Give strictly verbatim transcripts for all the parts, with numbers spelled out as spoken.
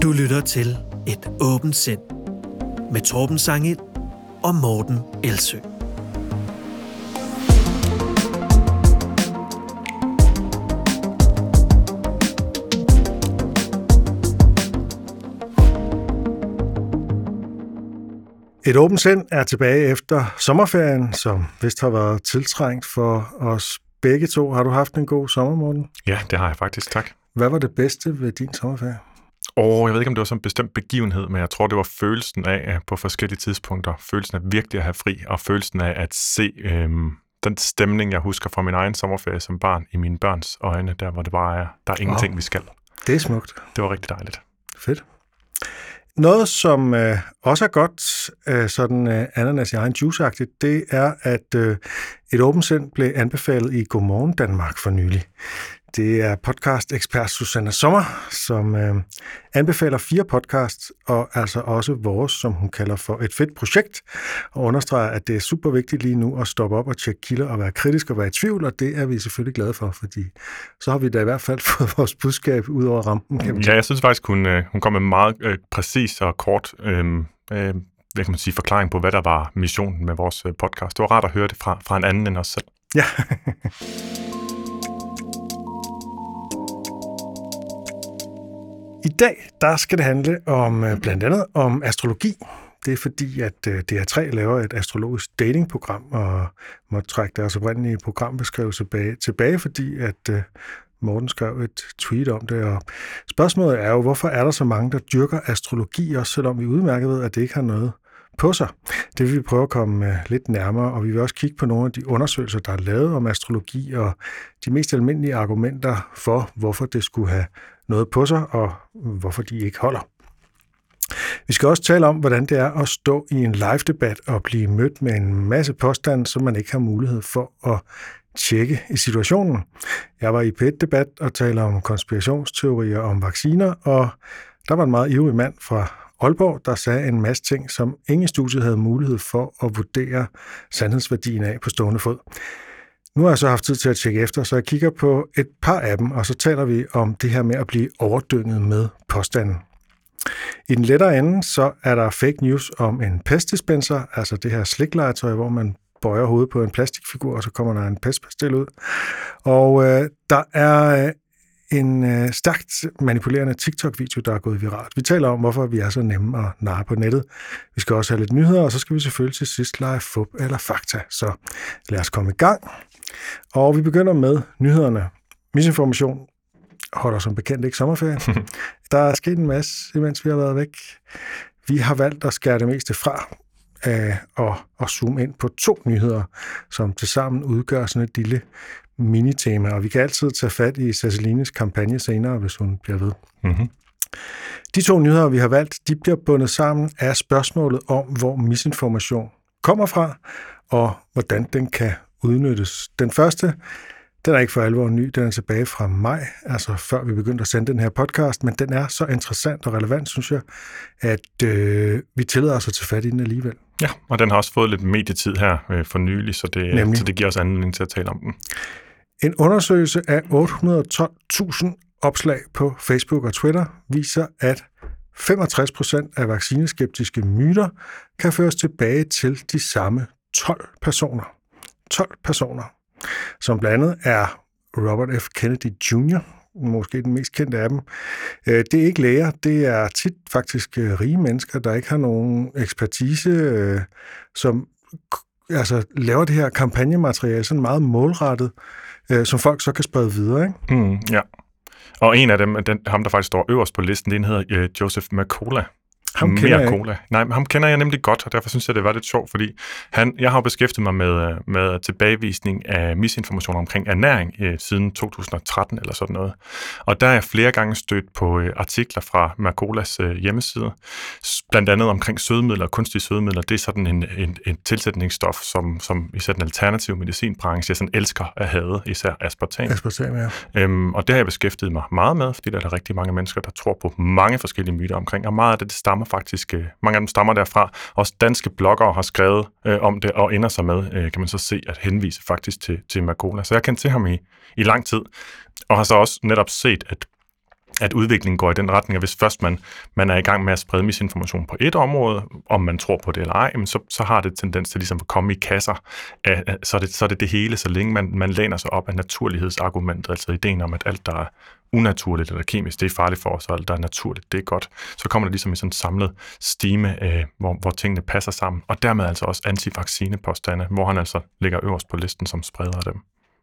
Du lytter til Et åbent sind med Torben Sangel og Morten Elsø. Et åbent sind er tilbage efter sommerferien, som vist har været tiltrængt for os begge to. Har du haft en god sommer, Morten? Ja, det har jeg faktisk, tak. Hvad var det bedste ved din sommerferie? Åh, jeg ved ikke, om det var sådan en bestemt begivenhed, men jeg tror, det var følelsen af, på forskellige tidspunkter, følelsen af virkelig at have fri, og følelsen af at se øhm, den stemning, jeg husker fra min egen sommerferie som barn, i mine børns øjne, der hvor det bare er, der er ingenting, wow. vi skal. Det er smukt. Det var rigtig dejligt. Fedt. Noget, som øh, også er godt, øh, sådan øh, ananas i egen juice-agtigt, det er, at øh, Et åbent sind blev anbefalet i Godmorgen Danmark for nylig. Det er podcast-ekspert Susanne Sommer, som øh, anbefaler fire podcasts, og altså også vores, som hun kalder for et fedt projekt, og understreger, at det er super vigtigt lige nu at stoppe op og tjekke kilder og være kritisk og være i tvivl, og det er vi selvfølgelig glade for, fordi så har vi da i hvert fald fået vores budskab ud over rampen. Kan ja, jeg synes faktisk, hun, hun kom med en meget øh, præcis og kort øh, øh, hvad kan man sige, forklaring på, hvad der var missionen med vores podcast. Det var rart at høre det fra, fra en anden end os selv. Ja. I dag, der skal det handle om blandt andet om astrologi. Det er fordi, at D R tre laver et astrologisk datingprogram, og måtte trække deres oprindelige programbeskrivelse tilbage, tilbage fordi at Morten skrev et tweet om det. Og spørgsmålet er jo, hvorfor er der så mange, der dyrker astrologi, også selvom vi udmærket ved, at det ikke har noget på sig. Det vil vi prøve at komme lidt nærmere, og vi vil også kigge på nogle af de undersøgelser, der er lavet om astrologi, og de mest almindelige argumenter for, hvorfor det skulle have noget på sig, og hvorfor de ikke holder. Vi skal også tale om, hvordan det er at stå i en live-debat og blive mødt med en masse påstande, som man ikke har mulighed for at tjekke i situationen. Jeg var i P et-debat og taler om konspirationsteorier om vacciner, og der var en meget ivrig mand fra Aalborg, der sagde en masse ting, som ingen studie havde mulighed for at vurdere sandhedsværdien af på stående fod. Nu har jeg så haft tid til at tjekke efter, så jeg kigger på et par af dem, og så taler vi om det her med at blive overdynget med påstanden. I den lettere ende, så er der fake news om en pestdispenser, altså det her sliklegetøj, hvor man bøjer hovedet på en plastikfigur, og så kommer der en pestpastil ud. Og øh, der er øh, en øh, stærkt manipulerende TikTok-video, der er gået viralt. Vi taler om, hvorfor vi er så nemme at narre på nettet. Vi skal også have lidt nyheder, og så skal vi selvfølgelig til sidst lege fup eller fakta. Så lad os komme i gang. Og vi begynder med nyhederne. Misinformation holder som bekendt ikke sommerferie. Der er sket en masse, imens vi har været væk. Vi har valgt at skære det meste fra øh, og, og zoome ind på to nyheder, som tilsammen udgør sådan et lille minitema, og vi kan altid tage fat i Cecilines kampagne senere, hvis hun bliver ved. Mm-hmm. De to nyheder, vi har valgt, de bliver bundet sammen af spørgsmålet om, hvor misinformation kommer fra, og hvordan den kan udnyttes. Den første, den er ikke for alvor ny, den er tilbage fra maj, altså før vi begyndte at sende den her podcast, men den er så interessant og relevant, synes jeg, at øh, vi tillader os at tage fat i den alligevel. Ja, og den har også fået lidt medietid her øh, for nylig, så det, så det giver os anledning til at tale om den. En undersøgelse af otte hundrede og tolv tusind opslag på Facebook og Twitter viser, at femogtres procent af vaccineskeptiske myter kan føres tilbage til de samme tolv personer. tolv personer, som blandt andet er Robert F. Kennedy junior, måske den mest kendte af dem. Det er ikke læger, det er tit faktisk rige mennesker, der ikke har nogen ekspertise, som altså laver det her kampagnemateriale sådan meget målrettet, som folk så kan sprede videre, ikke? Mm, ja. Og en af dem, den, ham der faktisk står øverst på listen, den hedder uh, Joseph Mercola. Ham kender jeg cola. Nej, men ham kender jeg nemlig godt, og derfor synes jeg, det var lidt sjovt, fordi han, jeg har jo beskæftiget mig med, med tilbagevisning af misinformation omkring ernæring eh, siden to tusind og tretten eller sådan noget. Og der er jeg flere gange stødt på eh, artikler fra Mercolas eh, hjemmeside, blandt andet omkring sødemidler og kunstige sødemidler. Det er sådan en, en, en tilsætningsstof, som, som især den alternative medicinbranche sådan elsker at have, især aspartam. Aspartam, ja. Øhm, og det har jeg beskæftiget mig meget med, fordi der er rigtig mange mennesker, der tror på mange forskellige myter omkring, og meget af det, det stammer faktisk, mange af dem stammer derfra. Også danske bloggere har skrevet øh, om det, og ender sig med, øh, kan man så se, at henvise faktisk til, til Mercola. Så jeg har kendt til ham i, i lang tid, og har så også netop set, at at udviklingen går i den retning, at hvis først man, man er i gang med at sprede misinformation på et område, om man tror på det eller ej, så, så har det tendens til ligesom at komme i kasser. Af, af, så, er det, så er det det hele, så længe man, man læner sig op af naturlighedsargumentet, altså ideen om, at alt, der er unaturligt eller kemisk, det er farligt for os, og alt, der er naturligt, det er godt. Så kommer det ligesom i sådan en samlet stime, øh, hvor, hvor tingene passer sammen, og dermed altså også antivaccinepåstande, hvor han altså ligger øverst på listen som spreder dem.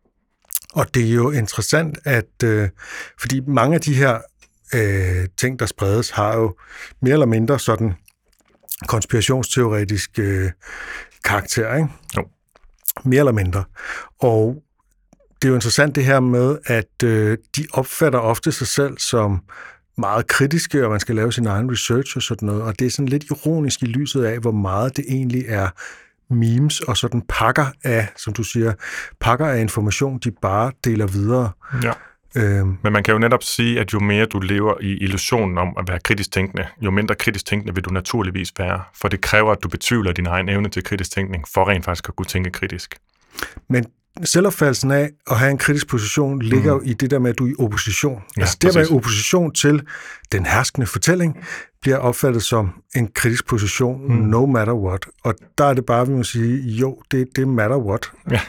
Og det er jo interessant, at øh, fordi mange af de her øh, ting, der spredes, har jo mere eller mindre sådan konspirationsteoretisk øh, karakter, ikke? Jo. Mere eller mindre. Og det er jo interessant det her med, at øh, de opfatter ofte sig selv som meget kritiske, og man skal lave sin egen research og sådan noget. Og det er sådan lidt ironisk i lyset af, hvor meget det egentlig er memes og sådan pakker af, som du siger, pakker af information, de bare deler videre. Ja. Øhm. Men man kan jo netop sige, at jo mere du lever i illusionen om at være kritisk tænkende, jo mindre kritisk tænkende vil du naturligvis være. For det kræver, at du betvivler din egen evne til kritisk tænkning, for rent faktisk at kunne tænke kritisk. Men selvopfattelsen af at have en kritisk position ligger mm. jo i det der med, at du er i opposition. Ja, altså det at være i opposition til den herskende fortælling, bliver opfattet som en kritisk position, mm. no matter what. Og der er det bare, vi må sige, jo, det, det matter what. Ja.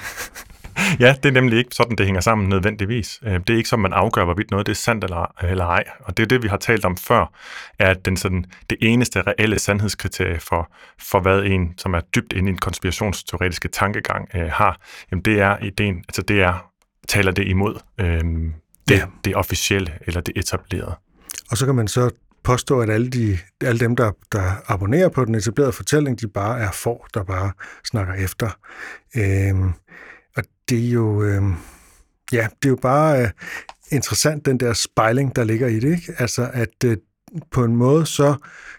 Ja, det er nemlig ikke sådan, det hænger sammen nødvendigvis. Det er ikke sådan, man afgør, hvorvidt noget det er sandt eller, eller ej. Og det er det, vi har talt om før, er, at den, sådan, det eneste reelle sandhedskriterie for, for hvad en, som er dybt inde i en konspirationsteoretiske tankegang, øh, har, jamen det er ideen, altså det er, taler det imod øh, det, ja. det officielle eller det etablerede. Og så kan man så påstå, at alle, de, alle dem, der, der abonnerer på den etablerede fortælling, de bare er får, der bare snakker efter. Øh, Og det er jo, øh, ja, det er jo bare øh, interessant, den der spejling, der ligger i det, ikke? Altså, at øh, på en måde, så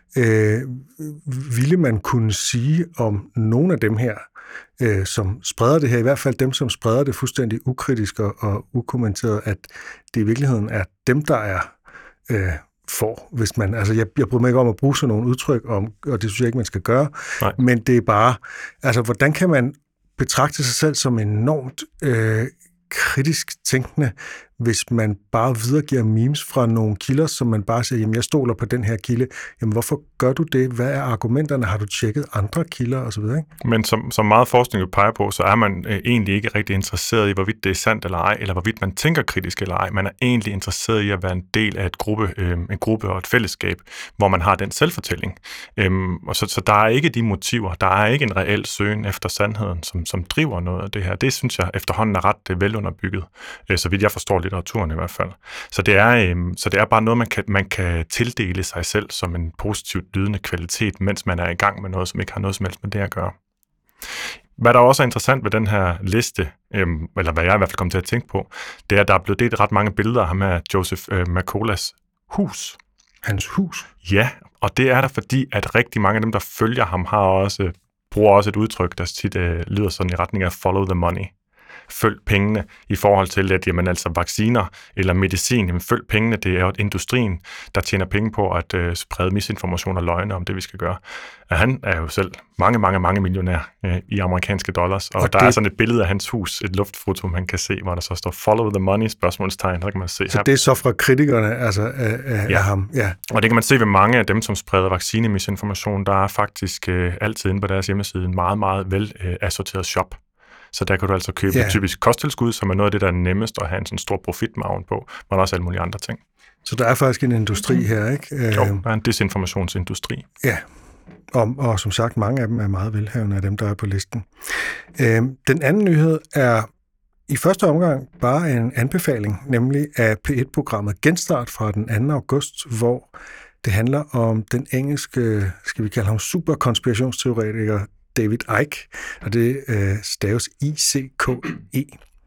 øh, ville man kunne sige om nogle af dem her, øh, som spreder det her, i hvert fald dem, som spreder det fuldstændig ukritisk og, og ukommenteret, at det i virkeligheden er dem, der er øh, for, hvis man, altså jeg, jeg bryder mig ikke om at bruge sådan nogle udtryk, om, og det synes jeg ikke, man skal gøre, Nej. Men det er bare, altså, hvordan kan man betragte sig selv som enormt øh, kritisk tænkende, hvis man bare videregiver memes fra nogle kilder, som man bare siger, jamen jeg stoler på den her kilde. Jamen hvorfor gør du det? Hvad er argumenterne? Har du tjekket andre kilder osv.? Men som, som meget forskning jo peger på, så er man øh, egentlig ikke rigtig interesseret i, hvorvidt det er sandt eller ej, eller hvorvidt man tænker kritisk eller ej. Man er egentlig interesseret i at være en del af et gruppe, øh, en gruppe og et fællesskab, hvor man har den selvfortælling. Øhm, og så, så der er ikke de motiver, der er ikke en reel søgen efter sandheden, som, som driver noget af det her. Det synes jeg efterhånden er ret øh, velunderbygget, øh, så vidt jeg forstår litteraturen i hvert fald. Så det er, øh, så det er bare noget, man kan, man kan tildele sig selv som en positivt lydende kvalitet, mens man er i gang med noget, som ikke har noget som helst med det at gøre. Hvad der også er interessant ved den her liste, øhm, eller hvad jeg i hvert fald kommer til at tænke på, det er, at der er blevet delt ret mange billeder af ham af Joseph øh, Mercolas hus. Hans hus? Ja, og det er der, fordi at rigtig mange af dem, der følger ham, har også, bruger også et udtryk, der tit øh, lyder sådan i retning af follow the money. Følg pengene i forhold til, at jamen, altså vacciner eller medicin, jamen, følg pengene, det er jo industrien, der tjener penge på at øh, sprede misinformation og løgne om det, vi skal gøre. Og han er jo selv mange, mange, mange millionær øh, i amerikanske dollars, og, og der det... er sådan et billede af hans hus, et luftfoto, man kan se, hvor der så står follow the money, spørgsmålstegn, der kan man se. Så her. Det er så fra kritikerne, altså af, af, ja. af ham? Ja. Og det kan man se ved mange af dem, som spreder vaccinemisinformation, der er faktisk øh, altid inde på deres hjemmeside en meget, meget vel øh, assorteret shop. Så der kan du altså købe yeah. typisk kosttilskud, som er noget af det, der er nemmest at have en sådan stor profitmargen på, men også alle mulige andre ting. Så der er faktisk en industri mm. her, ikke? Jo, der er en desinformationsindustri. Ja, og, og som sagt, mange af dem er meget velhavende af dem, der er på listen. Øhm, den anden nyhed er i første omgang bare en anbefaling, nemlig af P et programmet Genstart fra den anden august, hvor det handler om den engelske, skal vi kalde ham superkonspirationsteoretiker, David Icke, og det øh, staves I C K E.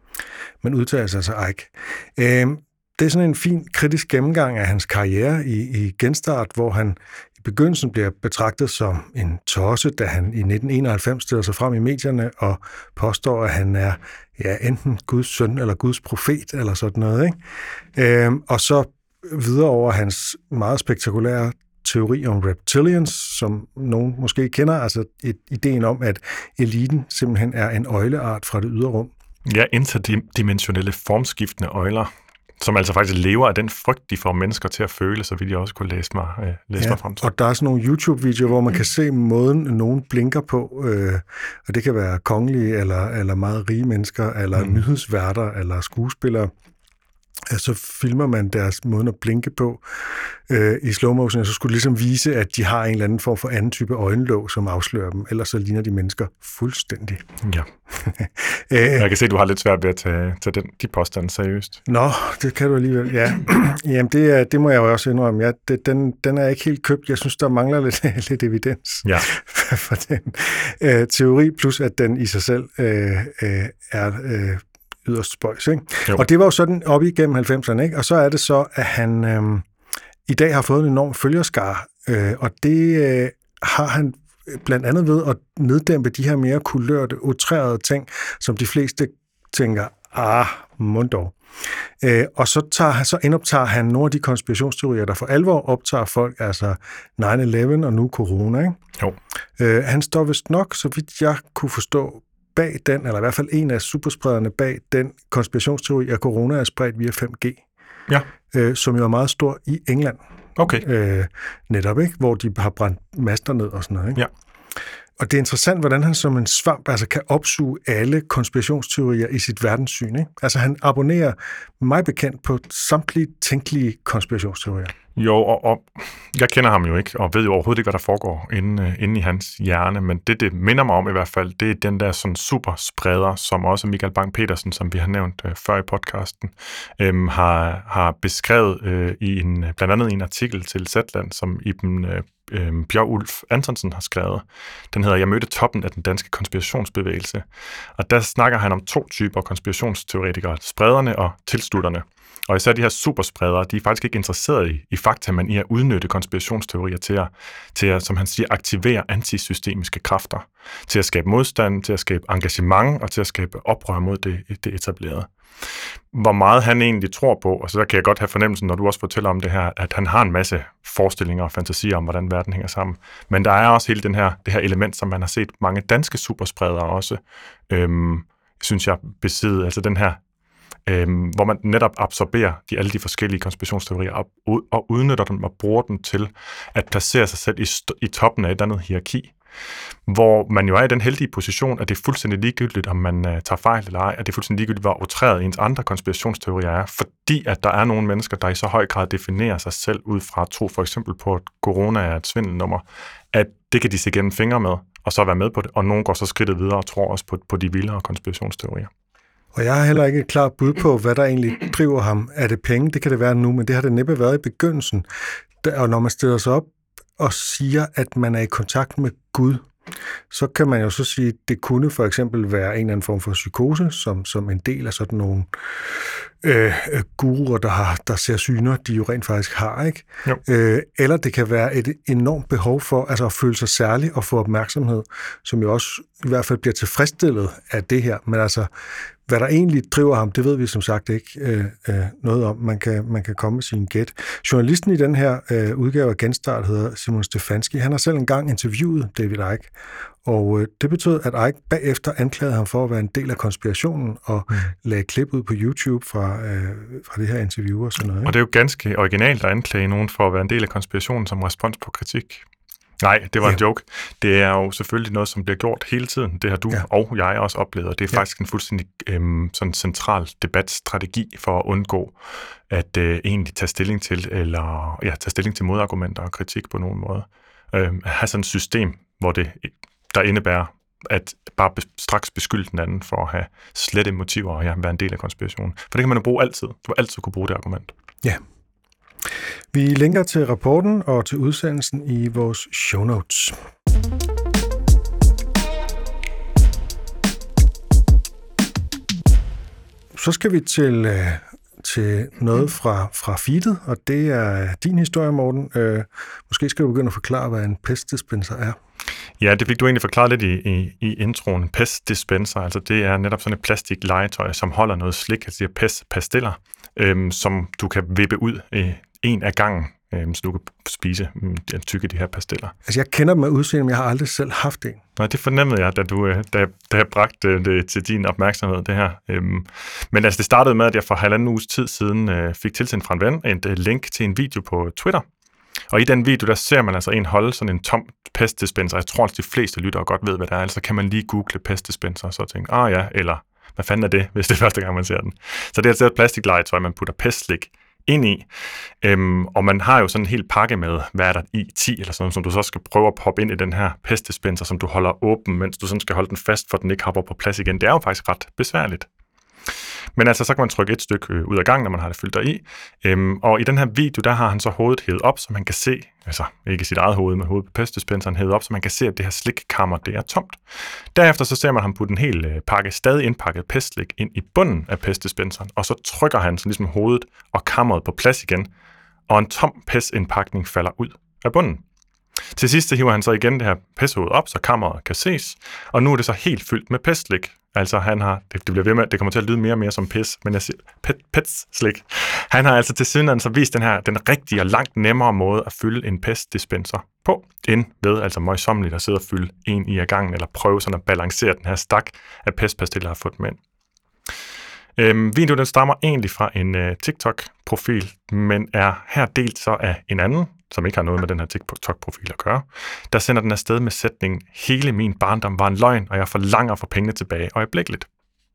Man udtaler sig altså Icke. Øh, det er sådan en fin kritisk gennemgang af hans karriere i, i Genstart, hvor han i begyndelsen bliver betragtet som en tosse, da han i nitten enoghalvfems stiller sig frem i medierne og påstår, at han er ja, enten Guds søn eller Guds profet eller sådan noget. Ikke? Øh, og så videre over hans meget spektakulære teori om reptilians, som nogen måske kender, altså et, ideen om, at eliten simpelthen er en øgleart fra det ydre rum. Ja, interdimensionelle formskiftende øgler, som altså faktisk lever af den frygt, de får mennesker til at føle, så vil jeg også kunne læse mig, øh, læse ja, mig frem til. Og der er sådan nogle YouTube-videoer, hvor man kan se måden, nogen blinker på, øh, og det kan være kongelige, eller, eller meget rige mennesker, eller mm. nyhedsværter, eller skuespillere. Så filmer man deres måde at blinke på øh, i slow motion, og så skulle det ligesom vise, at de har en eller anden form for anden type øjenlåg, som afslører dem, ellers så ligner de mennesker fuldstændig. Ja. Jeg kan se, at du har lidt svært ved at tage, tage den, de påstande seriøst. Nå, det kan du alligevel, ja. Jamen, det, det må jeg jo også indrømme. Ja, det, den, den er ikke helt købt. Jeg synes, der mangler lidt, lidt evidens ja. for den øh, teori, plus at den i sig selv øh, øh, er... Øh, yderst spøjs, ikke? Og det var jo sådan op igennem halvfemserne, ikke? Og så er det så, at han øh, i dag har fået en enorm følgerskare, øh, og det øh, har han blandt andet ved at neddæmpe de her mere kulørte, outrerede ting, som de fleste tænker, ah, munddog. Øh, og så, tager, så indoptager han nogle af de konspirationsteorier, der for alvor optager folk, altså nine eleven og nu corona, ikke? Jo. Øh, han står vist nok, så vidt jeg kunne forstå, bag den, eller i hvert fald en af supersprederne bag den konspirationsteori, at corona er spredt via fem G, ja. øh, som jo er meget stor i England. Okay. Øh, netop, ikke? Hvor de har brændt master ned og sådan noget. Ikke? Ja. Og det er interessant, hvordan han som en svamp altså kan opsuge alle konspirationsteorier i sit verdenssyn. Ikke? Altså han abonnerer mig bekendt på samtlige tænkelige konspirationsteorier. Jo, og, og jeg kender ham jo ikke, og ved jo overhovedet ikke, hvad der foregår inde, inde i hans hjerne, men det, det minder mig om i hvert fald, det er den der sådan superspreder, som også Michael Bang-Petersen, som vi har nævnt øh, før i podcasten, øh, har, har beskrevet øh, i en, blandt andet i en artikel til Zetland, som Iben øh, øh, Bjørulf Antonsen har skrevet. Den hedder, Jeg mødte toppen af den danske konspirationsbevægelse. Og der snakker han om to typer konspirationsteoretikere, sprederne og tilslutterne. Og især de her superspredere, de er faktisk ikke interesseret i, i fakta, men i at udnytte konspirationsteorier til at, til at, som han siger, aktivere antisystemiske kræfter, til at skabe modstand, til at skabe engagement og til at skabe oprør mod det, det etablerede. Hvor meget han egentlig tror på, og så der kan jeg godt have fornemmelsen, når du også fortæller om det her, at han har en masse forestillinger og fantasier om, hvordan verden hænger sammen. Men der er også hele den her, det her element, som man har set mange danske superspredere også, øhm, synes jeg, besidde, altså den her Øhm, hvor man netop absorberer de, alle de forskellige konspirationsteorier op, og udnytter dem og bruger dem til at placere sig selv i, st- i toppen af et andet hierarki, hvor man jo er i den heldige position, at det er fuldstændig ligegyldigt, om man uh, tager fejl eller ej, at det er fuldstændig ligegyldigt, hvor outreret ens andre konspirationsteorier er, fordi at der er nogle mennesker, der i så høj grad definerer sig selv ud fra at tro for eksempel på, at corona er et svindelnummer, at det kan de se gennem fingre med, og så være med på det, og nogen går så skridtet videre og tror også på, på de vildere konspirationsteorier. Og jeg har heller ikke et klart bud på, hvad der egentlig driver ham. Er det penge? Det kan det være nu, men det har det næppe været i begyndelsen. Og når man stiller sig op og siger, at man er i kontakt med Gud, så kan man jo så sige, at det kunne for eksempel være en eller anden form for psykose, som, som en del af sådan nogle øh, guruer, der, har, der ser syner, de jo rent faktisk har, ikke? Øh, eller det kan være et enormt behov for altså at føle sig særlig og få opmærksomhed, som jo også i hvert fald bliver tilfredsstillet af det her. Men altså, hvad der egentlig driver ham, det ved vi som sagt ikke øh, øh, noget om. Man kan, man kan komme med sin gæt. Journalisten i den her øh, udgave af Genstart hedder Simon Stefanski. Han har selv engang interviewet David Icke, og øh, det betød, at Icke bagefter anklagede ham for at være en del af konspirationen og mm. lagde klip ud på YouTube fra, øh, fra det her interview og sådan noget. Ikke? Og det er jo ganske originalt at anklage nogen for at være en del af konspirationen som respons på kritik. Nej, det var en ja. joke. Det er jo selvfølgelig noget, som bliver gjort hele tiden. Det har du ja. og jeg også oplevet, og det er ja. faktisk en fuldstændig øhm, sådan central debatstrategi for at undgå at øh, egentlig tage stilling til, eller ja, tage stilling til modargumenter og kritik på nogen måde. Øhm, at have sådan et system, hvor det, der indebærer at bare be, straks beskylde den anden for at have slette motiver og ja, være en del af konspirationen. For det kan man jo bruge altid. Du vil altid kunne bruge det argument. Ja. Vi linker til rapporten og til udsendelsen i vores show notes. Så skal vi til, til noget fra, fra feedet, og det er din historie, Morten. Måske skal du begynde at forklare, hvad en pestdispenser er. Ja, det fik du egentlig forklaret lidt i, i, i introen. Pestdispenser, altså det er netop sådan et plastiklegetøj, som holder noget slik, altså pestpastiller, øhm, som du kan vippe ud øh, en af gangen øh, så du kan spise øh, tykke de her pastiller. Altså, jeg kender dem af udseende, men jeg har aldrig selv haft en. Nej, det fornemmede jeg, da, du, da, da jeg bragte det til din opmærksomhed, det her. Øhm, men altså, det startede med, at jeg for halvanden uges tid siden øh, fik tilsendt fra en ven et øh, link til en video på Twitter. Og i den video, der ser man altså en holde sådan en tom pestdispenser. Jeg tror, at de fleste lyttere godt ved, hvad det er. Altså kan man lige google pestdispenser, og så tænke, ah ja, eller hvad fanden er det, hvis det er første gang, man ser den. Så det er altså et plastiklegetøj, man putter pestslik ind i, øhm, og man har jo sådan en hel pakke med, hvad er der i, ti eller sådan, som du så skal prøve at poppe ind i den her pestdispenser, som du holder åben, mens du sådan skal holde den fast, for den ikke hopper på plads igen. Det er jo faktisk ret besværligt. Men altså, så kan man trykke et stykke øh, ud af gangen, når man har det fyldt deri. Øhm, og i den her video, der har han så hovedet hævet op, så man kan se, altså ikke sit eget hoved, men hovedet på pestdispenseren hævet op, så man kan se, at det her slikkammer, det er tomt. Derefter så ser man ham putte en hel øh, pakke stadig indpakket pestslik ind i bunden af pestdispenseren, og så trykker han så ligesom hovedet og kammeret på plads igen, og en tom pestindpakning falder ud af bunden. Til sidst så hiver han så igen det her pesthoved op, så kammeret kan ses, og nu er det så helt fyldt med pestslik. Altså han har, det, det bliver ved med, det kommer til at lyde mere og mere som pis, men jeg siger pet, petslik. Han har altså til siden så vist den her, den rigtige og langt nemmere måde at fylde en pestdispenser på, end ved altså møjsommeligt at sidde og fylde en i ad gangen, eller prøve sådan at balancere den her stak af pestpastiller, jeg har fået med ind. Øhm, videoen den stammer egentlig fra en øh, TikTok-profil, men er her delt så af en anden, som ikke har noget med den her TikTok-profil at gøre, der sender den afsted med sætningen, hele min barndom var en løgn, og jeg forlanger for pengene tilbage øjeblikkeligt.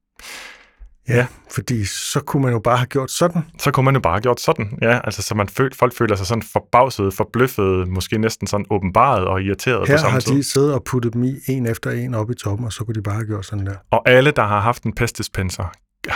Ja, fordi så kunne man jo bare have gjort sådan. Så kunne man jo bare have gjort sådan, ja. Altså, så man føl, folk føler sig sådan forbavset, forbløffet, måske næsten sådan åbenbaret og irriteret her på samme tid. Her har de siddet og puttet dem i en efter en op i toppen, og så kunne de bare have gjort sådan der. Og alle, der har haft en pestdispenser,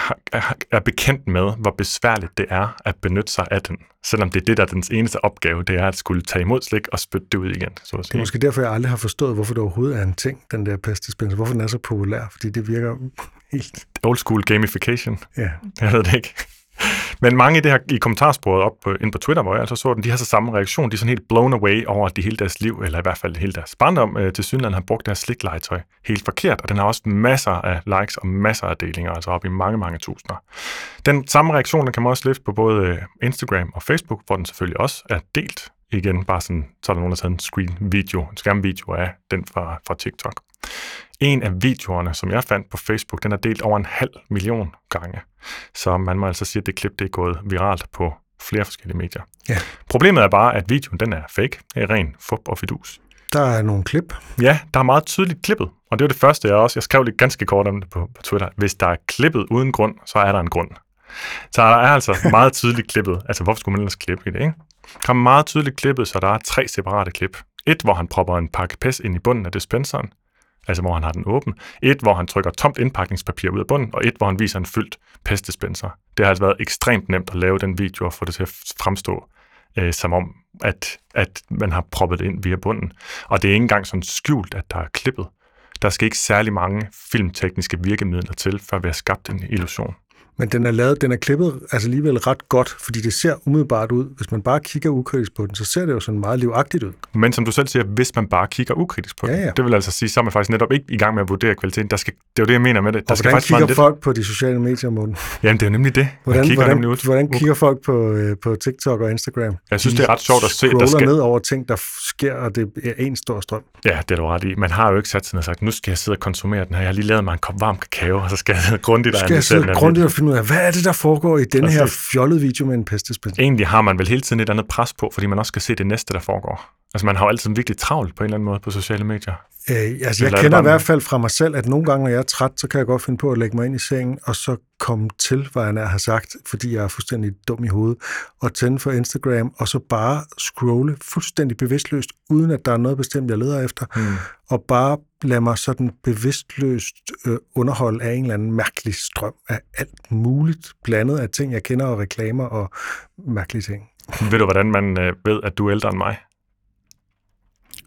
er bekendt med, hvor besværligt det er at benytte sig af den. Selvom det er det, der er dens eneste opgave, det er at skulle tage imod slik og spytte det ud igen. Så at sige. Det er måske derfor, jeg aldrig har forstået, hvorfor det overhovedet er en ting, den der pestdispenser. Hvorfor den er så populær, fordi det virker helt... Old school gamification. Ja. Jeg ved det ikke. Men mange i det her i kommentarsporet op på, ind på Twitter, hvor jeg altså så den, de har så samme reaktion. De er sådan helt blown away over, at de hele deres liv, eller i hvert fald hele deres barndom, øh, til synligheden har brugt deres sliklegetøj helt forkert. Og den har også masser af likes og masser af delinger, altså op i mange, mange tusinder. Den samme reaktion, den kan man også løfte på både Instagram og Facebook, hvor den selvfølgelig også er delt. Igen, bare sådan, så er der nogen, der har taget en screen video, en skærmvideo af den fra, fra TikTok. En af videoerne, som jeg fandt på Facebook, den er delt over en halv million gange. Så man må altså sige, at det klip det er gået viralt på flere forskellige medier. Ja. Problemet er bare, at videoen den er fake. Det er ren fup og fidus. Der er nogle klip. Ja, der er meget tydeligt klippet. Og det var det første, jeg også... Jeg skrev lidt ganske kort om det på, på Twitter. Hvis der er klippet uden grund, så er der en grund. Så der er altså meget tydeligt klippet. Altså, hvorfor skulle man ellers klippe i det, ikke? Der er meget tydeligt klippet, så der er tre separate klip. Et, hvor han propper en pakke pest ind i bunden af dispenseren. Altså hvor han har den åben. Et, hvor han trykker tomt indpakningspapir ud af bunden, og et, hvor han viser en fyldt pestdispenser. Det har altså været ekstremt nemt at lave den video og få det til at fremstå øh, som om, at, at man har proppet det ind via bunden. Og det er ikke engang sådan skjult, at der er klippet. Der skal ikke særlig mange filmtekniske virkemidler til, for at være skabt en illusion. Men den er lavet, den er klippet altså alligevel ret godt, fordi det ser umiddelbart ud. Hvis man bare kigger ukritisk på den, så ser det jo sådan meget livagtigt ud. Men som du selv siger, hvis man bare kigger ukritisk på ja, ja. den, det vil altså sige, så er man faktisk netop ikke i gang med at vurdere kvaliteten. Der skal, det er jo det, jeg mener med det. Der og skal hvordan faktisk kigger folk lidt... på de sociale medier, Morten? Jamen, det er jo nemlig det. Hvordan, kigger hvordan, nemlig ud. hvordan kigger folk på, øh, på TikTok og Instagram? Jeg synes, de det er ret sjovt at se. Der skal... ned over ting, der sker, og det er en stor strøm. Ja, det er du ret i. Man har jo ikke sat sig og sagt, nu skal jeg sidde og konsumere den her. Jeg har lige lavet mig en kop varm kakao, og så skal jeg grundigt skal jeg sidde grundigt og finde ud af, hvad er det, der foregår i denne her fjollede video med en pestdispenser? Egentlig har man vel hele tiden et andet pres på, fordi man også skal se det næste, der foregår. Altså man har jo altid virkelig travlt på en eller anden måde på sociale medier. Øh, altså jeg kender i hvert fald fra mig selv, at nogle gange, når jeg er træt, så kan jeg godt finde på at lægge mig ind i sengen, og så komme til, hvad jeg har sagt, fordi jeg er fuldstændig dum i hovedet, og tænde for Instagram, og så bare scrolle fuldstændig bevidstløst, uden at der er noget bestemt, jeg leder efter, hmm. og bare lade mig sådan bevidstløst øh, underholde af en eller anden mærkelig strøm af alt muligt, blandet af ting, jeg kender, og reklamer og mærkelige ting. Ved du, hvordan man øh, ved, at du er ældre end mig?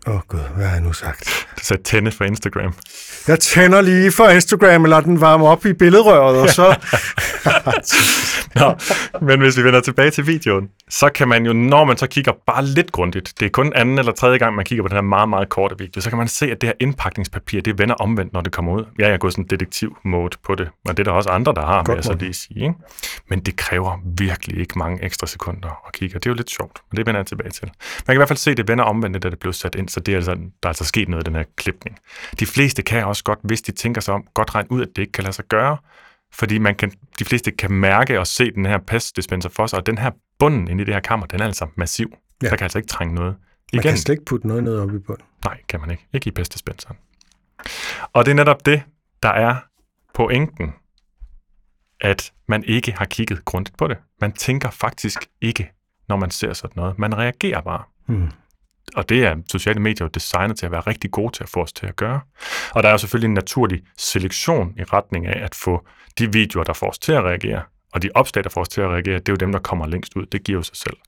Åh oh, gud, hvad har jeg nu sagt? Du sagde tænde for Instagram. Jeg tænder lige for Instagram, og lader den varme op i billedrøret, og så... Nå, men hvis vi vender tilbage til videoen, så kan man jo, når man så kigger bare lidt grundigt, det er kun anden eller tredje gang, man kigger på den her meget, meget korte video, så kan man se, at det her indpakningspapir, det vender omvendt, når det kommer ud. Jeg er gået sådan en detektiv-mode på det, og det er der også andre, der har, med jeg så lige sige. Ikke? Men det kræver virkelig ikke mange ekstra sekunder at kigge, og det er jo lidt sjovt, men det vender jeg tilbage til. Man kan i hvert fald se, at det vender omvendt, da det blev sat ind, så det er altså, der er altså sket noget i den her klipning. De fleste kan også godt, hvis de tænker sig om, godt regne ud, at det ikke kan lade sig gøre, fordi man kan, de fleste kan mærke og se den her pestdispenser for sig, og den her bunden inde i det her kammer, den er altså massiv. Ja. Der kan altså ikke trænge noget igen. Man kan slet ikke putte noget ned op i bunden. Nej, kan man ikke. Ikke i pestdispenseren. Og det er netop det, der er pointen, at man ikke har kigget grundigt på det. Man tænker faktisk ikke, når man ser sådan noget. Man reagerer bare. Hmm. Og det er sociale medier jo designet til at være rigtig gode til at få os til at gøre. Og der er jo selvfølgelig en naturlig selektion i retning af at få de videoer, der får os til at reagere, og de opslag, der får os til at reagere, det er jo dem, der kommer længst ud. Det giver jo sig selv.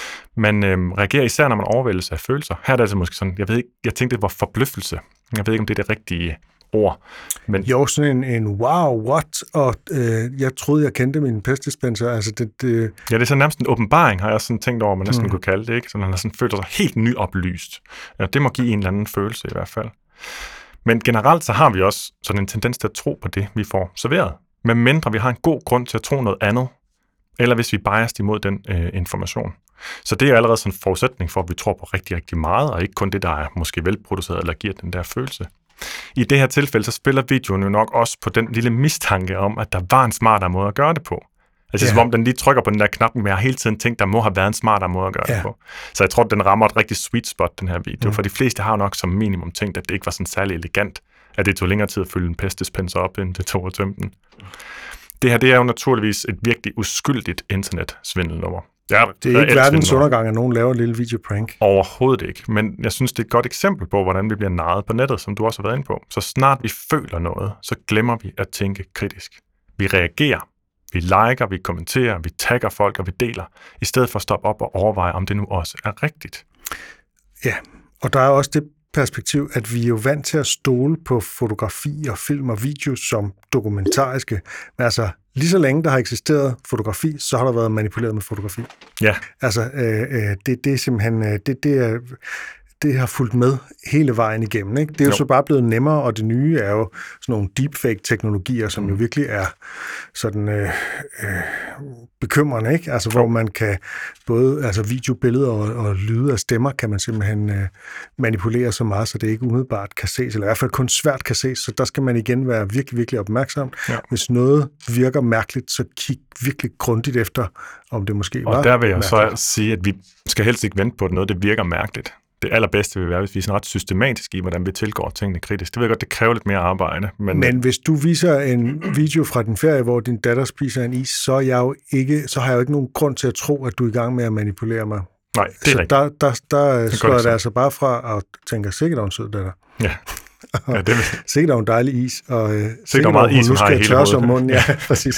Man øhm, reagerer især, når man overvældes af følelser. Her er det altså måske sådan, jeg ved ikke, jeg tænkte, det var forbløffelse. Jeg ved ikke, om det er det rigtige ord. Men... Jo, sådan en, en wow, what? Og øh, jeg troede, jeg kendte min pestdispenser. Altså det, det... Ja, det er sådan nærmest en åbenbaring, har jeg sådan tænkt over, man næsten mm. kunne kalde det, ikke? Så man har sådan følt sig helt nyoplyst. Ja, det må give en eller anden følelse i hvert fald. Men generelt så har vi også sådan en tendens til at tro på det, vi får serveret. Men mindre vi har en god grund til at tro noget andet, eller hvis vi biased imod den øh, information. Så det er allerede sådan en forudsætning for, at vi tror på rigtig, rigtig meget, og ikke kun det, der er måske velproduceret eller giver den der følelse. I det her tilfælde, så spiller videoen jo nok også på den lille mistanke om, at der var en smartere måde at gøre det på. Altså ja. Som om den lige trykker på den der knap, men jeg har hele tiden tænkt, der må have været en smartere måde at gøre ja. det på. Så jeg tror, den rammer et rigtig sweet spot, den her video. Mm. For de fleste har jo nok som minimum tænkt, at det ikke var sådan særlig elegant, at det tog længere tid at fylde en pestdispenser op, end det tog at tømme den. Det her, det er jo naturligvis et virkelig uskyldigt internetsvindelnummer. Det er, det er ikke verdens undergang, at nogen laver et lille videoprank. Overhovedet ikke, men jeg synes, det er et godt eksempel på, hvordan vi bliver narret på nettet, som du også har været inde på. Så snart vi føler noget, så glemmer vi at tænke kritisk. Vi reagerer, vi liker, vi kommenterer, vi tagger folk og vi deler, i stedet for at stoppe op og overveje, om det nu også er rigtigt. Ja, og der er også det perspektiv, at vi er jo vant til at stole på fotografi og film og video som dokumentariske. Men altså, lige så længe der har eksisteret fotografi, så har der været manipuleret med fotografi. Ja. Altså, øh, det, det er simpelthen, det, det, er, det har fulgt med hele vejen igennem. Ikke? Det er jo, jo så bare blevet nemmere, og det nye er jo sådan nogle deepfake-teknologier, som mm. jo virkelig er sådan øh, øh, bekymrende, ikke? Altså, hvor man kan både altså video, billeder og, og lyde af stemmer, kan man simpelthen øh, manipulere så meget, så det ikke umiddelbart kan ses, eller i hvert fald kun svært kan ses, så der skal man igen være virkelig, virkelig opmærksom. Ja. Hvis noget virker mærkeligt, så kig virkelig grundigt efter, om det måske og var Og der vil jeg mærkeligt. så sige, at vi skal helst ikke vente på, at noget det virker mærkeligt. Det allerbedste vil være, hvis vi er sådan ret systematisk i, hvordan vi tilgår tingene kritisk. Det ved jeg godt, det kræver lidt mere arbejde. Men, men hvis du viser en video fra din ferie, hvor din datter spiser en is, så, er jeg jo ikke, så har jeg jo ikke nogen grund til at tro, at du er i gang med at manipulere mig. Nej, det er så rigtigt. der, der, der det slår jeg det altså bare fra og tænker, sikkert er en sød datter. Ja. Ja, det vil... Sikkert er en dejlig is, og øh, sikkert er meget is, hun har i hele hovedet. Munden. Ja, præcis.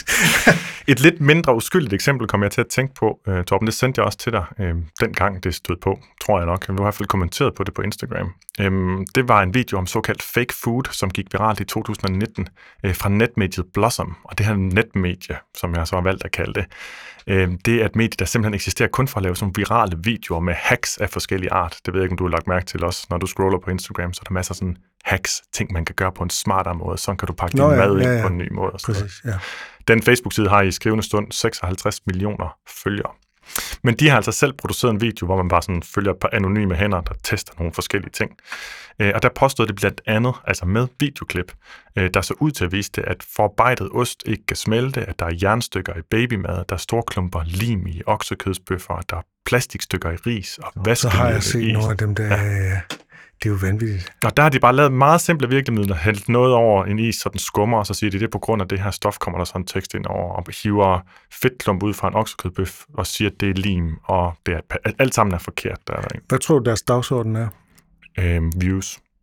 Et lidt mindre uskyldigt eksempel kom jeg til at tænke på, uh, Torben, det sendte jeg også til dig, uh, dengang det stod på, tror jeg nok. Du har i hvert fald kommenteret på det på Instagram. Um, det var en video om såkaldt fake food, som gik viralt i to tusind nitten uh, fra netmediet Blossom. Og det her netmedie, som jeg så har valgt at kalde det, uh, det er et medie, der simpelthen eksisterer kun for at lave sådan virale videoer med hacks af forskellige art. Det ved jeg ikke, om du har lagt mærke til også, når du scroller på Instagram, så er der masser af sådan hacks, ting man kan gøre på en smartere måde. Sådan kan du pakke Nå, din ja, mad ind ja, ja. på en ny måde. Og præcis, ja. Den Facebook-side har i skrivende stund seksoghalvtreds millioner følgere. Men de har altså selv produceret en video, hvor man bare sådan følger på anonyme hænder, der tester nogle forskellige ting. Og der påstod det blandt andet, altså med videoklip, der så ud til at vise det, at forarbejdet ost ikke kan smelte, at der er jernstykker i babymad, der er store klumper lim i oksekødsbøffer, der er plastikstykker i ris og vaskemiddel i is. Så har jeg set nogle af dem, der... Ja. Det er jo vanvittigt. Og der har de bare lavet meget simple virkemidler, hældt noget over en is, så den skummer, og så siger de, det er på grund af det her stof, kommer der sådan en tekst ind over, og hiver fedtklump ud fra en oksekødbøf, og siger, at det er lim, og det er, alt sammen er forkert. Der er der Hvad tror du, deres dagsorden er? Øhm, views.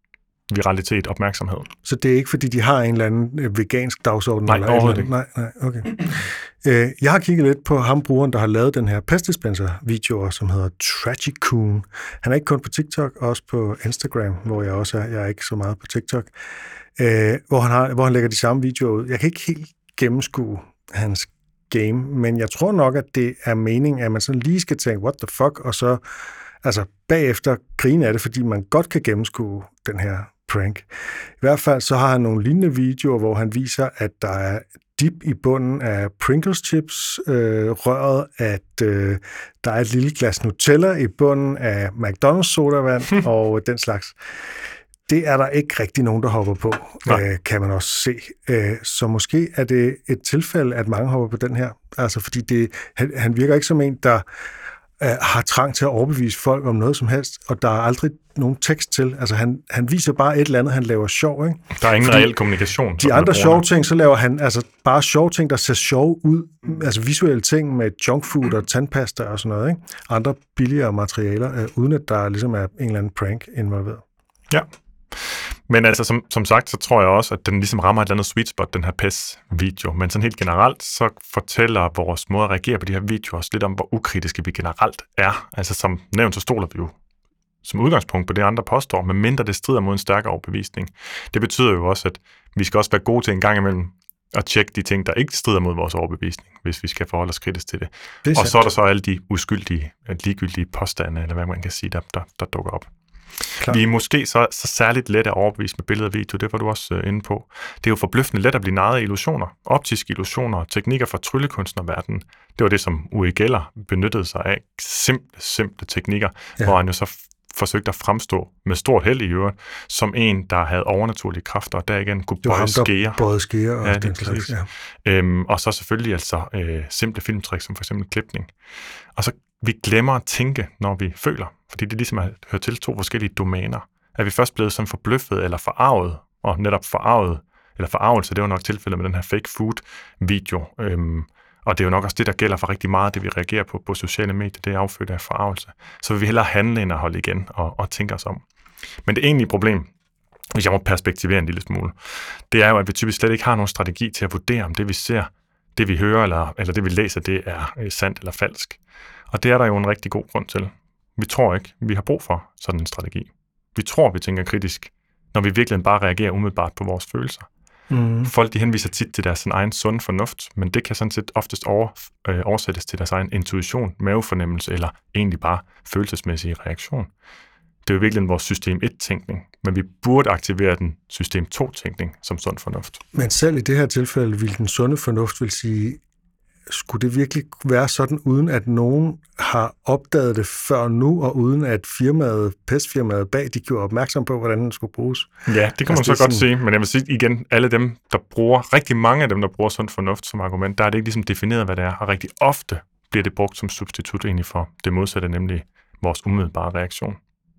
viralitet, opmærksomhed. Så det er ikke, fordi de har en eller anden vegansk dagsorden? Nej, eller overhovedet eller nej, nej, okay. Øh, jeg har kigget lidt på ham, brugeren, der har lavet den her pestdispenser-videoer, som hedder Tragicoon. Han er ikke kun på TikTok, også på Instagram, hvor jeg også er. Jeg er ikke så meget på TikTok. Øh, hvor, han har, hvor han lægger de samme videoer ud. Jeg kan ikke helt gennemskue hans game, men jeg tror nok, at det er meningen, at man sådan lige skal tænke, what the fuck, og så altså bagefter grine af det, fordi man godt kan gennemskue den her prank. I hvert fald så har han nogle lignende videoer, hvor han viser, at der er dip i bunden af Pringles chips, øh, røret, at øh, der er et lille glas Nutella i bunden af McDonald's sodavand og den slags. Det er der ikke rigtig nogen, der hopper på, øh, kan man også se. Øh, så måske er det et tilfælde, at mange hopper på den her. Altså fordi det, han, han virker ikke som en, der øh, har trang til at overbevise folk om noget som helst, og der er aldrig nogen tekst til. Altså han, han viser bare et eller andet, han laver sjov, ikke? Der er ingen fordi reel kommunikation. De andre sjove ting, så laver han altså bare sjove ting, der ser sjove ud. Altså visuelle ting med junkfood og tandpasta og sådan noget, ikke? Andre billigere materialer, øh, uden at der ligesom er en eller anden prank involveret. Ja. Men altså, som, som sagt, så tror jeg også, at den ligesom rammer et eller andet sweet spot, den her P E S-video. Men sådan helt generelt, så fortæller vores måde at reagere på de her videoer også lidt om, hvor ukritiske vi generelt er. Altså som nævnt, så stoler vi jo som udgangspunkt på det, andre påstår, men mindre det strider mod en stærkere overbevisning. Det betyder jo også, at vi skal også være gode til en gang imellem at tjekke de ting, der ikke strider mod vores overbevisning, hvis vi skal forholde os kritisk til det. det og så er der så alle de uskyldige, ligegyldige påstande, eller hvad man kan sige, der, der, der dukker op. Klar. Vi er måske så, så særligt let at overbevise med billeder og video, det var du også uh, inde på. Det er jo forbløffende let at blive narret af illusioner, optiske illusioner, teknikker fra tryllekunstnerverdenen. Det var det, som Uri Geller benyttede sig af. Simple, simple teknikker, ja. Hvor han jo så f- forsøgte at fremstå med stort held i øvrigt, som en, der havde overnaturlige kræfter, og der igen kunne bøje skære. Bøje skære og ja, den slags, ja. Øhm, og så selvfølgelig altså øh, simple filmtricks, som for eksempel klipning. Og så vi glemmer at tænke, når vi føler, fordi det ligesom hører til to forskellige domæner. Er vi først blevet sådan forbløffet eller forarvet, og netop forarvet, eller forarvelse, det var nok tilfældet med den her fake food video, øhm, og det er jo nok også det, der gælder for rigtig meget, det vi reagerer på på sociale medier, det er affødt af forarvelse. Så vil vi hellere handle end at holde igen og, og tænke os om. Men det egentlige problem, hvis jeg må perspektivere en lille smule, det er jo, at vi typisk slet ikke har nogen strategi til at vurdere, om det vi ser, det vi hører, eller, eller det vi læser, det er øh, sandt eller falsk. Og det er der jo en rigtig god grund til. Vi tror ikke, vi har brug for sådan en strategi. Vi tror, vi tænker kritisk, når vi virkelig bare reagerer umiddelbart på vores følelser. Mm. Folk de henviser tit til deres sådan, egen sund fornuft, men det kan sådan set oftest over, øh, oversættes til deres egen intuition, mavefornemmelse eller egentlig bare følelsesmæssig reaktion. Det er jo virkelig vores system et-tænkning, men vi burde aktivere den system to-tænkning som sund fornuft. Men selv i det her tilfælde vil den sunde fornuft vil sige, skulle det virkelig være sådan, uden at nogen har opdaget det før nu, og uden at firmaet, P E S-firmaet bag, de gjorde opmærksom på, hvordan den skulle bruges? Ja, det kan altså, man så godt sådan... sige, men jeg vil sige igen, alle dem, der bruger, rigtig mange af dem, der bruger sund fornuft som argument, der er det ikke ligesom defineret, hvad det er, og rigtig ofte bliver det brugt som substitut egentlig for det modsatte, nemlig vores umiddelbare reaktion.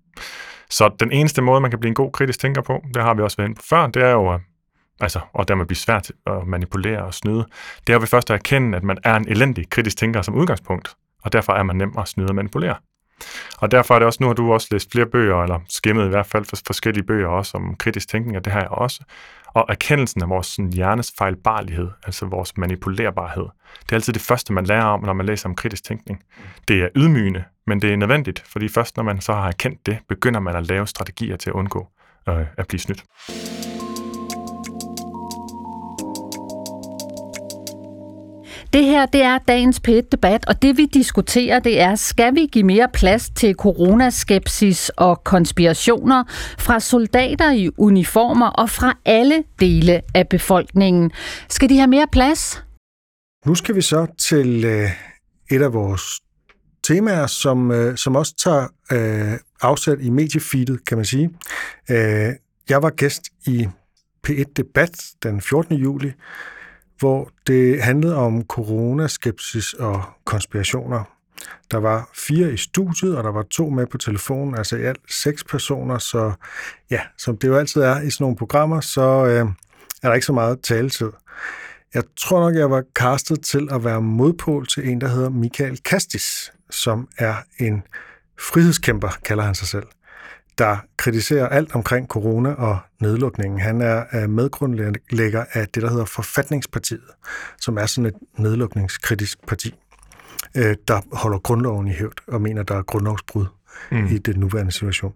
Så den eneste måde, man kan blive en god kritisk tænker på, det har vi også været inde på før, det er jo altså, og dermed blive svært at manipulere og snyde, det er jo ved først at erkende, at man er en elendig kritisk tænker som udgangspunkt, og derfor er man nem at snyde og manipulere. Og derfor er det også, nu har du også læst flere bøger, eller skimmet i hvert fald for forskellige bøger også om kritisk tænkning, og det har jeg også. Og erkendelsen af vores sådan, hjernes fejlbarlighed, altså vores manipulerbarhed, det er altid det første, man lærer om, når man læser om kritisk tænkning. Det er ydmygende, men det er nødvendigt, fordi først når man så har erkendt det, begynder man at lave strategier til at undgå øh, at blive snydt. Det her, det er dagens P et-debat, og det vi diskuterer, det er, skal vi give mere plads til coronaskepsis og konspirationer fra soldater i uniformer og fra alle dele af befolkningen? Skal de have mere plads? Nu skal vi så til øh, et af vores temaer, som, øh, som også tager øh, afsæt i mediefeedet, kan man sige. Øh, jeg var gæst i P et-debat den fjortende juli, hvor det handlede om coronaskepsis og konspirationer. Der var fire i studiet, og der var to med på telefonen, altså i alt seks personer, så ja, som det jo altid er i sådan nogle programmer, så øh, er der ikke så meget taletid. Jeg tror nok, jeg var castet til at være modpol til en, der hedder Michael Kastis, som er en frihedskæmper, kalder han sig selv. der kritiserer alt omkring corona og nedlukningen. Han er medgrundlægger af det, der hedder Forfatningspartiet, som er sådan et nedlukningskritisk parti, der holder grundloven i hævd og mener, der er grundlovsbrud mm. i den nuværende situation.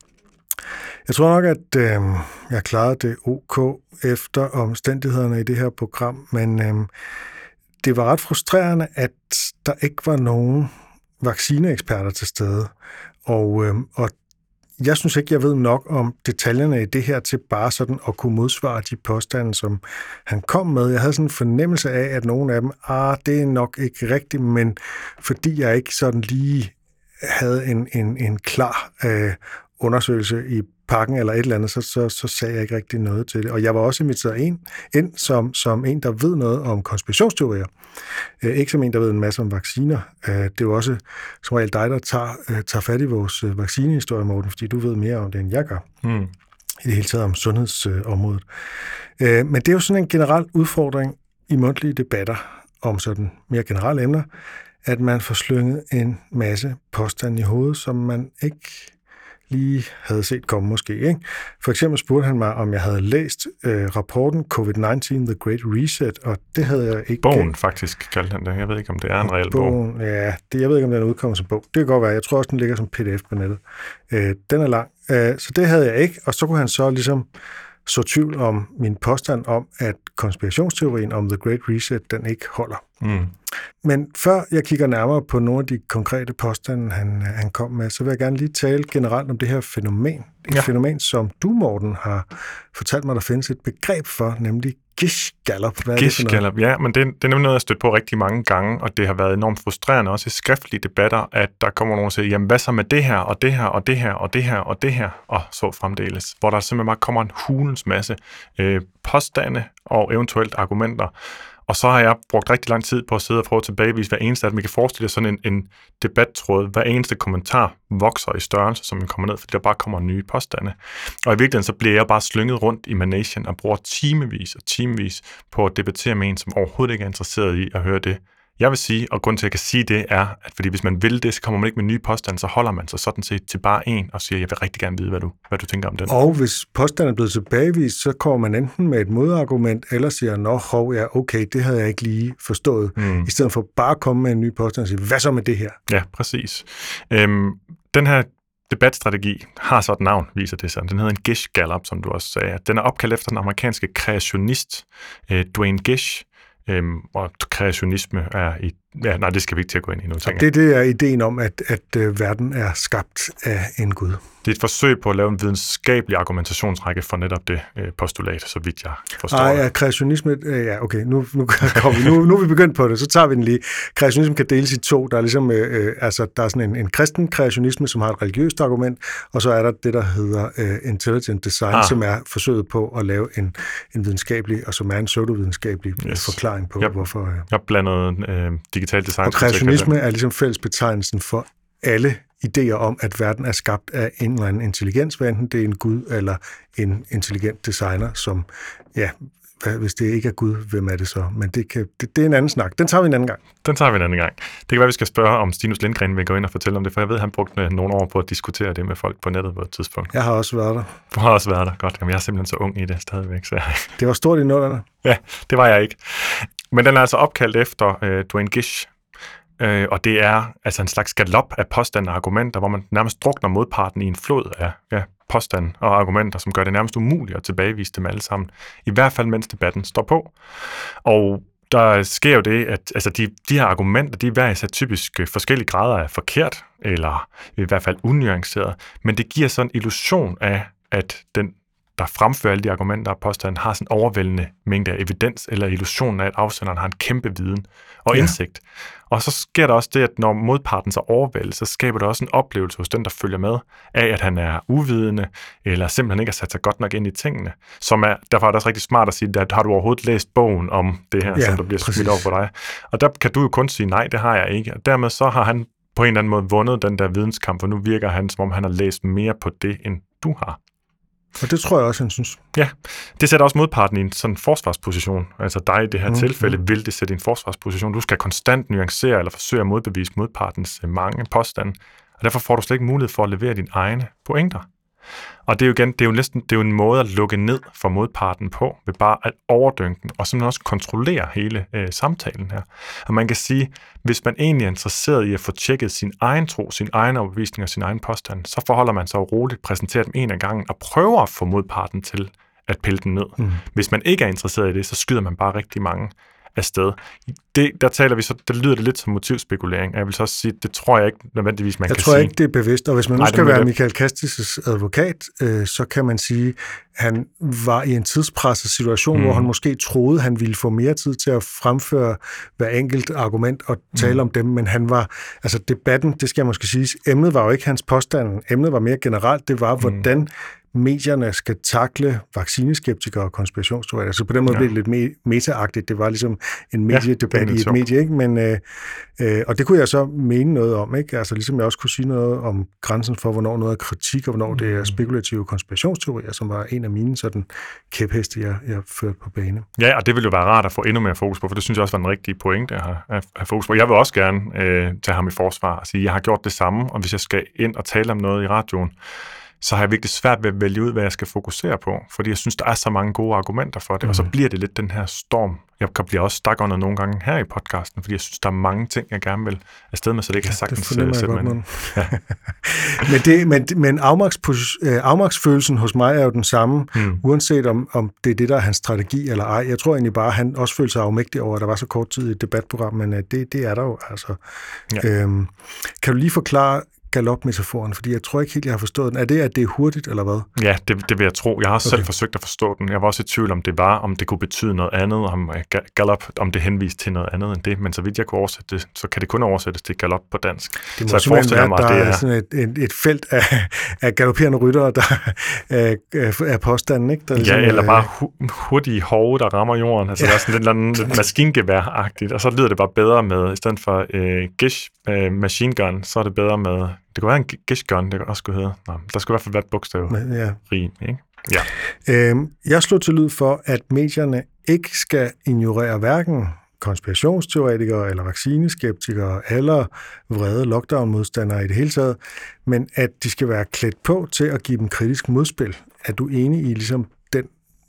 Jeg tror nok, at øh, jeg klarede det ok efter omstændighederne i det her program, men øh, det var ret frustrerende, at der ikke var nogen vaccineeksperter til stede. Og, øh, og jeg synes ikke, jeg ved nok om detaljerne i det her til bare sådan at kunne modsvare de påstande, som han kom med. Jeg havde sådan en fornemmelse af, at nogle af dem, ah, det er nok ikke rigtigt, men fordi jeg ikke sådan lige havde en, en, en klar øh, undersøgelse i pakken eller et eller andet, så, så, så sagde jeg ikke rigtig noget til det. Og jeg var også inviteret ind, ind som, som en, der ved noget om konspirationsteorier. Øh, ikke som en, der ved en masse om vacciner. Øh, det er jo også som regel dig, der tager, øh, tager fat i vores øh, vaccinehistorie, Morten, fordi du ved mere om det, end jeg gør. Mm. I det hele taget om sundhedsområdet. Øh, men det er jo sådan en generel udfordring i mundtlige debatter om sådan mere generelle emner, at man får slynget en masse påstande i hovedet, som man ikke lige havde set komme måske. Ikke? For eksempel spurgte han mig, om jeg havde læst øh, rapporten covid nitten The Great Reset, og det havde jeg ikke. Bogen faktisk kaldte han det. Jeg ved ikke, om det er en reel bogen, bog. Ja, det, jeg ved ikke, om den er udkommet som bog. Det kan godt være. Jeg tror også, den ligger som P D F på nettet. Øh, den er lang. Øh, så det havde jeg ikke, og så kunne han så ligesom så tvivl om min påstand om, at konspirationsteorien om The Great Reset, den ikke holder. Mm. Men før jeg kigger nærmere på nogle af de konkrete påstande, han, han kom med, så vil jeg gerne lige tale generelt om det her fænomen. Et ja. fænomen, som du, Morten, har fortalt mig, der findes et begreb for, nemlig Gish-Gallop. Gish-Gallop, ja, men det, det er nemlig noget, jeg stødt på rigtig mange gange, og det har været enormt frustrerende også i skriftlige debatter, at der kommer nogen og siger, jamen hvad så med det her, og det her, og det her, og det her, og det her, og så fremdeles, hvor der simpelthen bare kommer en hulens masse øh, påstande og eventuelt argumenter. Og så har jeg brugt rigtig lang tid på at sidde og prøve at tilbagevise hver eneste, at man kan forestille sådan en, en debattråd. Hver eneste kommentar vokser i størrelse, som man kommer ned, fordi der bare kommer nye påstande. Og i virkeligheden så bliver jeg bare slynget rundt i managen og bruger timevis og timevis på at debattere med en, som overhovedet ikke er interesseret i at høre det. Jeg vil sige, og grunden til, at jeg kan sige det, er, at fordi hvis man vil det, så kommer man ikke med nye påstande, så holder man sig sådan set til bare en og siger, jeg vil rigtig gerne vide, hvad du, hvad du tænker om den. Og hvis påstanden er blevet tilbagevist, så kommer man enten med et modargument, eller siger, nå, hov, ja, okay, det havde jeg ikke lige forstået, mm. i stedet for bare at komme med en ny påstand og sige, hvad så med det her? Ja, præcis. Øhm, den her debatstrategi har så et navn, viser det sig. Den hedder en Gish-Gallop, som du også sagde. Den er opkaldt efter den amerikanske kreationist, øh, Duane Gish. Øhm, og kreationisme er i... Ja, nej, det skal vi ikke til at gå ind i nu. Det, det er ideen om, at, at øh, verden er skabt af en Gud. Det er et forsøg på at lave en videnskabelig argumentationsrække for netop det øh, postulat, så vidt jeg forstår. Ej, ja, kreationisme... Øh, ja, okay, nu, nu, kommer vi, nu, nu er vi begyndt på det, så tager vi den lige. Kreationisme kan deles i to. Der er ligesom... Øh, altså, der er sådan en, en kristen kreationisme, som har et religiøst argument, og så er der det, der hedder øh, intelligent design, ah. som er forsøget på at lave en, en videnskabelig, og som er en pseudovidenskabelig yes. forklaring på, jeg, hvorfor... Øh, jeg blandede øh, digital design... Og kreationisme er ligesom fællesbetegnelsen for alle idéer om, at verden er skabt af en eller anden intelligens, hvad enten det er en gud eller en intelligent designer, som, ja, hvis det ikke er Gud, hvem er det så? Men det, kan, det, det er en anden snak. Den tager vi en anden gang. Den tager vi en anden gang. Det kan være, vi skal spørge, om Stinus Lindgren vil gå ind og fortælle om det, for jeg ved, at han brugte nogle år på at diskutere det med folk på nettet på et tidspunkt. Jeg har også været der. Du har også været der. Godt. Jamen, jeg er simpelthen så ung i det stadigvæk. Så jeg... Det var stort i nullerne. Ja, det var jeg ikke. Men den er altså opkaldt efter øh, Duane Gish. Øh, og det er altså en slags galop af påstande og argumenter, hvor man nærmest drukner modparten i en flod af ja, påstande og argumenter, som gør det nærmest umuligt at tilbagevise dem alle sammen. I hvert fald, mens debatten står på. Og der sker jo det, at altså de, de her argumenter, de er hver især typisk forskellige grader af forkert, eller i hvert fald unuanceret, men det giver sådan en illusion af, at den der fremfører alle de argumenter og påstanden, har sådan en overvældende mængde af evidens, eller illusionen af, at afsenderen har en kæmpe viden og ja. indsigt. Og så sker der også det, at når modparten så overvældes, så skaber det også en oplevelse hos den, der følger med, af at han er uvidende, eller simpelthen ikke har sat sig godt nok ind i tingene. Som er, derfor er det også rigtig smart at sige, at har du overhovedet læst bogen om det her, ja, som der bliver smidt over for dig? Og der kan du jo kun sige, nej, det har jeg ikke. Og dermed så har han på en eller anden måde vundet den der videnskamp, og nu virker han, som om han har læst mere på det, end du har. Og det tror jeg også, han synes. Ja, det sætter også modparten i en sådan forsvarsposition. Altså dig i det her mm. tilfælde vil det sætte i en forsvarsposition. Du skal konstant nuancere eller forsøge at modbevise modpartens mange påstande, og derfor får du slet ikke mulighed for at levere dine egne pointer. Og det er jo igen, det er jo næsten, det er jo en måde at lukke ned for modparten på, ved bare at overdynke den, og simpelthen også kontrollere hele øh, samtalen her. Og man kan sige, hvis man egentlig er interesseret i at få tjekket sin egen tro, sin egen overbevisning og sin egen påstand, så forholder man sig roligt, præsenterer dem en af gangen, og prøver at få modparten til at pille den ned. Mm. Hvis man ikke er interesseret i det, så skyder man bare rigtig mange afsted. Det, der taler vi så, der lyder det lidt som motivspekulering, og jeg vil så også sige, det tror jeg ikke nødvendigvis, man jeg kan tror sige. Jeg tror ikke, det er bevidst, og hvis man nu Nej, skal være det. Michael Castis' advokat, øh, så kan man sige, han var i en tidspresset situation, mm. hvor han måske troede, han ville få mere tid til at fremføre hver enkelt argument og tale mm. om dem, men han var, altså debatten, det skal jeg måske sige, emnet var jo ikke hans påstand, emnet var mere generelt, det var, mm. hvordan medierne skal takle vaccineskeptikere og konspirationsteorier. Så på den måde ja. blev det lidt me- meta-agtigt. Det var ligesom en mediedebat ja, i et medie, ikke? Men, øh, øh, og det kunne jeg så mene noget om, ikke? Altså ligesom jeg også kunne sige noget om grænsen for, hvornår noget er kritik, og hvornår mm. det er spekulative konspirationsteorier, som var en af mine sådan kæpheste, jeg, jeg førte på bane. Ja, og det ville jo være rart at få endnu mere fokus på, for det synes jeg også var en rigtig pointe at have, at have fokus på. Jeg vil også gerne øh, tage ham i forsvar og sige, at jeg har gjort det samme, og hvis jeg skal ind og tale om noget i radioen, så har jeg virkelig svært ved at vælge ud, hvad jeg skal fokusere på, fordi jeg synes, der er så mange gode argumenter for det, mm. og så bliver det lidt den her storm. Jeg kan blive også stak under nogle gange her i podcasten, fordi jeg synes, der er mange ting, jeg gerne vil afsted med, så det kan ja, jeg sagtens det sætte mig. Ja. men det, men, men afmagts, afmagtsfølelsen hos mig er jo den samme, mm. uanset om, om det er det, der er hans strategi eller ej. Jeg tror egentlig bare, at han også følte sig afmægtig over, at der var så kort tid i et debatprogram, men det, det er der jo altså. Ja. Øhm, kan du lige forklare galopmetaforen, fordi jeg tror ikke helt, jeg har forstået den. Er det, at det er hurtigt, eller hvad? Ja, det, det vil jeg tro. Jeg har også okay. selv forsøgt at forstå den. Jeg var også i tvivl, om det var, om det kunne betyde noget andet, om galop, om det henviste til noget andet end det, men så vidt jeg kunne oversætte det, så kan det kun oversættes til galop på dansk. Det må så jeg forestiller mig, at der det er, er sådan et, et, et felt af, af galopperende ryttere, der er, er påstanden, ikke? Der ja, ligesom, eller bare hu- hurtige hove, der rammer jorden. Altså, ja. Der er sådan lidt, lidt, lidt maskingevær-agtigt, og så lyder det bare bedre med, i stedet for øh, gish øh, machine gun, så er det bedre med. Det kunne være en gish-gun, det også skulle hedde. Nå, der skulle i hvert fald være et bogstav. Ja. Rig, ikke? Ja. Øhm, jeg slog til lyd for, at medierne ikke skal ignorere hverken konspirationsteoretikere eller vaccineskeptikere eller vrede lockdown-modstandere i det hele taget, men at de skal være klædt på til at give dem kritisk modspil. Er du enig i ligesom den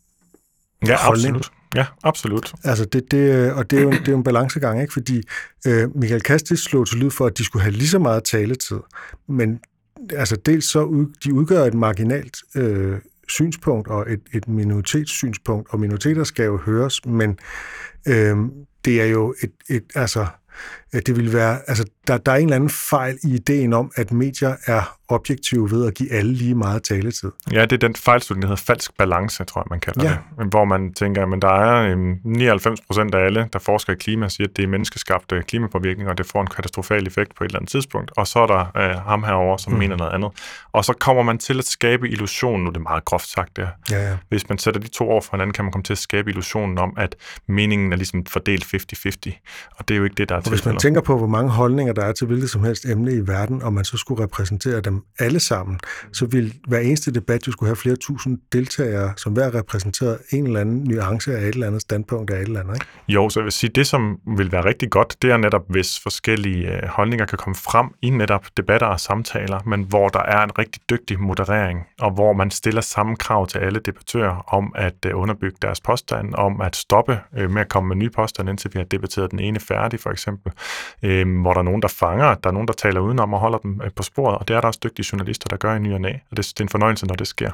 ja, holdning? Absolut. Ja, absolut. Altså det, det, og det er, jo en, det er jo en balancegang, ikke? Fordi øh, Michael Castis slog til lyd for, at de skulle have lige så meget taletid, men altså dels så ud, de udgør et marginalt øh, synspunkt og et, et minoritetssynspunkt, og minoriteter skal jo høres, men øh, det er jo et, et altså det vil være, altså der, der er en eller anden fejl i ideen om, at medier er objektive ved at give alle lige meget taletid. Ja, det er den fejlslutning, der hedder falsk balance, tror jeg, man kalder ja. det. Hvor man tænker, at der er um, nioghalvfems procent af alle, der forsker i klima, siger, at det er menneskeskabte klimapåvirkning, og det får en katastrofal effekt på et eller andet tidspunkt. Og så er der uh, ham herover, som mm. mener noget andet. Og så kommer man til at skabe illusionen, nu er det meget groft sagt der. Ja, ja. Hvis man sætter de to over for hinanden, kan man komme til at skabe illusionen om, at meningen er ligesom fordelt halvtreds halvtreds. Og det er jo ikke det, der er til. Hvis man tænker på, hvor mange holdninger der er til hvilket som helst emne i verden, og man så skulle repræsentere dem alle sammen, så vil hver eneste debat jo skulle have flere tusind deltagere, som hver repræsenterer en eller anden nuance af et eller andet standpunkt af et eller andet, ikke? Jo, så jeg vil sige, det som vil være rigtig godt, det er netop, hvis forskellige holdninger kan komme frem i netop debatter og samtaler, men hvor der er en rigtig dygtig moderering, og hvor man stiller samme krav til alle debattører om at underbygge deres påstand, om at stoppe med at komme med nye påstande, indtil vi har debatteret den ene færdig, for eksempel, hvor der er nogen, der fanger, der er nogen, der taler udenom og holder dem på sporet, og det er der også dygtige journalister, der gør i ny og næ, og det, det er en fornøjelse, når det sker.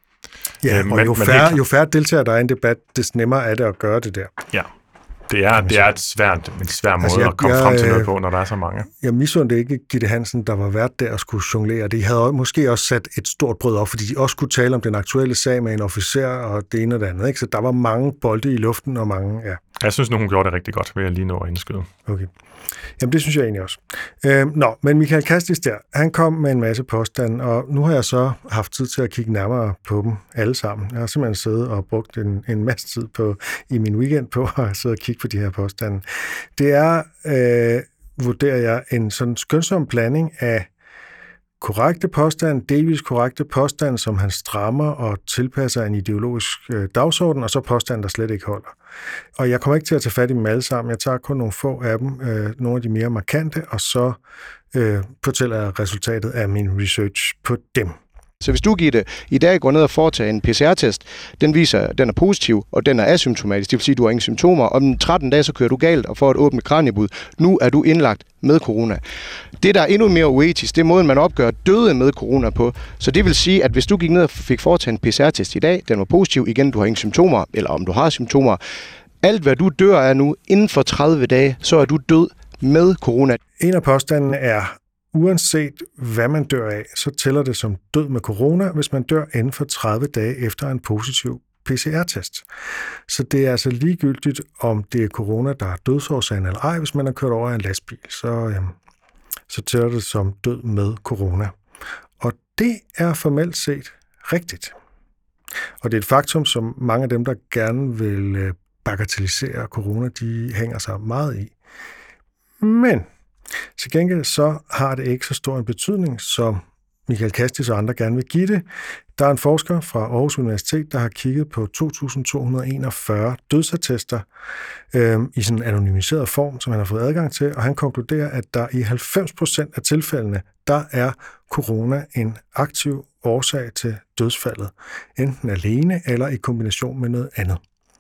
Ja, og men, jo, færre, men jo færre deltagere der er i en debat, des nemmere er det at gøre det der. Ja, det er, det er et svært, en svær måde altså jeg, at komme jeg, frem til noget på, når der er så mange. Jeg misundte ikke Gitte Hansen, der var vært der og skulle jonglere. De havde måske også sat et stort brød op, fordi de også kunne tale om den aktuelle sag med en officer og det ene og det andet. Ikke? Så der var mange bolde i luften og mange, ja. Jeg synes nu, hun gjorde det rigtig godt ved at lige nå at indskyde. Okay. Jamen, det synes jeg egentlig også. Øhm, nå, men Michael Castis der, han kom med en masse påstande, og nu har jeg så haft tid til at kigge nærmere på dem alle sammen. Jeg har simpelthen siddet og brugt en, en masse tid på i min weekend på at sidde og kigge på de her påstande. Det er, øh, vurderer jeg, en sådan skønsom blanding af korrekte påstand, delvis korrekte påstand, som han strammer og tilpasser en ideologisk øh, dagsorden, og så påstand, der slet ikke holder. Og jeg kommer ikke til at tage fat i dem alle sammen. Jeg tager kun nogle få af dem, øh, nogle af de mere markante, og så øh, fortæller jeg resultatet af min research på dem. Så hvis du, Gitte, i dag går ned og foretager en P C R-test, den viser, at den er positiv, og den er asymptomatisk, det vil sige, at du har ingen symptomer. Om tretten dage, så kører du galt og får et åbent kraniebud. Nu er du indlagt med corona. Det, der er endnu mere uetisk, det er måden, man opgør døde med corona på. Så det vil sige, at hvis du gik ned og fik foretaget en P C R-test i dag, den var positiv, igen, du har ingen symptomer, eller om du har symptomer, alt hvad du dør af nu, inden for tredive dage, så er du død med corona. En af påstandene er, uanset hvad man dør af, så tæller det som død med corona, hvis man dør inden for tredive dage efter en positiv P C R-test. Så det er altså ligegyldigt, om det er corona, der er dødsårsagen eller ej. Hvis man har kørt over en lastbil, så, øhm, så tæller det som død med corona. Og det er formelt set rigtigt. Og det er et faktum, som mange af dem, der gerne vil bagatellisere corona, de hænger sig meget i. Men til gengæld så har det ikke så stor en betydning, som Michael Kastis og andre gerne vil give det. Der er en forsker fra Aarhus Universitet, der har kigget på to tusind to hundrede og enogfyrre dødsattester øh, i sådan en anonymiseret form, som han har fået adgang til, og han konkluderer, at der i halvfems procent af tilfældene, der er corona en aktiv årsag til dødsfaldet, enten alene eller i kombination med noget andet.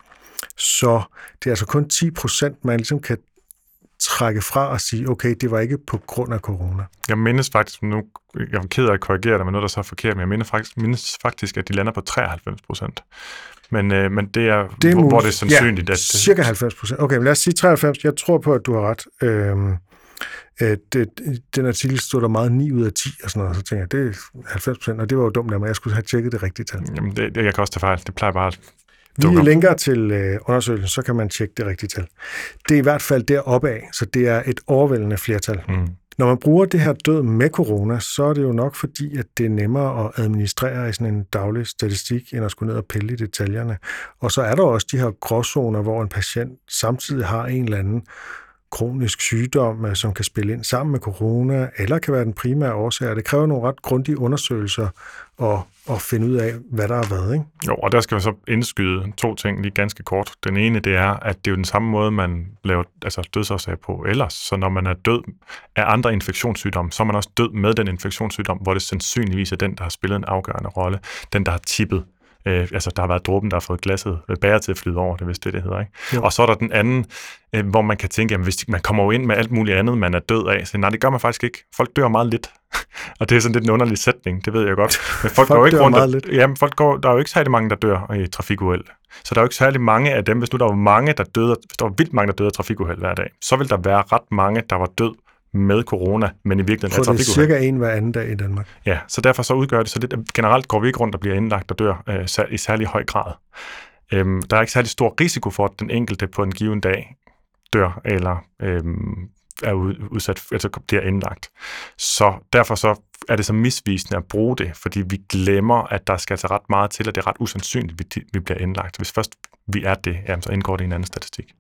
Så det er altså kun ti procent, man ligesom kan trække fra og sige, okay, det var ikke på grund af corona. Jeg mindes faktisk, nu jeg er ked af at korrigere dig med noget, der så er forkert, men jeg mindes faktisk, mindes faktisk at de lander på treoghalvfems procent. Men, øh, men det er, det er hvor, hvor det er sandsynligt. Ja, at det... cirka halvfems procent. Okay, men lad os sige treoghalvfems. Jeg tror på, at du har ret. Øhm, øh, det, den artikel stod der meget ni ud af ti og sådan noget, så tænker jeg, det er halvfems procent, og det var jo dumt af mig. Jeg skulle have tjekket det rigtige tal. Jamen, det, jeg kan også tage fejl. Det plejer bare at Vi linker til øh, undersøgelsen, så kan man tjekke det rigtige tal. Det er i hvert fald deroppe af, så det er et overvældende flertal. Mm. Når man bruger det her død med corona, så er det jo nok fordi, at det er nemmere at administrere i sådan en daglig statistik, end at skulle ned og pille i detaljerne. Og så er der også de her gråzoner, hvor en patient samtidig har en eller anden kronisk sygdom, som kan spille ind sammen med corona, eller kan være den primære årsag. Det kræver nogle ret grundige undersøgelser og, og finde ud af, hvad der har været, ikke? Jo, og der skal man så indskyde to ting lige ganske kort. Den ene, det er, at det er jo den samme måde, man laver altså dødsårsag på ellers. Så når man er død af andre infektionssygdomme, så er man også død med den infektionssygdom, hvor det sandsynligvis er den, der har spillet en afgørende rolle. Den, der har tippet. Øh, altså, der har været dråben, der har fået glasset bære til at flyde over, det er vist det, det hedder, ikke? Jo. Og så er der den anden, øh, hvor man kan tænke, jamen, hvis man kommer jo ind med alt muligt andet, man er død af, så nej, det gør man faktisk ikke. Folk dør meget lidt. Og det er sådan lidt en underlig sætning, det ved jeg godt. Men folk, folk går ikke rundt, meget lidt. Jamen, folk går, der er jo ikke særlig mange, der dør i trafikuheld. Så der er jo ikke særlig mange af dem, hvis nu der var mange, der døde, hvis der var vildt mange, der døde af trafikuheld hver dag, så vil der være ret mange, der var død med corona, men i virkeligheden er trafikuheld. Så det er cirka en hver anden dag i Danmark. Ja, så derfor så udgør det så lidt, generelt går vi ikke rundt og bliver indlagt og dør øh, i særlig høj grad. Øhm, der er ikke særlig stor risiko for, at den enkelte på en given dag dør eller øhm, er udsat, altså bliver indlagt. Så derfor så er det så misvisende at bruge det, fordi vi glemmer, at der skal altså ret meget til, og det er ret usandsynligt, at vi bliver indlagt. Hvis først vi er det, jamen, så indgår det i en anden statistik.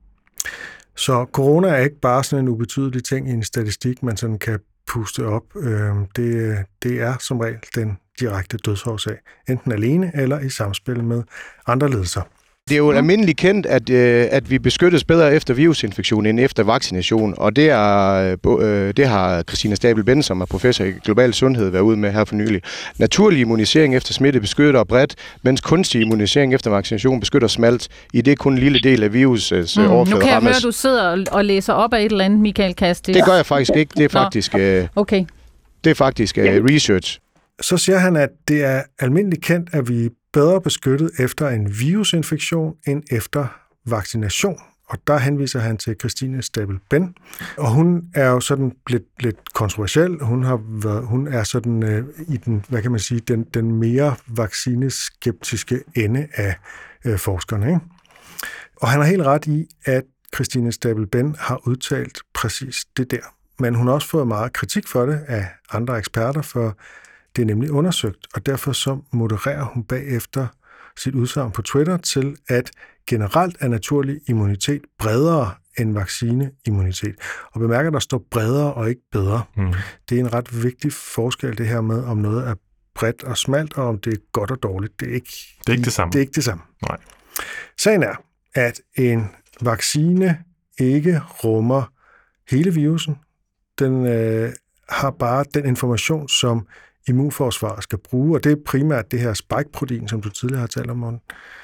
Så corona er ikke bare sådan en ubetydelig ting i en statistik, man sådan kan puste op. Det, det er som regel den direkte dødsårsag, enten alene eller i samspil med andre lidelser. Det er jo almindeligt kendt, at, øh, at vi beskyttes bedre efter virusinfektion end efter vaccination, og det, er, øh, det har Christina Stabel-Benn, som er professor i global sundhed, været ude med her for nylig. Naturlig immunisering efter smitte beskytter bredt, mens kunstig immunisering efter vaccination beskytter smalt, i det kun en lille del af virusets mm, overflade. Nu kan jeg høre, at du sidder og læser op af et eller andet, Michael Kastis. Det gør jeg faktisk ikke. Det er faktisk, øh, okay. det er faktisk øh, research. Så siger han, at det er almindeligt kendt, at vi er bedre beskyttet efter en virusinfektion end efter vaccination. Og der henviser han til Christina Stabel-Benn. Og hun er jo sådan lidt, lidt kontroversiel. Hun, har været, hun er sådan øh, i den, hvad kan man sige, den, den mere vaccineskeptiske ende af øh, forskerne, ikke? Og han har helt ret i, at Christina Stabel-Benn har udtalt præcis det der. Men hun har også fået meget kritik for det af andre eksperter, for det er nemlig undersøgt, og derfor så modererer hun bagefter sit udsagn på Twitter til, at generelt er naturlig immunitet bredere end vaccineimmunitet. Og bemærker, at der står bredere og ikke bedre. Mm. Det er en ret vigtig forskel, det her med, om noget er bredt og smalt, og om det er godt og dårligt. Det er ikke det, er ikke det samme. Det er ikke det samme. Nej. Sagen er, at en vaccine ikke rummer hele virusen. Den øh, har bare den information, som immunforsvar skal bruge, og det er primært det her spike-protein, som du tidligere har talt om, Morten.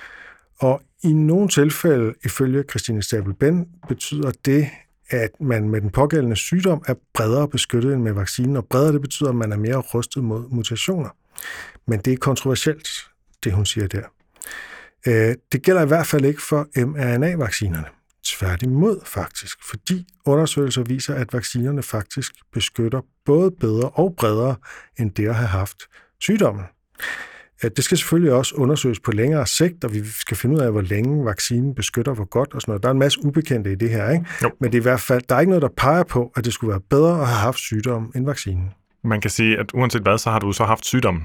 Og i nogle tilfælde, ifølge Christine Stabel-Ben, betyder det, at man med den pågældende sygdom er bredere beskyttet end med vaccinen, og bredere det betyder, at man er mere rustet mod mutationer. Men det er kontroversielt, det hun siger der. Det gælder i hvert fald ikke for M R N A-vaccinerne. Tværtimod faktisk, fordi undersøgelser viser, at vaccinerne faktisk beskytter både bedre og bredere end det at have haft sygdommen. Det skal selvfølgelig også undersøges på længere sigt, og vi skal finde ud af, hvor længe vaccinen beskytter, hvor godt og sådan noget. Der er en masse ubekendte i det her, ikke? Men det er i hvert fald, der er ikke noget, der peger på, at det skulle være bedre at have haft sygdommen end vaccinen. Man kan sige, at uanset hvad, så har du så haft sygdommen.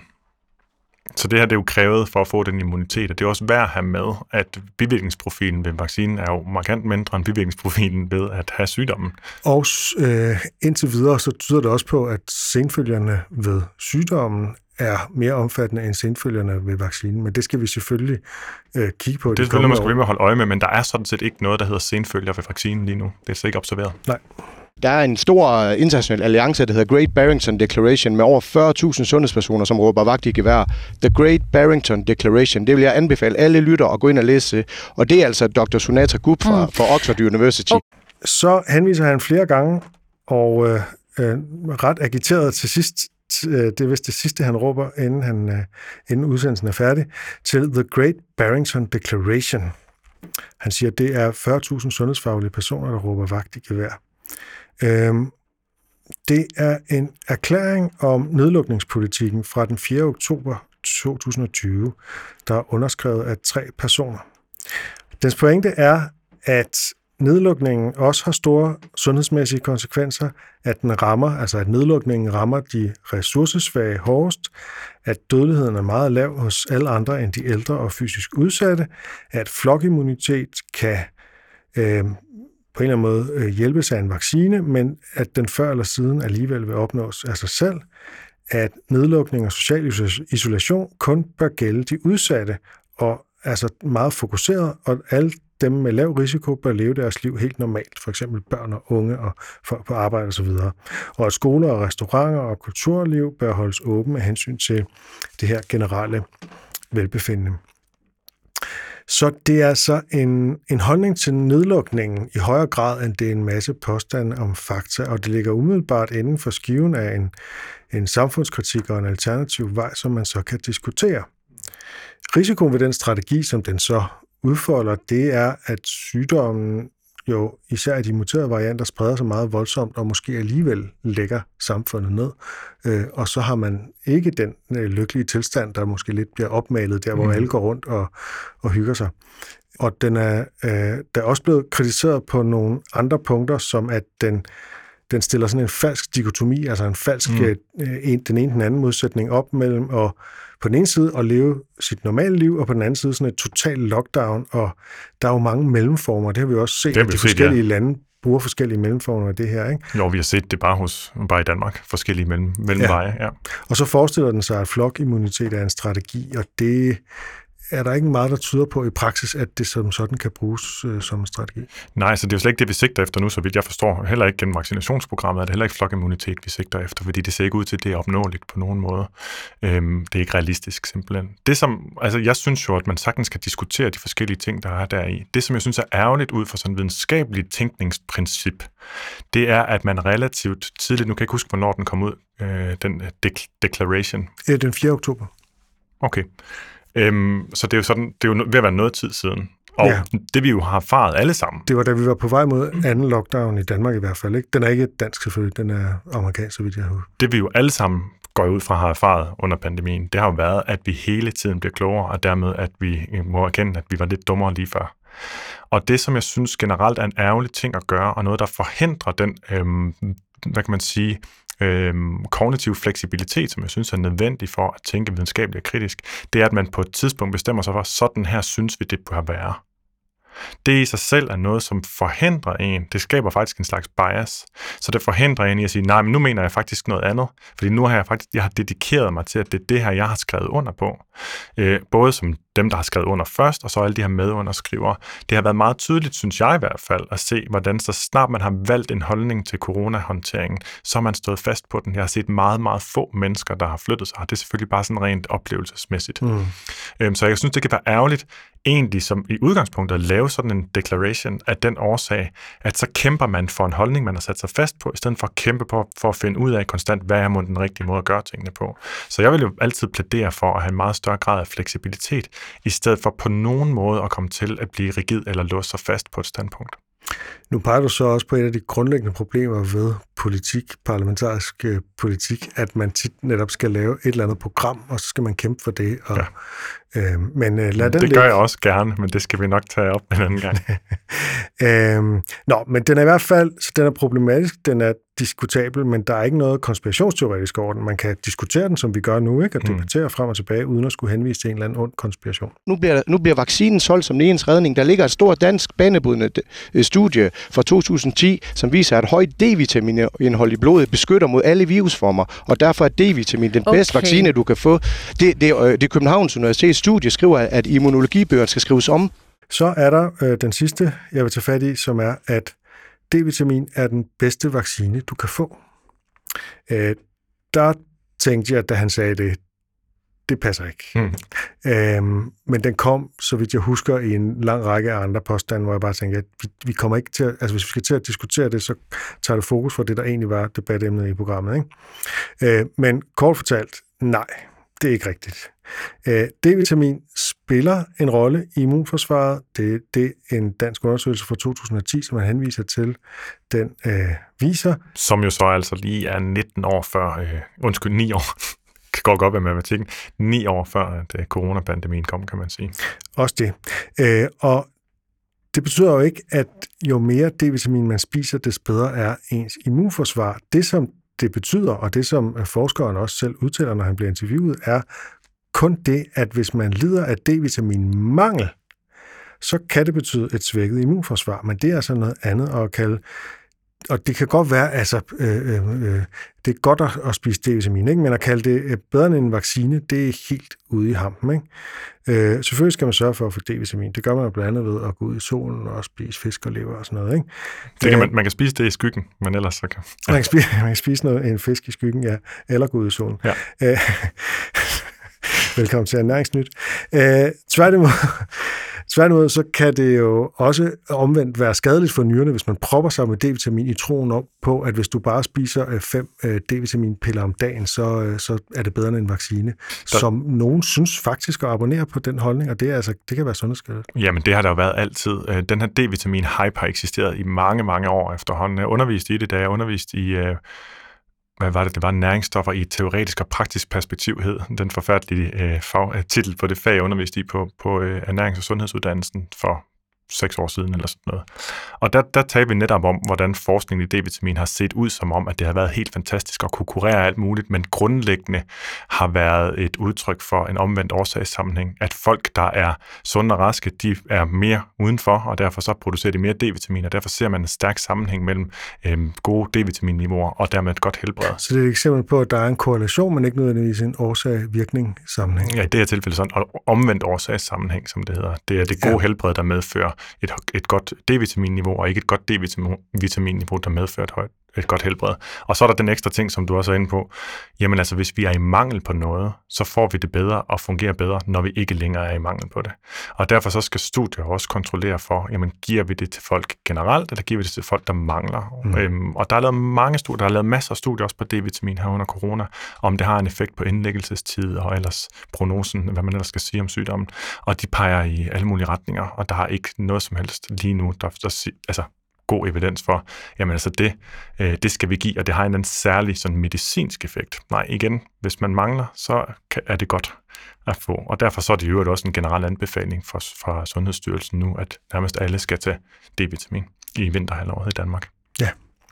Så det her det er jo krævet for at få den immunitet, og det er også værd at have med, at bivirkningsprofilen ved vaccinen er jo markant mindre end bivirkningsprofilen ved at have sygdommen. Og øh, indtil videre, så tyder det også på, at senfølgerne ved sygdommen er mere omfattende end senfølgerne ved vaccinen, men det skal vi selvfølgelig øh, kigge på. Det er selvfølgelig, man skal blive holde øje med, men der er sådan set ikke noget, der hedder senfølger ved vaccinen lige nu. Det er så ikke observeret. Nej. Der er en stor international alliance, der hedder Great Barrington Declaration, med over fyrre tusind sundhedspersoner, som råber vagt i gevær. The Great Barrington Declaration, det vil jeg anbefale alle lyttere at gå ind og læse. Og det er altså doktor Sunatra Gupta fra, fra Oxford University. Så henviser han flere gange, og øh, øh, ret agiteret til sidst, det er vist det sidste, han råber, inden, han, øh, inden udsendelsen er færdig, til The Great Barrington Declaration. Han siger, at det er fyrre tusind sundhedsfaglige personer, der råber vagt i gevær. Øhm, det er en erklæring om nedlukningspolitikken fra den fjerde oktober to tusind og tyve, der er underskrevet af tre personer. Dens pointe er, at nedlukningen også har store sundhedsmæssige konsekvenser, at den rammer, altså at nedlukningen rammer de ressourcesvage hårdest, at dødeligheden er meget lav hos alle andre end de ældre og fysisk udsatte, at flokimmunitet kan øh, på en eller anden måde øh, hjælpes af en vaccine, men at den før eller siden alligevel vil opnås af sig selv, at nedlukning og social isolation kun bør gælde de udsatte, og altså meget fokuseret, og alle dem med lav risiko bør leve deres liv helt normalt, for eksempel børn og unge og folk på arbejde osv. Og at skoler og restauranter og kulturliv bør holdes åbne med hensyn til det her generelle velbefindende. Så det er altså en, en holdning til nedlukningen i højere grad, end det er en masse påstande om fakta, og det ligger umiddelbart inden for skiven af en, en samfundskritik og en alternativ vej, som man så kan diskutere. Risikoen ved den strategi, som den så udfolder, det er, at sygdommen jo især i de muterede varianter spreder sig meget voldsomt, og måske alligevel lægger samfundet ned. Øh, og så har man ikke den øh, lykkelige tilstand, der måske lidt bliver opmalet der, hvor mm. alle går rundt og, og hygger sig. Og den er, øh, der er også blevet kritiseret på nogle andre punkter, som at den, den stiller sådan en falsk dikotomi, altså en falsk, mm. øh, en, den ene den anden modsætning op mellem og på den ene side at leve sit normale liv, og på den anden side sådan et total lockdown, og der er jo mange mellemformer, det har vi også set, at de set, forskellige ja. lande bruger forskellige mellemformer af det her, ikke? Jo, vi har set det bare hos bare i Danmark, forskellige mellem, mellemveje, ja. ja. Og så forestiller den sig, at flokimmunitet er en strategi, og det er der ikke meget, der tyder på i praksis, at det som sådan kan bruges øh, som en strategi. Nej, så det er jo slet ikke det, vi sigter efter nu, så vidt jeg forstår. Heller ikke gennem vaccinationsprogrammet er det heller ikke flokimmunitet, vi sigter efter, fordi det ser ikke ud til, at det er opnåeligt på nogen måde. Øhm, det er ikke realistisk, simpelthen. Det som, altså jeg synes jo, at man sagtens kan diskutere de forskellige ting, der er deri. Det, som jeg synes er ærgerligt ud fra sådan et videnskabeligt tænkningsprincip, det er, at man relativt tidligt, nu kan jeg ikke huske, hvornår den kom ud, øh, den de- declaration. Den fjerde oktober. Okay. Øhm, så det er jo sådan, det er jo ved at være noget tid siden. Og ja. det vi jo har erfaret alle sammen. Det var da vi var på vej mod anden lockdown i Danmark i hvert fald, ikke? Den er ikke dansk selvfølgelig, den er amerikansk, så vidt jeg husker. Det vi jo alle sammen går ud fra har erfaret under pandemien, det har jo været, at vi hele tiden bliver klogere, og dermed at vi må erkende, at vi var lidt dummere lige før. Og det, som jeg synes generelt er en ærgerlig ting at gøre, og noget, der forhindrer den, øhm, hvad kan man sige, Øhm, kognitiv fleksibilitet, som jeg synes er nødvendig for at tænke videnskabeligt og kritisk, det er, at man på et tidspunkt bestemmer sig for, sådan her synes vi, det bør være. Det i sig selv er noget, som forhindrer en. Det skaber faktisk en slags bias. Så det forhindrer en i at sige, nej, men nu mener jeg faktisk noget andet. Fordi nu har jeg faktisk jeg har dedikeret mig til, at det er det her, jeg har skrevet under på. Øh, både som dem, der har skrevet under først, og så alle de her medunderskrivere. Det har været meget tydeligt, synes jeg i hvert fald, at se, hvordan så snart man har valgt en holdning til coronahåndteringen, så har man stået fast på den. Jeg har set meget, meget få mennesker, der har flyttet sig, og det er selvfølgelig bare sådan rent oplevelsesmæssigt. Mm. Øhm, så jeg synes, det kan være ærgerligt, egentlig som i udgangspunktet at lave sådan en declaration af den årsag, at så kæmper man for en holdning, man har sat sig fast på, i stedet for at kæmpe på, for at finde ud af konstant, hvad er mod den rigtige måde at gøre tingene på. Så jeg vil jo altid plædere for at have en meget større grad af fleksibilitet, i stedet for på nogen måde at komme til at blive rigid eller låse sig fast på et standpunkt. Nu peger du så også på et af de grundlæggende problemer ved politik, parlamentarisk politik, at man tit netop skal lave et eller andet program, og så skal man kæmpe for det. Og, ja. øh, men øh, lad den det gør ligge. Jeg også gerne, men det skal vi nok tage op en anden gang. øhm, nå, men den er i hvert fald, så den er problematisk, den er diskutabel, men der er ikke noget konspirationsteoretisk over den. Man kan diskutere den, som vi gør nu, ikke? Og debattere mm. frem og tilbage, uden at skulle henvise til en eller anden ond konspiration. Nu bliver, nu bliver vaccinen solgt som den eneste redning. Der ligger et stort dansk banebrydende studie fra to tusind og ti, som viser, at højt D-vitaminindhold i blodet beskytter mod alle virusformer, og derfor er D-vitamin den okay. bedste vaccine, du kan få. Det, det, det Københavns Universitets studie skriver, at immunologibøgerne skal skrives om. Så er der øh, den sidste, jeg vil tage fat i, som er, at D-vitamin er den bedste vaccine, du kan få. Øh, der tænkte jeg, da han sagde det, det passer ikke. Mm. Øhm, men den kom, så vidt jeg husker, i en lang række af andre påstande, hvor jeg bare tænkte, at vi, vi kommer ikke til at, altså hvis vi skal til at diskutere det, så tager det fokus for det, der egentlig var debatemnet i programmet. Ikke? Øh, men kort fortalt, nej, det er ikke rigtigt. Øh, D-vitamin spiller en rolle i immunforsvaret. Det er det, en dansk undersøgelse fra to tusind og ti, som man henviser til, den øh, viser. Som jo så altså lige er nitten år før, øh, undskyld, ni år, det går godt med matematikken, ni år før, at coronapandemien kom, kan man sige. Også det. Øh, og det betyder jo ikke, at jo mere D-vitamin man spiser, des bedre er ens immunforsvar. Det, som det betyder, og det, som forskeren også selv udtaler, når han bliver interviewet, er kun det, at hvis man lider af D-vitaminmangel, så kan det betyde et svækket immunforsvar, men det er altså noget andet at kalde. Og det kan godt være, altså, øh, øh, det er godt at, at spise D-vitamin, ikke? Men at kalde det bedre end en vaccine, det er helt ude i hampen, ikke? Øh, selvfølgelig skal man sørge for at få D-vitamin. Det gør man blandt andet ved at gå ud i solen og spise fisk og lever og sådan noget, ikke? Det kan man, man kan spise det i skyggen, men ellers så kan... Man kan spise, man kan spise noget, en fisk i skyggen, ja, eller gå ud i solen. Ja. Øh, velkommen til Ernæringsnyt. Øh, tværtimod... Tværtimod, så kan det jo også omvendt være skadeligt for nyrerne, hvis man propper sig med D-vitamin i troen om på, at hvis du bare spiser fem D-vitaminpiller om dagen, så, så er det bedre end en vaccine. Der... Som nogen synes faktisk at abonnere på den holdning, og det, er altså, det kan være sundhedsskadeligt. Jamen, det har der jo været altid. Den her D-vitamin-hype har eksisteret i mange, mange år efterhånden. Jeg underviste i det, da jeg underviste i... Hvad var det? Det var næringsstoffer i et teoretisk og praktisk perspektiv, hed den forfærdelige øh, fag, titel på det fag, jeg underviste i på, på øh, ernærings- og sundhedsuddannelsen for seks år siden eller sådan noget. Og der, der talte vi netop om, hvordan forskningen i D-vitamin har set ud som om, at det har været helt fantastisk at kunne kurere alt muligt, men grundlæggende har været et udtryk for en omvendt årsagssammenhæng, at folk, der er sunde og raske, de er mere udenfor, og derfor så producerer de mere D-vitamin, og derfor ser man en stærk sammenhæng mellem øhm, gode D-vitaminniveauer og dermed et godt helbred. Så det er et eksempel på, at der er en korrelation, men ikke nødvendigvis en årsag-virkning-sammenhæng? Ja, i det her tilfælde sådan en omvendt årsagssammenhæng, som det hedder. Det er det gode ja. helbred, der medfører et, et godt D-vitaminniveau, og ikke et godt D-vitaminniveau, der medfører et, højt, et godt helbred. Og så er der den ekstra ting, som du også er inde på. Jamen altså, hvis vi er i mangel på noget, så får vi det bedre og fungerer bedre, når vi ikke længere er i mangel på det. Og derfor så skal studier også kontrollere for, jamen giver vi det til folk generelt, eller giver vi det til folk, der mangler? Mm. Øhm, og der er lavet mange studier, der er lavet masser af studier også på D-vitamin her under corona, om det har en effekt på indlæggelsestid og ellers prognosen, hvad man ellers skal sige om sygdommen. Og de peger i alle mulige retninger, og der har ikke noget som helst lige nu, der, der altså god evidens for, jamen altså det, øh, det skal vi give, og det har en anden særlig sådan medicinsk effekt. Nej, igen, hvis man mangler, så kan, er det godt at få. Og derfor så er det jo også en generel anbefaling fra, fra Sundhedsstyrelsen nu, at nærmest alle skal tage D-vitamin i vinterhalvåret i Danmark. Ja.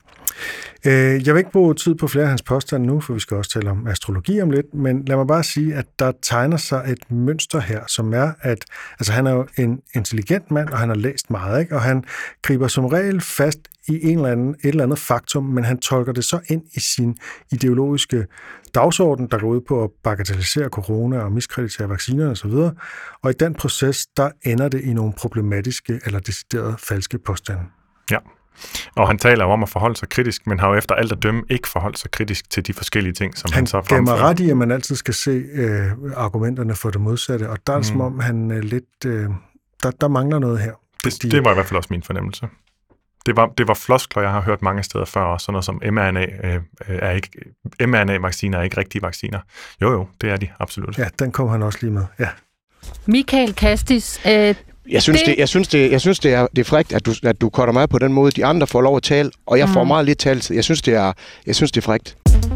Jeg vil ikke bruge tid på flere af hans påstande nu, for vi skal også tale om astrologi om lidt, men lad mig bare sige, at der tegner sig et mønster her, som er, at altså, han er jo en intelligent mand, og han har læst meget, ikke? Og han griber som regel fast i en eller anden, et eller andet faktum, men han tolker det så ind i sin ideologiske dagsorden, der går ud på at bagatellisere corona og miskreditere vacciner osv. Og i den proces, der ender det i nogle problematiske eller deciderede falske påstande. Ja, og han taler jo om at forholde sig kritisk, men har jo efter alt at dømme ikke forholdt sig kritisk til de forskellige ting, som han, han så fremfører. Han gav mig ret i, at man altid skal se øh, argumenterne for det modsatte, og der er det mm. som om, han øh, lidt... Øh, der, der mangler noget her. Det, fordi... det var i hvert fald også min fornemmelse. Det var, det var floskler, jeg har hørt mange steder før, også sådan noget som mRNA øh, er ikke, mRNA-vacciner er ikke rigtige vacciner. Jo, jo, det er de, absolut. Ja, den kom han også lige med, ja. Michael Kastis, øh, Jeg synes, det... Det, jeg synes, det, jeg synes det, er, det er frækt, at du, at du cutter mig på den måde. De andre får lov at tale, og jeg mm. får meget lidt taletid. Jeg synes, det er, jeg synes, det er frækt.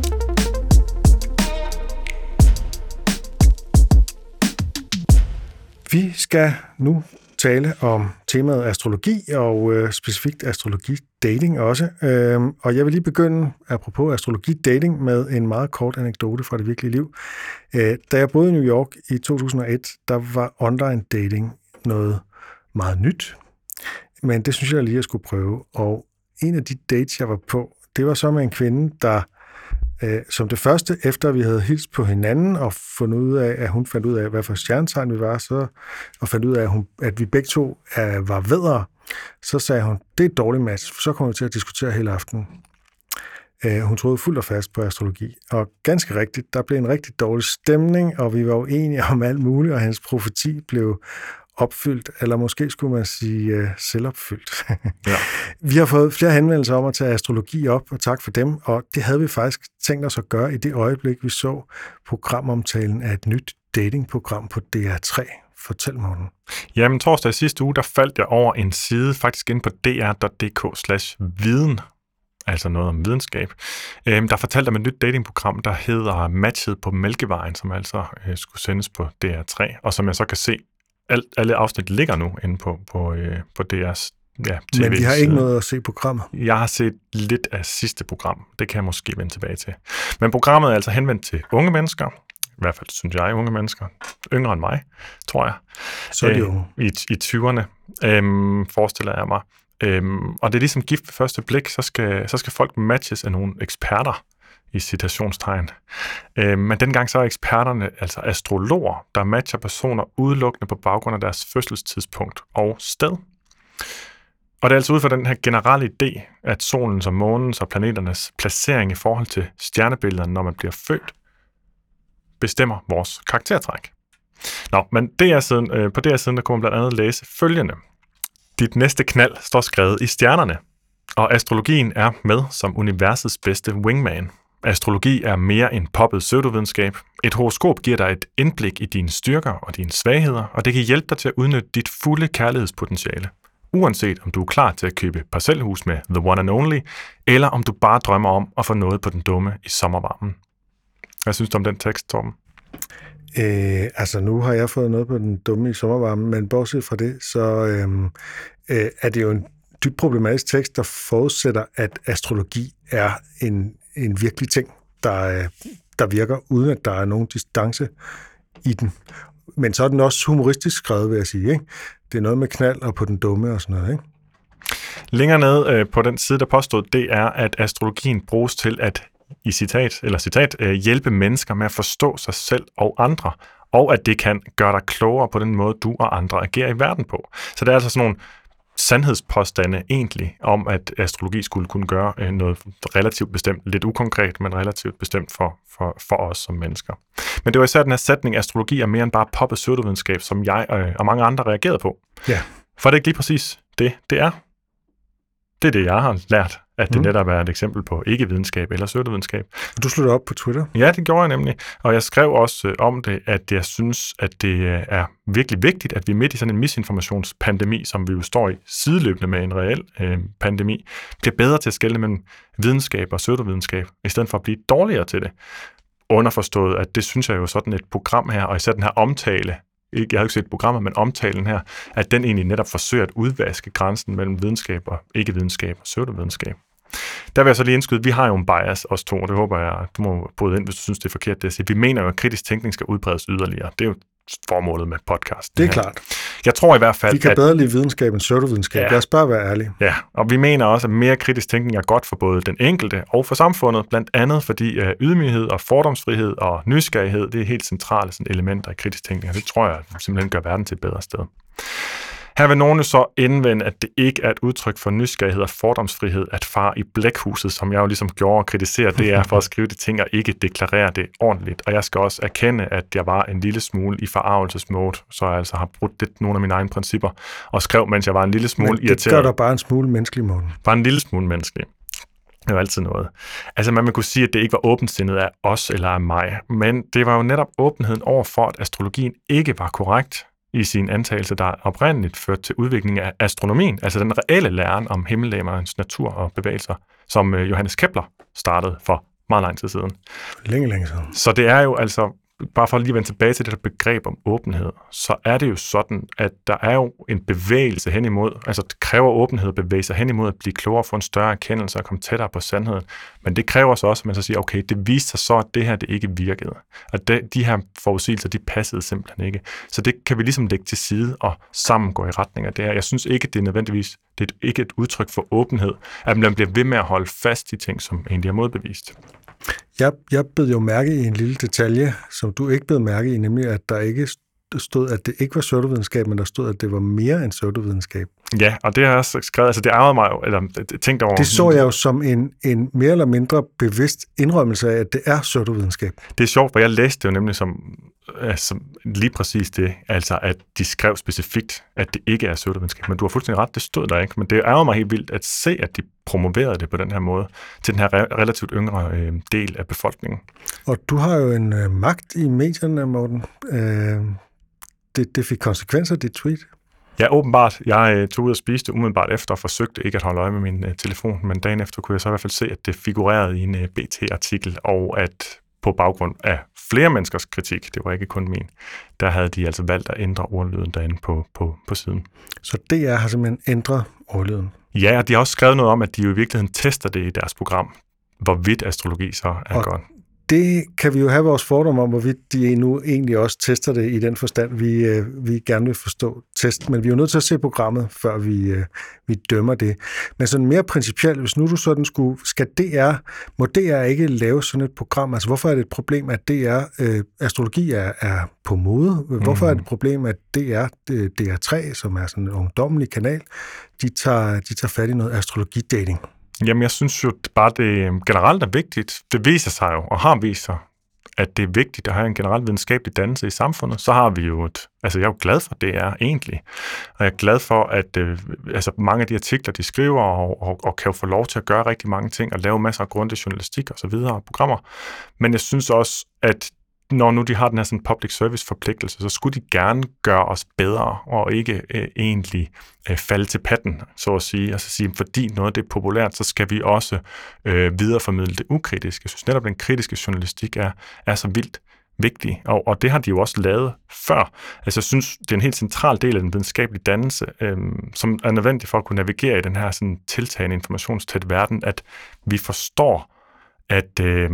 Vi skal nu tale om temaet astrologi, og øh, specifikt astrologi-dating også. Øhm, og jeg vil lige begynde, apropos astrologi-dating, med en meget kort anekdote fra det virkelige liv. Øh, da jeg boede i New York i to tusind og et, der var online-dating noget meget nyt. Men det synes jeg lige, jeg skulle prøve. Og en af de dates, jeg var på, det var så med en kvinde, der øh, som det første, efter vi havde hilst på hinanden og fundet ud af, at hun fandt ud af, hvad for stjernetegn vi var, så, og fandt ud af, at, hun, at vi begge to øh, var væddere, så sagde hun, det er et dårligt match, så kommer vi til at diskutere hele aftenen. Øh, hun troede fuldt og fast på astrologi, og ganske rigtigt, der blev en rigtig dårlig stemning, og vi var uenige om alt muligt, og hendes profeti blev opfyldt, eller måske skulle man sige uh, selvopfyldt. Ja. Vi har fået flere henvendelser om at tage astrologi op, og tak for dem, og det havde vi faktisk tænkt os at gøre i det øjeblik, vi så programomtalen af et nyt datingprogram på D R tre. Fortæl, Morten. Jamen, torsdag i sidste uge, der faldt jeg over en side, faktisk inde på dr.dk slash viden, altså noget om videnskab, øhm, der fortalte om et nyt datingprogram, der hedder Matchet på Mælkevejen, som altså øh, skulle sendes på D R tre, og som jeg så kan se, Alt, alle afsnit ligger nu inde på, på, øh, på D R's ja, T V. Men vi har ikke noget at se programmet. Jeg har set lidt af sidste program. Det kan jeg måske vende tilbage til. Men programmet er altså henvendt til unge mennesker. I hvert fald synes jeg, unge mennesker. Yngre end mig, tror jeg. Så er de unge. Øh, i, I tyverne, øhm, forestiller jeg mig. Øhm, og det er ligesom gift ved første blik, så skal, så skal folk matches af nogle eksperter, i citationstegn. Øh, men dengang så er eksperterne, altså astrologer, der matcher personer udelukkende på baggrund af deres fødselstidspunkt og sted. Og det er altså ud fra den her generelle idé, at solens og månens og planeternes placering i forhold til stjernebillederne, når man bliver født, bestemmer vores karaktertræk. Nå, men det er siden, øh, på det her siden, der kunne man blandt andet læse følgende. Dit næste knald står skrevet i stjernerne, og astrologien er med som universets bedste wingman. Astrologi er mere end poppet pseudovidenskab. Et horoskop giver dig et indblik i dine styrker og dine svagheder, og det kan hjælpe dig til at udnytte dit fulde kærlighedspotentiale. Uanset om du er klar til at købe parcelhus med The One and Only, eller om du bare drømmer om at få noget på den dumme i sommervarmen. Hvad synes du om den tekst, Torben? Øh, altså, nu har jeg fået noget på den dumme i sommervarmen, men bortset fra det, så øh, øh, er det jo en dybt problematisk tekst, der forudsætter, at astrologi er en en virkelig ting, der, der virker, uden at der er nogen distance i den. Men så er den også humoristisk skrevet, vil jeg sige. Ikke? Det er noget med knald og på den dumme og sådan noget. Ikke? Længere nede øh, på den side, der påstod, det er, at astrologien bruges til at, i citat, eller citat, øh, hjælpe mennesker med at forstå sig selv og andre, og at det kan gøre dig klogere på den måde, du og andre agerer i verden på. Så det er altså sådan nogle sandhedspåstande egentlig om, at astrologi skulle kunne gøre noget relativt bestemt, lidt ukonkret, men relativt bestemt for, for, for os som mennesker. Men det var især den her sætning, astrologi er mere end bare poppet pseudovidenskab, som jeg øh, og mange andre reagerede på. Ja. For det er ikke lige præcis det, det er. Det er det, jeg har lært, at det mm. netop er et eksempel på ikke-videnskab eller pseudovidenskab. Du slutter op på Twitter? Ja, det gjorde jeg nemlig. Og jeg skrev også om det, at jeg synes, at det er virkelig vigtigt, at vi midt i sådan en misinformationspandemi, som vi jo står i sideløbende med en reel øh, pandemi, bliver bedre til at skelne mellem videnskab og pseudovidenskab, i stedet for at blive dårligere til det. Underforstået, at det synes jeg jo sådan et program her, og især den her omtale, jeg har ikke set programmet, men omtalen her, at den egentlig netop forsøger at udvaske grænsen mellem videnskab og ikke-videnskab og pseudovidenskab. Der vil jeg så lige indskyde, at vi har jo en bias, os to, og det håber jeg, du må bryde ind, hvis du synes, det er forkert, det at sige. Vi mener jo, at kritisk tænkning skal udbredes yderligere. Det er jo formålet med podcast. Det er klart. Jeg tror i hvert fald, vi kan at, bedre lide videnskab end pseudovidenskab. Ja. Lad os bare være ærlige. Ja, og vi mener også, at mere kritisk tænkning er godt for både den enkelte og for samfundet, blandt andet fordi uh, ydmyghed og fordomsfrihed og nysgerrighed, det er helt centrale sådan, elementer i kritisk tænkning, og det tror jeg simpelthen gør verden til et bedre sted. Her vil nogen så indvende, at det ikke er et udtryk for nysgerrighed og fordomsfrihed at fare i blækhuset, som jeg jo ligesom gjorde og kritisere, det er for at skrive de ting og ikke deklarere det ordentligt. Og jeg skal også erkende, at jeg var en lille smule i forarvelsesmode, så jeg altså har brudt lidt nogle af mine egne principper og skrev, mens jeg var en lille smule Men det irriteret. gør dig bare en smule menneskelig, Morten. Bare en lille smule menneskelig. Det er jo altid noget. Altså man vil kunne sige, at det ikke var åbensindet af os eller af mig, men det var jo netop åbenheden over for, at astrologien ikke var korrekt i sin antagelse, der oprindeligt førte til udviklingen af astronomien, altså den reelle læren om himmellegemernes natur og bevægelser, som Johannes Kepler startede for meget lang tid siden. Længe, længe siden. Så det er jo altså, bare for at lige vende tilbage til det der begreb om åbenhed, så er det jo sådan, at der er jo en bevægelse hen imod, altså det kræver åbenhed at bevæge sig hen imod at blive klogere, få en større erkendelse og komme tættere på sandheden. Men det kræver så også, at man så siger, okay, det viste sig så, at det her det ikke virkede. At det, de her forudsigelser, de passede simpelthen ikke. Så det kan vi ligesom lægge til side og sammen gå i retning af det her. Jeg synes ikke, det er nødvendigvis, det er ikke et udtryk for åbenhed, at man bliver ved med at holde fast i ting, som egentlig er modbevist. Jeg, jeg bed jo mærke i en lille detalje, som du ikke bed mærke i, nemlig at der ikke stod, at det ikke var pseudovidenskab, men der stod, at det var mere end pseudovidenskab. Ja, og det har jeg skrevet, altså det ærgede mig jo, eller tænkt over. Det så jeg jo som en, en mere eller mindre bevidst indrømmelse af, at det er pseudovidenskab. Det er sjovt, for jeg læste jo nemlig som, altså, lige præcis det, altså at de skrev specifikt, at det ikke er pseudovidenskab, men du har fuldstændig ret, det stod der ikke, men det ærgede mig helt vildt at se, at de promoverede det på den her måde til den her re- relativt yngre øh, del af befolkningen. Og du har jo en øh, magt i medierne, Morten. Øh, det, det fik konsekvenser, dit tweet. Ja, åbenbart. Jeg øh, tog ud og spiste umiddelbart efter og forsøgte ikke at holde øje med min øh, telefon, men dagen efter kunne jeg så i hvert fald se, at det figurerede i en øh, B T-artikel, og at på baggrund af flere menneskers kritik, det var ikke kun min, der havde de altså valgt at ændre ordlyden derinde på, på, på siden. Så D R har simpelthen ændret ordlyden? Ja, og de har også skrevet noget om, at de jo i virkeligheden tester det i deres program, hvorvidt astrologi så er og godt. Det kan vi jo have vores fordomme om, hvorvidt de nu egentlig også tester det i den forstand, vi, øh, vi gerne vil forstå test. Men vi er jo nødt til at se programmet, før vi, øh, vi dømmer det. Men sådan mere principielt, hvis nu du sådan skulle, skal D R, må D R ikke lave sådan et program? Altså hvorfor er det et problem, at D R, øh, astrologi er, er på mode? Hvorfor mm. er det et problem, at D R, D R tre, som er sådan en ungdommelig kanal, de tager, de tager fat i noget astrologidating? Jamen, jeg synes jo bare, det generelt er vigtigt. Det viser sig jo, og har vist sig, at det er vigtigt at have en generelt videnskabelig dannelse i samfundet. Så har vi jo et... Altså, jeg er jo glad for, det er egentlig. Og jeg er glad for, at øh, altså, mange af de artikler, de skriver, og, og, og kan jo få lov til at gøre rigtig mange ting, og lave masser af grundig journalistik og så videre, og programmer. Men jeg synes også, at når nu de har den her sådan public service forpligtelse, så skulle de gerne gøre os bedre, og ikke øh, egentlig øh, falde til patten, så at sige. Altså sige, fordi noget det er populært, så skal vi også øh, videreformidle det ukritiske. Jeg synes netop, den kritiske journalistik er, er så vildt vigtig, og, og det har de jo også lavet før. Altså jeg synes, det er en helt central del af den videnskabelige dannelse, øh, som er nødvendig for at kunne navigere i den her sådan tiltagende informationstæt verden, at vi forstår, at øh,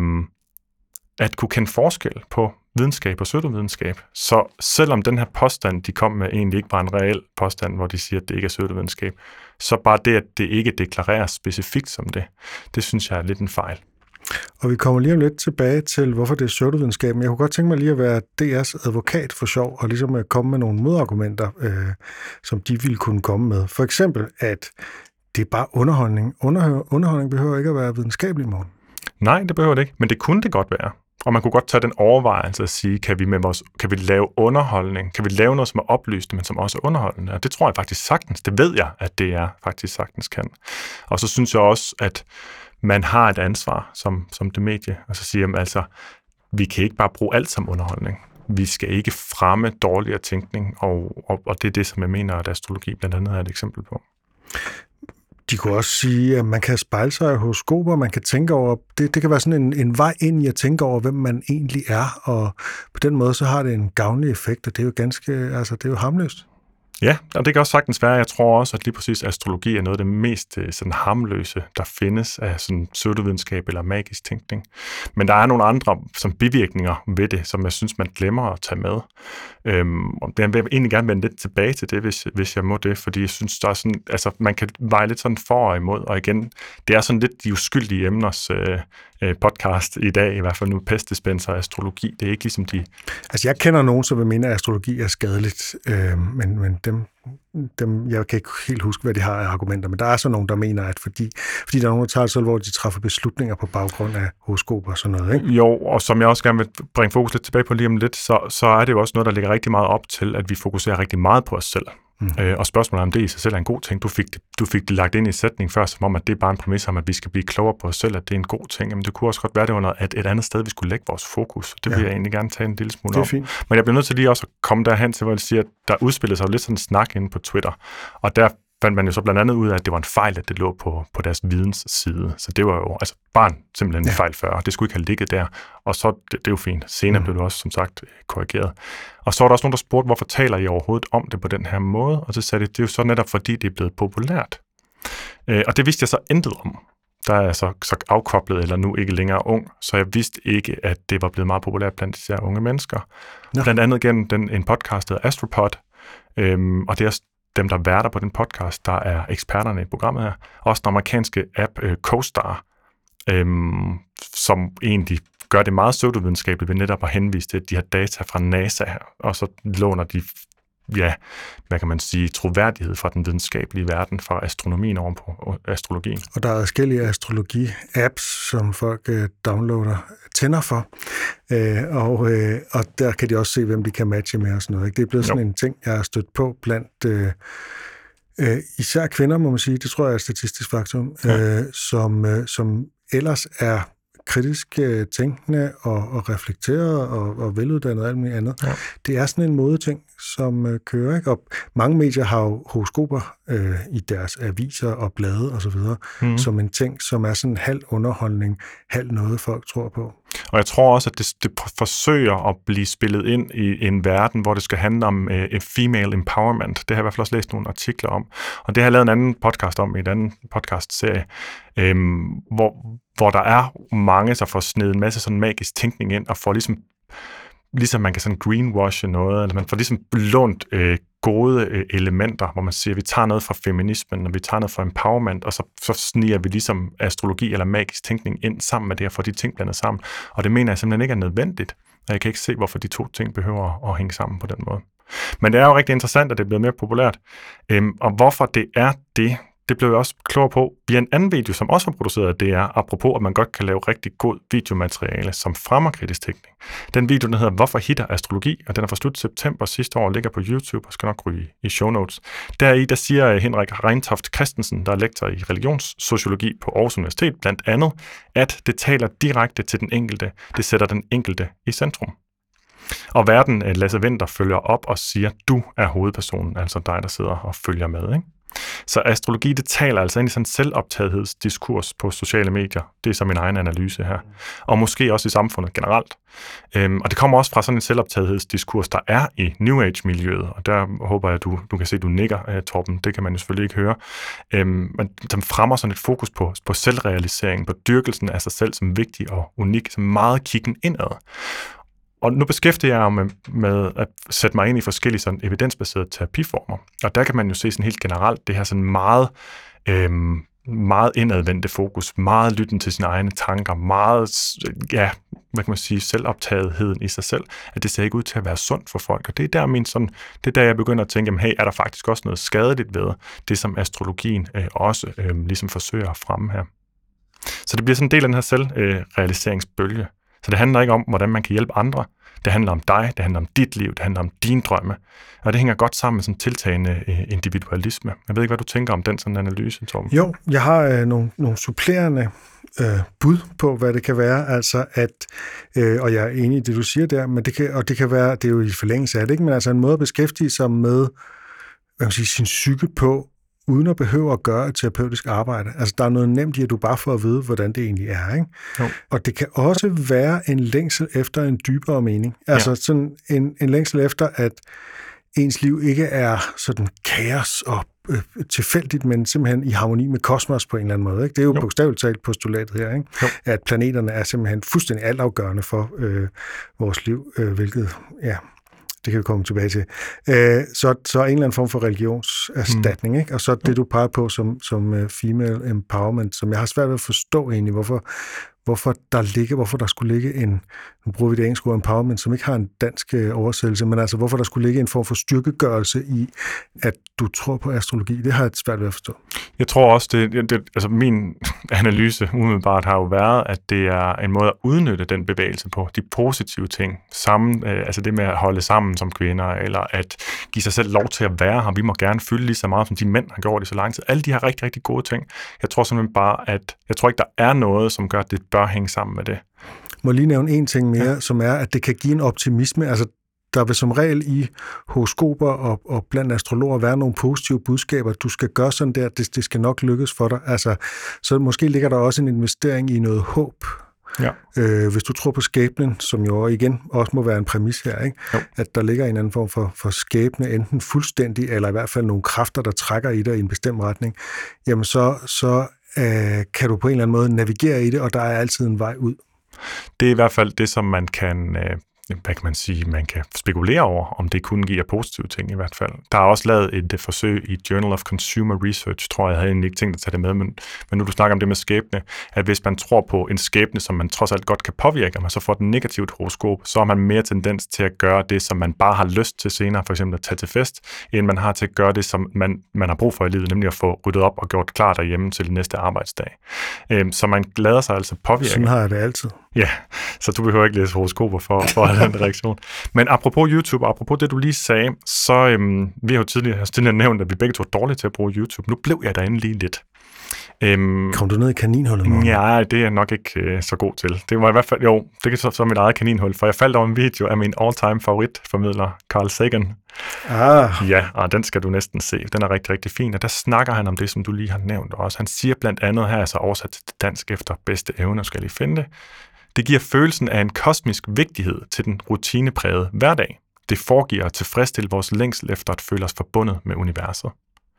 at kunne kende forskel på videnskab og pseudovidenskab. Så selvom den her påstand, de kom med, egentlig ikke var en reel påstand, hvor de siger, at det ikke er pseudovidenskab, så bare det, at det ikke deklareres specifikt som det, det synes jeg er lidt en fejl. Og vi kommer lige om lidt tilbage til, hvorfor det er pseudovidenskab, men jeg kunne godt tænke mig lige at være D R's advokat for sjov, og ligesom at komme med nogle modargumenter, øh, som de ville kunne komme med. For eksempel, at det er bare underholdning. Under, underholdning behøver ikke at være videnskabelig, Morten. Nej, det behøver det ikke, men det kunne det godt være. Og man kunne godt tage den overvejelse at sige, kan vi, med vores, kan vi lave underholdning? Kan vi lave noget, som er oplyst, men som også er underholdende? Og det tror jeg faktisk sagtens. Det ved jeg, at det er faktisk sagtens kan. Og så synes jeg også, at man har et ansvar som, som det medie, og så siger man altså, vi kan ikke bare bruge alt som underholdning. Vi skal ikke fremme dårligere tænkning, og, og, og det er det, som jeg mener, at astrologi blandt andet er et eksempel på. De kunne også sige, at man kan spejle sig i horoskoper, man kan tænke over, det, det kan være sådan en, en vej ind i at tænke over, hvem man egentlig er, og på den måde så har det en gavnlig effekt, og det er jo ganske, altså det er jo harmløst. Ja, og det kan også sagtens være. Jeg tror også, at lige præcis astrologi er noget af det mest sådan harmløse, der findes af sådan pseudovidenskab eller magisk tænkning. Men der er nogle andre som bivirkninger ved det, som jeg synes, man glemmer at tage med. Øhm, og jeg vil egentlig gerne vende lidt tilbage til det, hvis, hvis jeg må det, fordi jeg synes, der er sådan, altså, man kan veje lidt sådan for og imod, og igen, det er sådan lidt de uskyldige emners øh, podcast i dag, i hvert fald nu pestdispenser og astrologi. Det er ikke ligesom de... Altså, jeg kender nogen, som vil mene, at astrologi er skadeligt, øh, men, men dem, dem, jeg kan ikke helt huske, hvad de har af argumenter, men der er så nogen, der mener, at fordi, fordi der er nogen, der tager det så, hvor de træffer beslutninger på baggrund af horoskoper og sådan noget, ikke? Jo, og som jeg også gerne vil bringe fokus lidt tilbage på lige om lidt, så, så er det jo også noget, der ligger rigtig meget op til, at vi fokuserer rigtig meget på os selv. Mm. Øh, og spørgsmålet om det i sig selv er en god ting. Du fik, det, du fik det lagt ind i sætning før, som om, at det er bare en præmis om, at vi skal blive klogere på os selv, at det er en god ting. Men det kunne også godt være, det var noget, at et andet sted, vi skulle lægge vores fokus. Det vil ja. jeg egentlig gerne tage en lille smule om. Fint. Men jeg bliver nødt til lige også at komme derhen til, hvor jeg siger, at der udspillede sig jo lidt sådan en snak inde på Twitter. Og der fandt man jo så blandt andet ud af, at det var en fejl, at det lå på, på deres videns side. Så det var jo altså bare simpelthen ja. en fejl før. Det skulle ikke have ligget der. Og så, det, det er jo fint. Senere mm. blev det også, som sagt, korrigeret. Og så var der også nogen, der spurgte, hvorfor taler I overhovedet om det på den her måde? Og så sagde de, det er jo så netop, fordi det er blevet populært. Øh, og det vidste jeg så intet om. Der er jeg så, så afkoblet, eller nu ikke længere ung, så jeg vidste ikke, at det var blevet meget populært blandt især unge mennesker. Ja. Blandt andet gennem den, en podcast, der hedder Astropod, øhm, og det er dem, der værter på den podcast, der er eksperterne i programmet her. Også den amerikanske app øh, CoStar, øhm, som egentlig gør det meget pseudovidenskabeligt ved netop at henvise til de her data fra NASA, og så låner de, ja, hvad kan man sige, troværdighed fra den videnskabelige verden, fra astronomien over på astrologien. Og der er forskellige astrologi-apps, som folk øh, downloader, tænder for, øh, og, øh, og der kan de også se, hvem de kan matche med og sådan noget. Ikke? Det er blevet sådan jo. en ting, jeg har stødt på blandt øh, øh, især kvinder, må man sige, det tror jeg er et statistisk faktum, ja. øh, som, øh, som ellers er kritisk øh, tænkende og, og reflekteret og, og veluddannet og alt muligt andet. Ja. Det er sådan en modeting, som øh, kører, ikke? Og mange medier har jo horoskoper øh, i deres aviser og blade og så videre, mm. som en ting, som er sådan halv underholdning, halv noget, folk tror på. Og jeg tror også, at det, det forsøger at blive spillet ind i en verden, hvor det skal handle om uh, female empowerment. Det har jeg i hvert fald også læst nogle artikler om. Og det har jeg lavet en anden podcast om, i en anden podcast-serie, øhm, hvor, hvor der er mange, der får snedet en masse sådan magisk tænkning ind, og får ligesom, ligesom man kan sådan greenwashe noget, eller man får ligesom lånt øh, gode øh, elementer, hvor man siger, at vi tager noget fra feminismen, og vi tager noget fra empowerment, og så, så sniger vi ligesom astrologi eller magisk tænkning ind sammen med det, og får de ting blandet sammen. Og det mener jeg simpelthen ikke er nødvendigt, og jeg kan ikke se, hvorfor de to ting behøver at hænge sammen på den måde. Men det er jo rigtig interessant, at det er blevet mere populært, øhm, og hvorfor det er det, det blev jeg også klogere på via en anden video, som også var produceret af D R, apropos, at man godt kan lave rigtig god videomateriale, som fremmer kritisk tænkning. Den video, den hedder Hvorfor hitter astrologi, og den er fra slut september sidste år, og ligger på YouTube, og skal nok ryge i show notes. Deri, der siger Henrik Reintoft Christensen, der er lektor i religionssociologi på Aarhus Universitet, blandt andet, at det taler direkte til den enkelte. Det sætter den enkelte i centrum. Og verden, Lasse Winther, følger op og siger, du er hovedpersonen, altså dig, der sidder og følger med, ikke? Så astrologi, det taler altså ind i sådan en selvoptagethedsdiskurs på sociale medier. Det er så min egen analyse her. Og måske også i samfundet generelt. Øhm, og det kommer også fra sådan en selvoptagethedsdiskurs, der er i New Age-miljøet. Og der håber jeg, at du, du kan se, at du nikker, uh, Torben. Det kan man jo selvfølgelig ikke høre. Øhm, men den fremmer sådan et fokus på, på selvrealisering, på dyrkelsen af sig selv som vigtig og unik, som meget kiggen indad. Og nu beskæftiger jeg mig med, med at sætte mig ind i forskellige sådan evidensbaserede terapiformer. Og der kan man jo se sådan helt generelt det her sådan meget, øhm, meget indadvendte fokus, meget lytten til sine egne tanker, meget, ja, hvad kan man sige, selvoptagetheden i sig selv, at det ser ikke ud til at være sundt for folk. Og det er der, min sådan, det er der jeg begynder at tænke, jamen, hey, er der faktisk også noget skadeligt ved det, som astrologien øh, også øh, ligesom forsøger at fremme her. Så det bliver sådan en del af den her selvrealiseringsbølge. Så det handler ikke om, hvordan man kan hjælpe andre. Det handler om dig, det handler om dit liv, det handler om dine drømme. Og det hænger godt sammen med sådan tiltagende øh, individualisme. Jeg ved ikke, hvad du tænker om den sådan analyse, Torben? Jo, jeg har øh, nogle, nogle supplerende øh, bud på, hvad det kan være. Altså at, øh, og jeg er enig i det, du siger der, men det kan, og det kan være, det er jo i forlængelse af det, ikke? Men altså en måde at beskæftige sig med, hvad man siger, sin psyke på, uden at behøve at gøre et terapeutisk arbejde. Altså, der er noget nemt i, at du bare får at vide, hvordan det egentlig er, ikke? Jo. Og det kan også være en længsel efter en dybere mening. Altså, ja. sådan en, en længsel efter, at ens liv ikke er sådan kaos og øh, tilfældigt, men simpelthen i harmoni med kosmos på en eller anden måde. Ikke? Det er jo, jo. bogstaveligt talt postulatet her, ikke? At planeterne er simpelthen fuldstændig altafgørende for øh, vores liv, øh, hvilket, ja, det kan vi komme tilbage til. Øh, så, så en eller anden form for religionserstatning, mm. ikke? Og så det, du peger på som, som uh, female empowerment, som jeg har svært ved at forstå egentlig, hvorfor hvorfor der ligger, hvorfor der skulle ligge en, nu bruger vi det engelske ord empowerment, som ikke har en dansk oversættelse, men altså hvorfor der skulle ligge en form for styrkegørelse i, at du tror på astrologi. Det har jeg svært ved at forstå. Jeg tror også, det, det altså min analyse umiddelbart har jo været, at det er en måde at udnytte den bevægelse på, de positive ting, sammen, øh, altså det med at holde sammen som kvinder, eller at give sig selv lov til at være her. Vi må gerne fylde lige så meget, som de mænd har gjort i så lang tid. Alle de her rigtig, rigtig gode ting. Jeg tror simpelthen bare, at jeg tror ikke, der er noget, som gør, at det bør hænge sammen med det. Må lige nævne en ting mere, ja. Som er, at det kan give en optimisme. Altså, der vil som regel i horoskoper og, og blandt astrologer være nogle positive budskaber. Du skal gøre sådan der, det, det skal nok lykkes for dig. Altså, så måske ligger der også en investering i noget håb. Ja. Øh, hvis du tror på skæbnen, som jo igen også må være en præmis her, ikke? At der ligger en anden form for, for skæbne, enten fuldstændig, eller i hvert fald nogle kræfter, der trækker i dig i en bestemt retning, jamen så, så øh, kan du på en eller anden måde navigere i det, og der er altid en vej ud. Det er i hvert fald det, som man kan, øh, hvad kan man sige, man kan spekulere over, om det kun giver positive ting i hvert fald. Der er også lavet et, et forsøg i Journal of Consumer Research, tror jeg, jeg havde egentlig ikke tænkt at tage det med, men, men nu du snakker om det med skæbne, at hvis man tror på en skæbne, som man trods alt godt kan påvirke, og man så får et negativt horoskop, så har man mere tendens til at gøre det, som man bare har lyst til senere, for eksempel at tage til fest, end man har til at gøre det, som man, man har brug for i livet, nemlig at få ryddet op og gjort klar derhjemme til næste arbejdsdag. Øhm, så man lader sig altså påvirke. Sådan har jeg det altid. Ja, så du behøver ikke læse horoskoper for, for at have den reaktion. Men apropos YouTube, og apropos det, du lige sagde, så øhm, vi har jo tidligere, tidligere nævnt, at vi begge to er dårlige til at bruge YouTube. Nu blev jeg derinde lige lidt. Øhm, Kom du ned i kaninhullet? Morgen? Ja, det er jeg nok ikke øh, så god til. Det var i hvert fald, jo, det kan så, så mit eget kaninhul, for jeg faldt over en video af min all-time favoritformidler, Carl Sagan. Ah. Ja, og den skal du næsten se. Den er rigtig, rigtig fin, og der snakker han om det, som du lige har nævnt også. Han siger blandt andet her, altså oversat til dansk efter bedste evne, skal jeg lige finde det. Det giver følelsen af en kosmisk vigtighed til den rutineprægede hverdag. Det foregiver at tilfredsstille vores længsel efter at føle os forbundet med universet.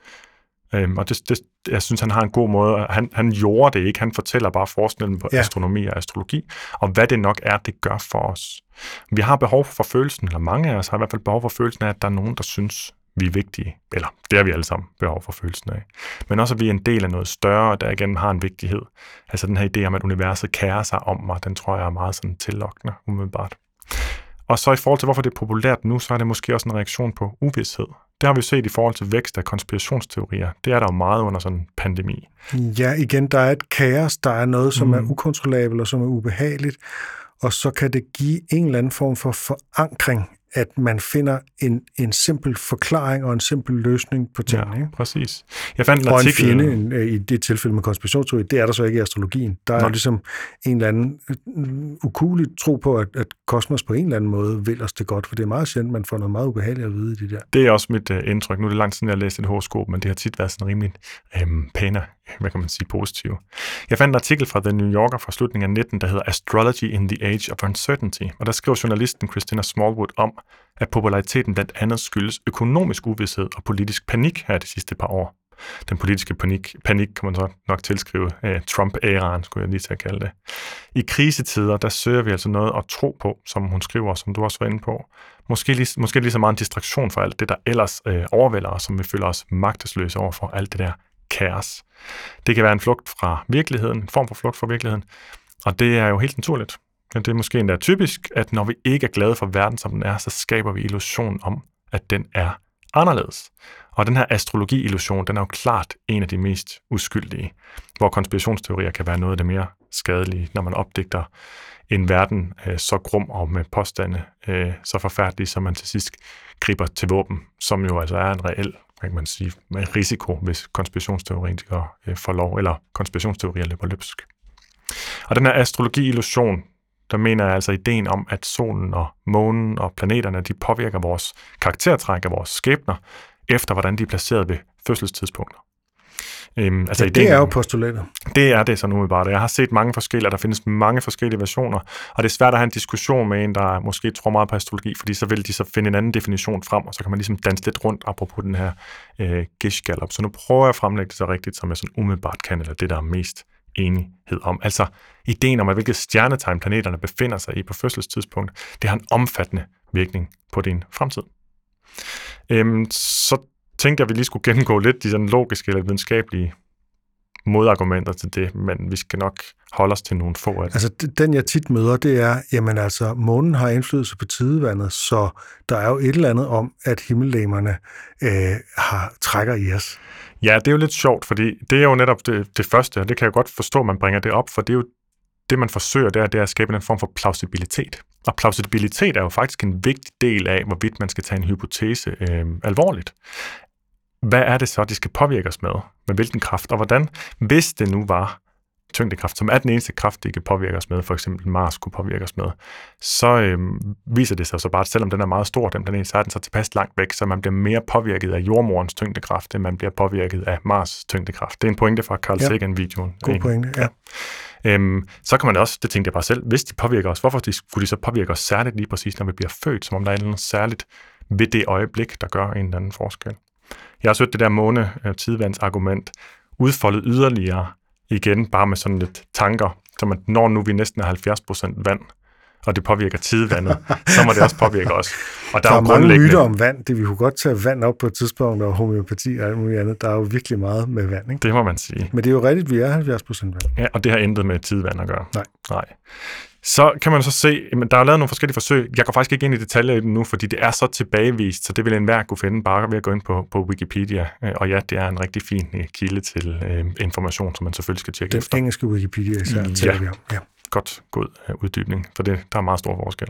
Øhm, og det, det, jeg synes, han har en god måde. Han, han gjorde det ikke. Han fortæller bare forskellen på ja. astronomi og astrologi, og hvad det nok er, det gør for os. Vi har behov for følelsen, eller mange af os har i hvert fald behov for følelsen af, at der er nogen, der synes, vi er vigtige. Eller det har vi alle sammen behov for følelsen af. Men også, at vi er en del af noget større, der igen har en vigtighed. Altså den her idé om, at universet kærer sig om mig, den tror jeg er meget sådan tillokkende, umiddelbart. Og så i forhold til, hvorfor det er populært nu, så er det måske også en reaktion på uvished. Det har vi set i forhold til vækst af konspirationsteorier. Det er der jo meget under sådan en pandemi. Ja, igen, der er et kaos, der er noget, som mm. er ukontrollabelt og som er ubehageligt, og så kan det give en eller anden form for forankring, at man finder en, en simpel forklaring og en simpel løsning på tingene. Ja, præcis. Jeg fandt en og artikel... en fjende en, i det tilfælde med konspirationsteori, det er der så ikke i astrologien. Der er Nej. ligesom en eller anden ukuelig tro på, at, at kosmos på en eller anden måde vil os det godt, for det er meget sjældent, man får noget meget ubehageligt at vide i det der. Det er også mit uh, indtryk. Nu er det lang tid siden, jeg har læst et horoskop, men det har tit været sådan rimelig øhm, pæne, hvad kan man sige, positive. Jeg fandt en artikel fra The New Yorker fra slutningen af nitten, der hedder Astrology in the Age of Uncertainty, og der skriver journalisten Christina Smallwood om, at populariteten blandt andet skyldes økonomisk uvished og politisk panik her de sidste par år. Den politiske panik, panik kan man så nok tilskrive eh, Trump-æraen, skulle jeg lige til at kalde det. I krisetider, der søger vi altså noget at tro på, som hun skriver, som du også var inde på. Måske lige, måske lige så meget en distraktion for alt det, der ellers eh, overvælder os, som vi føler os magtesløse over for alt det der kaos. Det kan være en flugt fra virkeligheden, en form for flugt fra virkeligheden, og det er jo helt naturligt. Det er måske endda typisk, at når vi ikke er glade for verden, som den er, så skaber vi illusion om, at den er anderledes. Og den her astrologi-illusion, den er jo klart en af de mest uskyldige, hvor konspirationsteorier kan være noget af det mere skadelige, når man opdigter en verden øh, så grum og med påstande øh, så forfærdelige, som man til sidst griber til våben, som jo altså er en reel, kan man sige, med risiko, hvis konspirationsteoretikere øh, får lov, eller konspirationsteorier løber løbsk. Og den her astrologi-illusion, der mener jeg altså ideen om, at solen og månen og planeterne, de påvirker vores karaktertræk af vores skæbner, efter hvordan de er placeret ved fødselstidspunkter. Øhm, altså ja, det er jo postulatet. Det er det så nu bare. Jeg har set mange forskellige, og der findes mange forskellige versioner, og det er svært at have en diskussion med en, der måske tror meget på astrologi, fordi så vil de så finde en anden definition frem, og så kan man ligesom danse lidt rundt, apropos den her øh, Gish-Gallop. Så nu prøver jeg at fremlægge det så rigtigt, som jeg sådan umiddelbart kan, eller det, der er mest enighed om. Altså ideen om, at hvilket stjernetegn planeterne befinder sig i på fødselstidspunkt, det har en omfattende virkning på din fremtid. Øhm, så tænkte jeg, at vi lige skulle gennemgå lidt de sådan logiske eller videnskabelige modargumenter til det, men vi skal nok holde os til nogle få af det. Altså, den jeg tit møder, det er, jamen altså, månen har indflydelse på tidevandet, så der er jo et eller andet om, at himmellegemerne øh, har trækker i os. Ja, det er jo lidt sjovt, fordi det er jo netop det, det første, og det kan jeg godt forstå, at man bringer det op, for det er jo det, man forsøger, det er, det er at skabe en form for plausibilitet. Og plausibilitet er jo faktisk en vigtig del af, hvorvidt man skal tage en hypotese øh, alvorligt. Hvad er det så, de skal påvirke os med? Med hvilken kraft? Og hvordan? Hvis det nu var tyngdekraft, som er den eneste kraft, de kan påvirke os med, for eksempel Mars kunne påvirke os med, så øh, viser det sig så bare, at selvom den er meget stor, den planet, så er den så tilpas langt væk, så man bliver mere påvirket af jordmorens tyngdekraft, end man bliver påvirket af Mars' tyngdekraft. Det er en pointe fra Carl ja. Sagan-videoen. God pointe, ja. ja. Øhm, så kan man også, det tænkte jeg bare selv, hvis de påvirker os, hvorfor de, skulle de så påvirke os særligt lige præcis, når vi bliver født, som om der er noget særligt ved det øjeblik, der gør en eller anden forskel. Jeg har søgt det der måne-tidvandsargument udfoldet yderligere igen, bare med sådan lidt tanker, som at når nu vi næsten er halvfjerds procent vand, og det påvirker tidevandet, så må det også påvirke os. Og der, der er, er mange grundlæggende myter om vand. Det vi kunne godt tage vand op på et tidspunkt, og homeopati og alt muligt andet. Der er jo virkelig meget med vand, ikke? Det må man sige. Men det er jo rigtigt, vi er halvfjerds procent vand. Ja, og det har intet med tidevand at gøre. Nej. Nej. Så kan man så se, at der er lavet nogle forskellige forsøg. Jeg går faktisk ikke ind i detaljer i det nu, fordi det er så tilbagevist, så det vil enhver kunne finde bare ved at gå ind på, på Wikipedia. Og ja, det er en rigtig fin kilde til øh, information, som man selvfølgelig skal tjekke Den efter. Den engelske Wikipedia især, ja. taler vi om. Ja. Godt god uddybning, for det, der er meget stor forskel.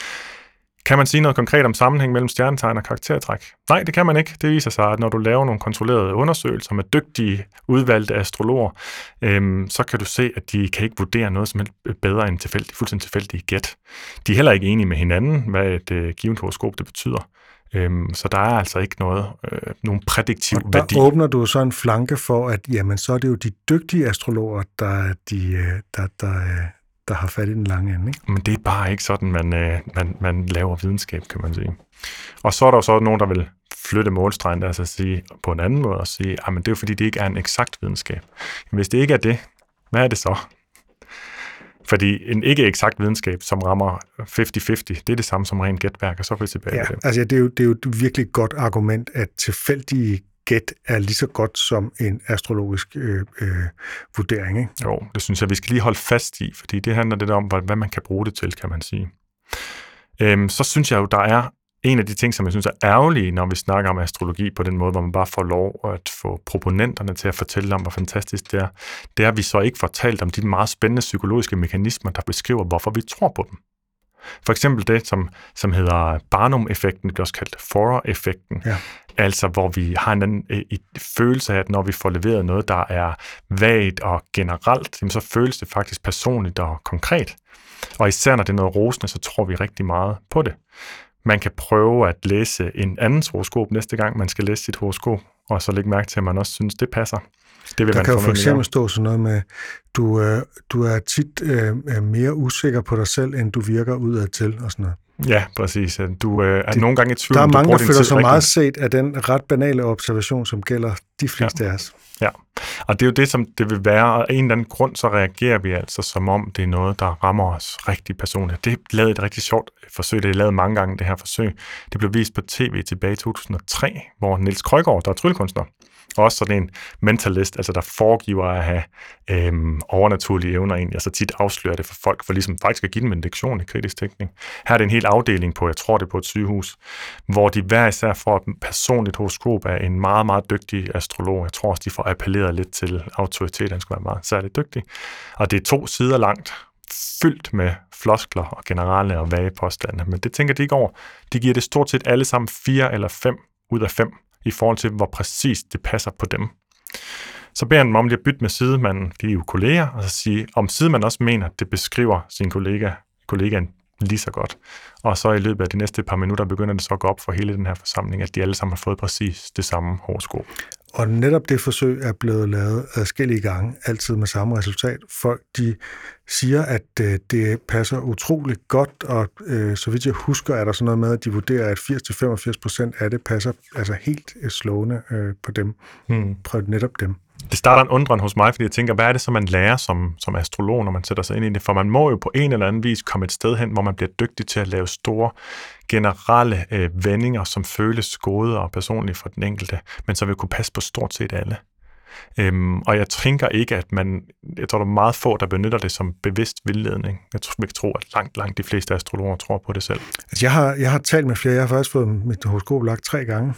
Kan man sige noget konkret om sammenhæng mellem stjernetegn og karaktertræk? Nej, det kan man ikke. Det viser sig, at når du laver nogle kontrollerede undersøgelser med dygtige, udvalgte astrologer, øhm, så kan du se, at de kan ikke vurdere noget som helst bedre end tilfældige, fuldstændig tilfældige gæt. De er heller ikke enige med hinanden, hvad et øh, givet horoskop det betyder. Øhm, så der er altså ikke noget, øh, nogen prædiktiv og der værdi. Åbner du så en flanke for, at jamen, så er det jo de dygtige astrologer, der, de, der, der, der har fat i den lange ende, ikke? Men det er bare ikke sådan, man, øh, man, man laver videnskab, kan man sige. Og så er der jo så nogen, der vil flytte målstregen, der altså sige på en anden måde og sige, at det er jo fordi, det ikke er en eksakt videnskab. Men hvis det ikke er det, hvad er det så? Fordi en ikke-eksakt videnskab, som rammer halvtreds halvtreds, det er det samme som rent gætværk, og så får vi tilbage ja, det. Altså det er, jo, det er jo et virkelig godt argument, at tilfældige gæt er lige så godt som en astrologisk øh, øh, vurdering, ikke? Jo, det synes jeg, vi skal lige holde fast i, fordi det handler lidt om, hvad man kan bruge det til, kan man sige. Øhm, så synes jeg jo, der er en af de ting, som jeg synes er ærgerlige, når vi snakker om astrologi på den måde, hvor man bare får lov at få proponenterne til at fortælle om, hvor fantastisk det er, det er, at vi så ikke får talt om de meget spændende psykologiske mekanismer, der beskriver, hvorfor vi tror på dem. For eksempel det, som, som hedder Barnum-effekten, det bliver også kaldt Forer-effekten, ja. Altså hvor vi har en anden et følelse af, at når vi får leveret noget, der er vagt og generelt, så føles det faktisk personligt og konkret. Og især når det er noget rosende, så tror vi rigtig meget på det. Man kan prøve at læse en andens horoskop næste gang, man skal læse sit horoskop, og så lægge mærke til, at man også synes, det passer. Det vil der man kan jo for eksempel stå sådan noget med, du, øh, du er tit øh, mere usikker på dig selv, end du virker udadtil og sådan noget. Ja, præcis. Du øh, er det, nogle gange i tvivl. Der er mange, der føler sig rigtig. meget set af den ret banale observation, som gælder de fleste ja. af os. Ja, og det er jo det, som det vil være, og af en eller anden grund, så reagerer vi altså, som om det er noget, der rammer os rigtig personligt. Det er lavet et rigtig sjovt forsøg, det er lavet mange gange, det her forsøg. Det blev vist på tv tilbage i to tusind og tre, hvor Niels Krøgaard, der er tryllekunstner, og også sådan en mentalist, altså der foregiver at have øhm, overnaturlige evner egentlig, altså tit afslører det for folk, for ligesom faktisk at give dem en lektion i kritisk tænkning. Her er det en hel afdeling på, jeg tror det er på et sygehus, hvor de hver især får et personligt horoskop af en meget, meget dygtig astrolog. Jeg tror også, de får appelleret lidt til autoritet, han skulle være meget særligt dygtig. Og det er to sider langt, fyldt med floskler og generelle og vage påstande, men det tænker de ikke over. De giver det stort set alle sammen fire eller fem ud af fem, i forhold til, hvor præcist det passer på dem. Så beder han dem om lige at bytte med sidemanden, de er jo kolleger, og så sige, om sidemanden også mener, at det beskriver sin kollega, kollegaen lige så godt. Og så i løbet af de næste par minutter begynder det så at gå op for hele den her forsamling, at de alle sammen har fået præcis det samme horoskop. og netop det forsøg er blevet lavet adskillige gange, altid med samme resultat. Folk, de siger, at øh, det passer utroligt godt, og øh, så vidt jeg husker, er der sådan noget med, at de vurderer, at firs til femogfirs procent af det passer altså helt slående øh, på dem. Hmm. Prøv netop dem. Det starter en undren hos mig, fordi jeg tænker, hvad er det, som man lærer som, som astrolog, når man sætter sig ind i det? For man må jo på en eller anden vis komme et sted hen, hvor man bliver dygtig til at lave store, generelle øh, vendinger, som føles gode og personlige for den enkelte, men så vil kunne passe på stort set alle. Øhm, og jeg tænker ikke, at man, jeg tror, der er meget få, der benytter det som bevidst vildledning. Jeg tror, jeg tror at langt, langt de fleste astrologer tror på det selv. Altså, jeg har, jeg har talt med flere, jeg har faktisk fået mit horoskop lagt tre gange,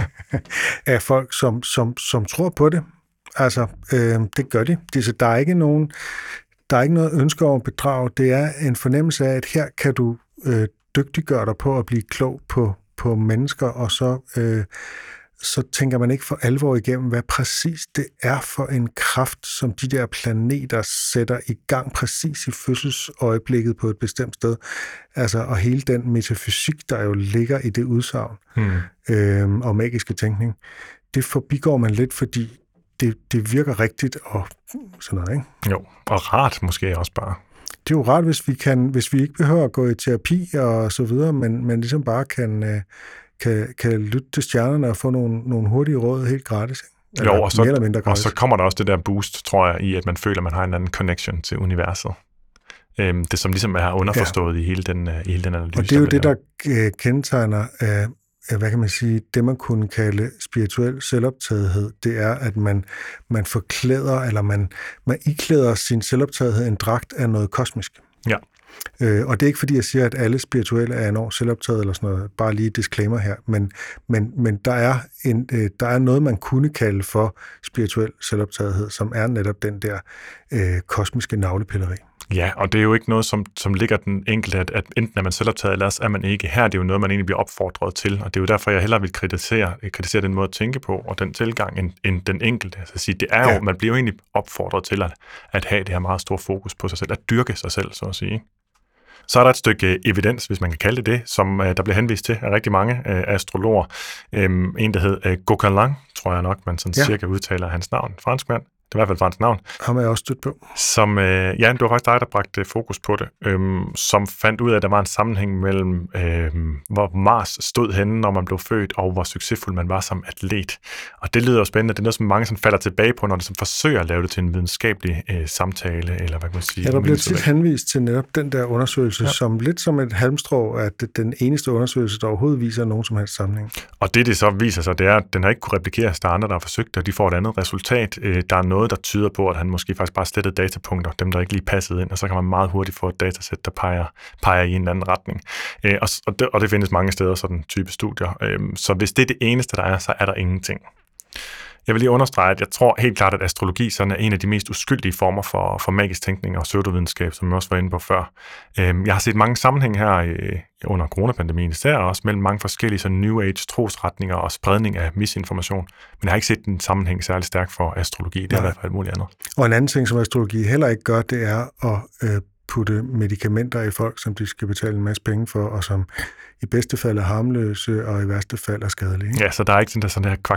af folk, som, som, som tror på det. Altså, øh, det gør de. de så der er ikke nogen, der er ikke noget ønske om at bedrage. Det er en fornemmelse af, at her kan du øh, dygtiggøre dig på at blive klog på, på mennesker, og så, øh, så tænker man ikke for alvor igennem, hvad præcis det er for en kraft, som de der planeter sætter i gang præcis i fødselsøjeblikket på et bestemt sted. Altså, og hele den metafysik, der jo ligger i det udsagn hmm. øh, og magiske tænkning, det forbigår man lidt, fordi Det, det virker rigtigt og sådan noget, ikke? Jo, og rart måske også bare. Det er jo rart, hvis vi, kan, hvis vi ikke behøver at gå i terapi og så videre, men, men ligesom bare kan, kan, kan lytte til stjernerne og få nogle, nogle hurtige råd helt gratis. Eller jo, og så, mere eller mindre gratis. Og så kommer der også det der boost, tror jeg, i at man føler, at man har en anden connection til universet. Det som ligesom er underforstået ja. i, hele den, i hele den analyse. Og det er jo det, der kendetegner af hvad kan man sige, det man kunne kalde spirituel selvoptagethed, det er, at man, man forklæder, eller man, man iklæder sin selvoptagethed en dragt af noget kosmisk. Ja. Øh, og det er ikke fordi, jeg siger, at alle spirituelle er enormt selvoptaget, eller sådan noget, bare lige disclaimer her, men, men, men der, er en, øh, der er noget, man kunne kalde for spirituel selvoptagethed, som er netop den der øh, kosmiske navlepilleri. Ja, og det er jo ikke noget, som, som ligger den enkelte, at, at enten er man selvoptaget, eller er man ikke. Her er det jo noget, man egentlig bliver opfordret til, og det er jo derfor, jeg hellere vil kritisere, kritisere den måde at tænke på, og den tilgang, end, end den enkelte. Altså at sige, det er jo, ja. man bliver jo egentlig opfordret til at, at have det her meget store fokus på sig selv, at dyrke sig selv, så at sige. Så er der et stykke evidens, hvis man kan kalde det det, som uh, der bliver henvist til af rigtig mange uh, astrologer. Um, en, der hed uh, Gauquelin, tror jeg nok, man sådan ja. cirka udtaler hans navn, franskmand. Det er i hvert fald fransk navn. Ham er jeg også stødt på. Som, øh, ja, det var faktisk dig, der bragte fokus på det. Øhm, som fandt ud af, at der var en sammenhæng mellem, øhm, hvor Mars stod henne, når man blev født, og hvor succesfuld man var som atlet. Og det lyder jo spændende. Det er noget, som mange sådan falder tilbage på, når de som forsøger at lave det til en videnskabelig øh, samtale, eller hvad kan man sige. Ja, der bliver tit henvist til netop den der undersøgelse, ja. som lidt som et halmstrå, at den eneste undersøgelse, der overhovedet viser nogen som helst sammenhæng. Og det, det så viser sig, det er, at den har ikke kunne replikeres. Der er andre, der har forsøgt det, og de får et andet resultat. Øh, der er noget, der tyder på, at han måske faktisk bare slettede datapunkter, dem der ikke lige passede ind, og så kan man meget hurtigt få et datasæt, der peger, peger i en anden retning. Øh, og, og, det, og det findes mange steder, sådan type studier. Øh, så hvis det er det eneste, der er, så er der ingenting. Jeg vil lige understrege, at jeg tror helt klart, at astrologi sådan er en af de mest uskyldige former for, for magisk tænkning og pseudovidenskab, som jeg også var inde på før. Jeg har set mange sammenhæng her under coronapandemien, især også mellem mange forskellige sådan New Age trosretninger og spredning af misinformation. Men jeg har ikke set den sammenhæng særlig stærk for astrologi. Det er i hvert fald alt muligt andet. Og en anden ting, som astrologi heller ikke gør, det er at øh, putte medicamenter i folk, som de skal betale en masse penge for, og som i bedste fald er harmløse, og i værste fald er skadelige. Ja, så der er ikke sådan der sådan her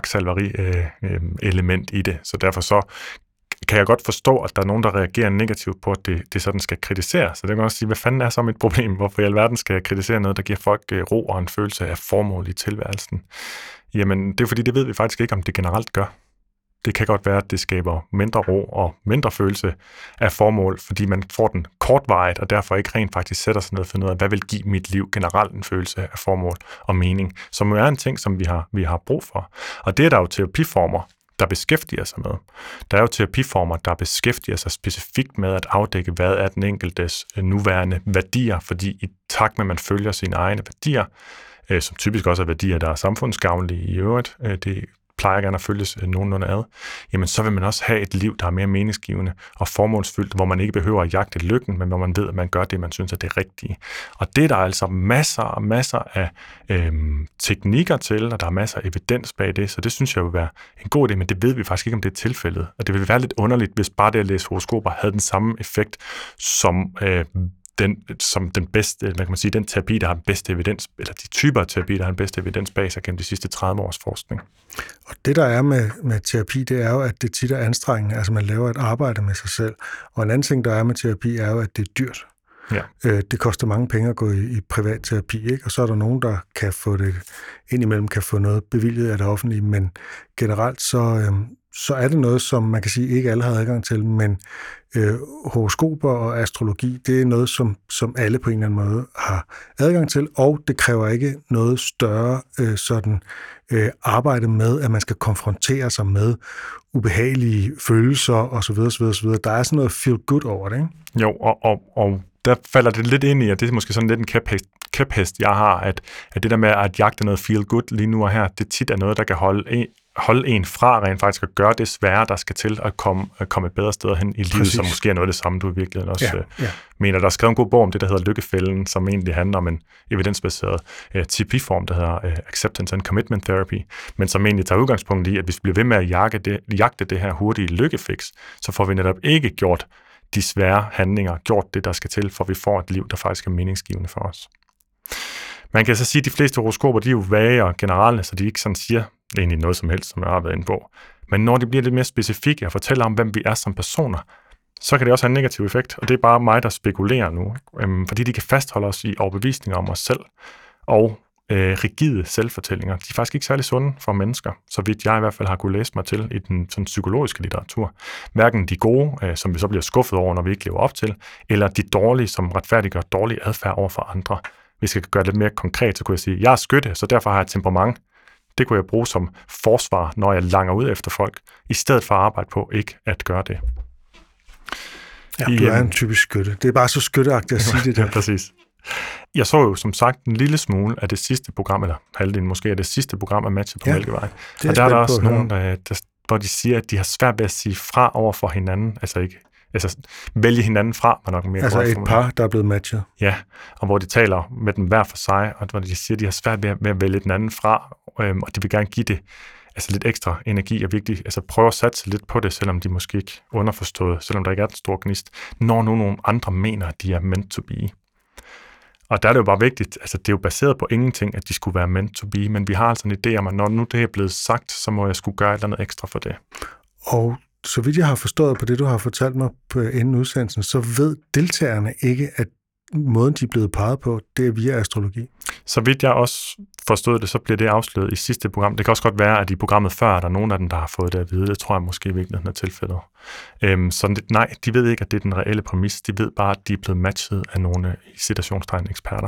kvaksalveri-element øh, i det. Så derfor så kan jeg godt forstå, at der er nogen, der reagerer negativt på, at det, det sådan skal kritiseres. Så det kan også sige, hvad fanden er så mit problem? Hvorfor i alverden skal jeg kritisere noget, der giver folk øh, ro og en følelse af formål i tilværelsen? Jamen, det er fordi, det ved vi faktisk ikke, om det generelt gør. Det kan godt være, at det skaber mindre ro og mindre følelse af formål, fordi man får den kortvarigt, og derfor ikke rent faktisk sætter sig ned og finder ud af, hvad vil give mit liv generelt en følelse af formål og mening, som jo er en ting, som vi har, vi har brug for. Og det er der jo terapiformer, der beskæftiger sig med. Der er jo terapiformer, der beskæftiger sig specifikt med at afdække, hvad er den enkeltes nuværende værdier, fordi i takt med, at man følger sine egne værdier, øh, som typisk også er værdier, der er samfundsgavnlige i øvrigt, øh, det plejer gerne at følges nogenlunde ad, jamen så vil man også have et liv, der er mere meningsgivende og formålsfyldt, hvor man ikke behøver at jagte lykken, men hvor man ved, at man gør det, man synes er det rigtige. Og det er der altså masser og masser af øhm, teknikker til, og der er masser af evidens bag det, så det synes jeg vil være en god idé, men det ved vi faktisk ikke, om det er tilfældet. Og det vil være lidt underligt, hvis bare det at læse horoskoper havde den samme effekt som øh, den, som den bedste, man kan man sige, den terapi, der har den bedste evidens, eller de typer af terapi, der har den bedste evidens bag sig gennem de sidste tredive års forskning. Og det, der er med, med terapi, det er jo, at det tit er anstrengende. Altså, man laver et arbejde med sig selv. Og en anden ting, der er med terapi, er jo, at det er dyrt. Ja. Øh, det koster mange penge at gå i, i privat terapi, ikke? Og så er der nogen, der kan få det indimellem, kan få noget bevilget af det offentlige, men generelt så, øh, så er det noget, som man kan sige, ikke alle har adgang til, men øh, horoskoper og astrologi, det er noget, som, som alle på en eller anden måde har adgang til, og det kræver ikke noget større øh, sådan øh, arbejde med, at man skal konfrontere sig med ubehagelige følelser osv. osv., osv. Der er sådan noget feel good over det, ikke? Jo, og, og, og der falder det lidt ind i, at det er måske sådan lidt en kæphest, kæphest jeg har, at, at det der med at jagte noget feel good lige nu og her, det tit er noget, der kan holde en, holde en fra rent faktisk at gøre det svære, der skal til at komme, at komme et bedre sted hen i livet, Præcis. Som måske er noget af det samme, du i virkeligheden også ja, ja. mener. Der er skrevet en god bog om det, der hedder Lykkefælden, som egentlig handler om en evidensbaseret uh, terapiform, der hedder uh, Acceptance and Commitment Therapy, men som egentlig tager udgangspunkt i, at hvis vi bliver ved med at jagte det, jagte det her hurtige lykkefix, så får vi netop ikke gjort de svære handlinger, gjort det, der skal til, for vi får et liv, der faktisk er meningsgivende for os. Man kan så sige, at de fleste horoskoper, de er jo vage og generelle, så de ikke sådan siger egentlig noget som helst, som jeg har været inde på. Men når de bliver lidt mere specifikke og fortæller om, hvem vi er som personer, så kan det også have en negativ effekt, og det er bare mig, der spekulerer nu, øhm, fordi de kan fastholde os i overbevisninger om os selv, og øh, rigide selvfortællinger. De er faktisk ikke særlig sunde for mennesker, så vidt jeg i hvert fald har kunne læse mig til i den sådan, psykologiske litteratur. Hverken de gode, øh, som vi så bliver skuffet over, når vi ikke lever op til, eller de dårlige, som retfærdiggør dårlig adfærd over for andre. Hvis jeg kan gøre det lidt mere konkret, så kunne jeg sige, jeg er skytte, så derfor har jeg temperament. Det kunne jeg bruge som forsvar, når jeg langer ud efter folk, i stedet for at arbejde på ikke at gøre det. Ja, du er en typisk skytte. Det er bare så skytteagtigt at sige det der. Ja, præcis. Jeg så jo som sagt en lille smule af det sidste program, eller halvdelen måske af det sidste program af Matchet på ja, Mælkevej. Og der er der også nogen, der, der, hvor de siger, at de har svært ved at sige fra over for hinanden, altså ikke altså vælge hinanden fra, var nok mere altså et par, der er blevet matchet. Ja, og hvor de taler med dem hver for sig, og hvor de siger, at de har svært ved at, ved at vælge den anden fra, øhm, og de vil gerne give det altså lidt ekstra energi, og virkelig altså prøve at satse lidt på det, selvom de måske ikke underforstået, selvom der ikke er et stor gnist, når nu nogle andre mener, at de er meant to be. Og der er det jo bare vigtigt, altså det er jo baseret på ingenting, at de skulle være meant to be, men vi har altså en idé om, at når nu det er blevet sagt, så må jeg skulle gøre et eller andet ekstra for det. Og så vidt jeg har forstået på det, du har fortalt mig på inden udsendelsen, så ved deltagerne ikke, at måden, de er blevet peget på, det er via astrologi. Så vidt jeg også forstod det, så bliver det afsløret i sidste program. Det kan også godt være, at i programmet før er der nogen af dem, der har fået det at vide. Det tror jeg måske i virkeligheden er tilfældet. Øhm, så det, nej, de ved ikke, at det er den reelle præmis. De ved bare, at de er blevet matchet af nogle i citationstegn eksperter.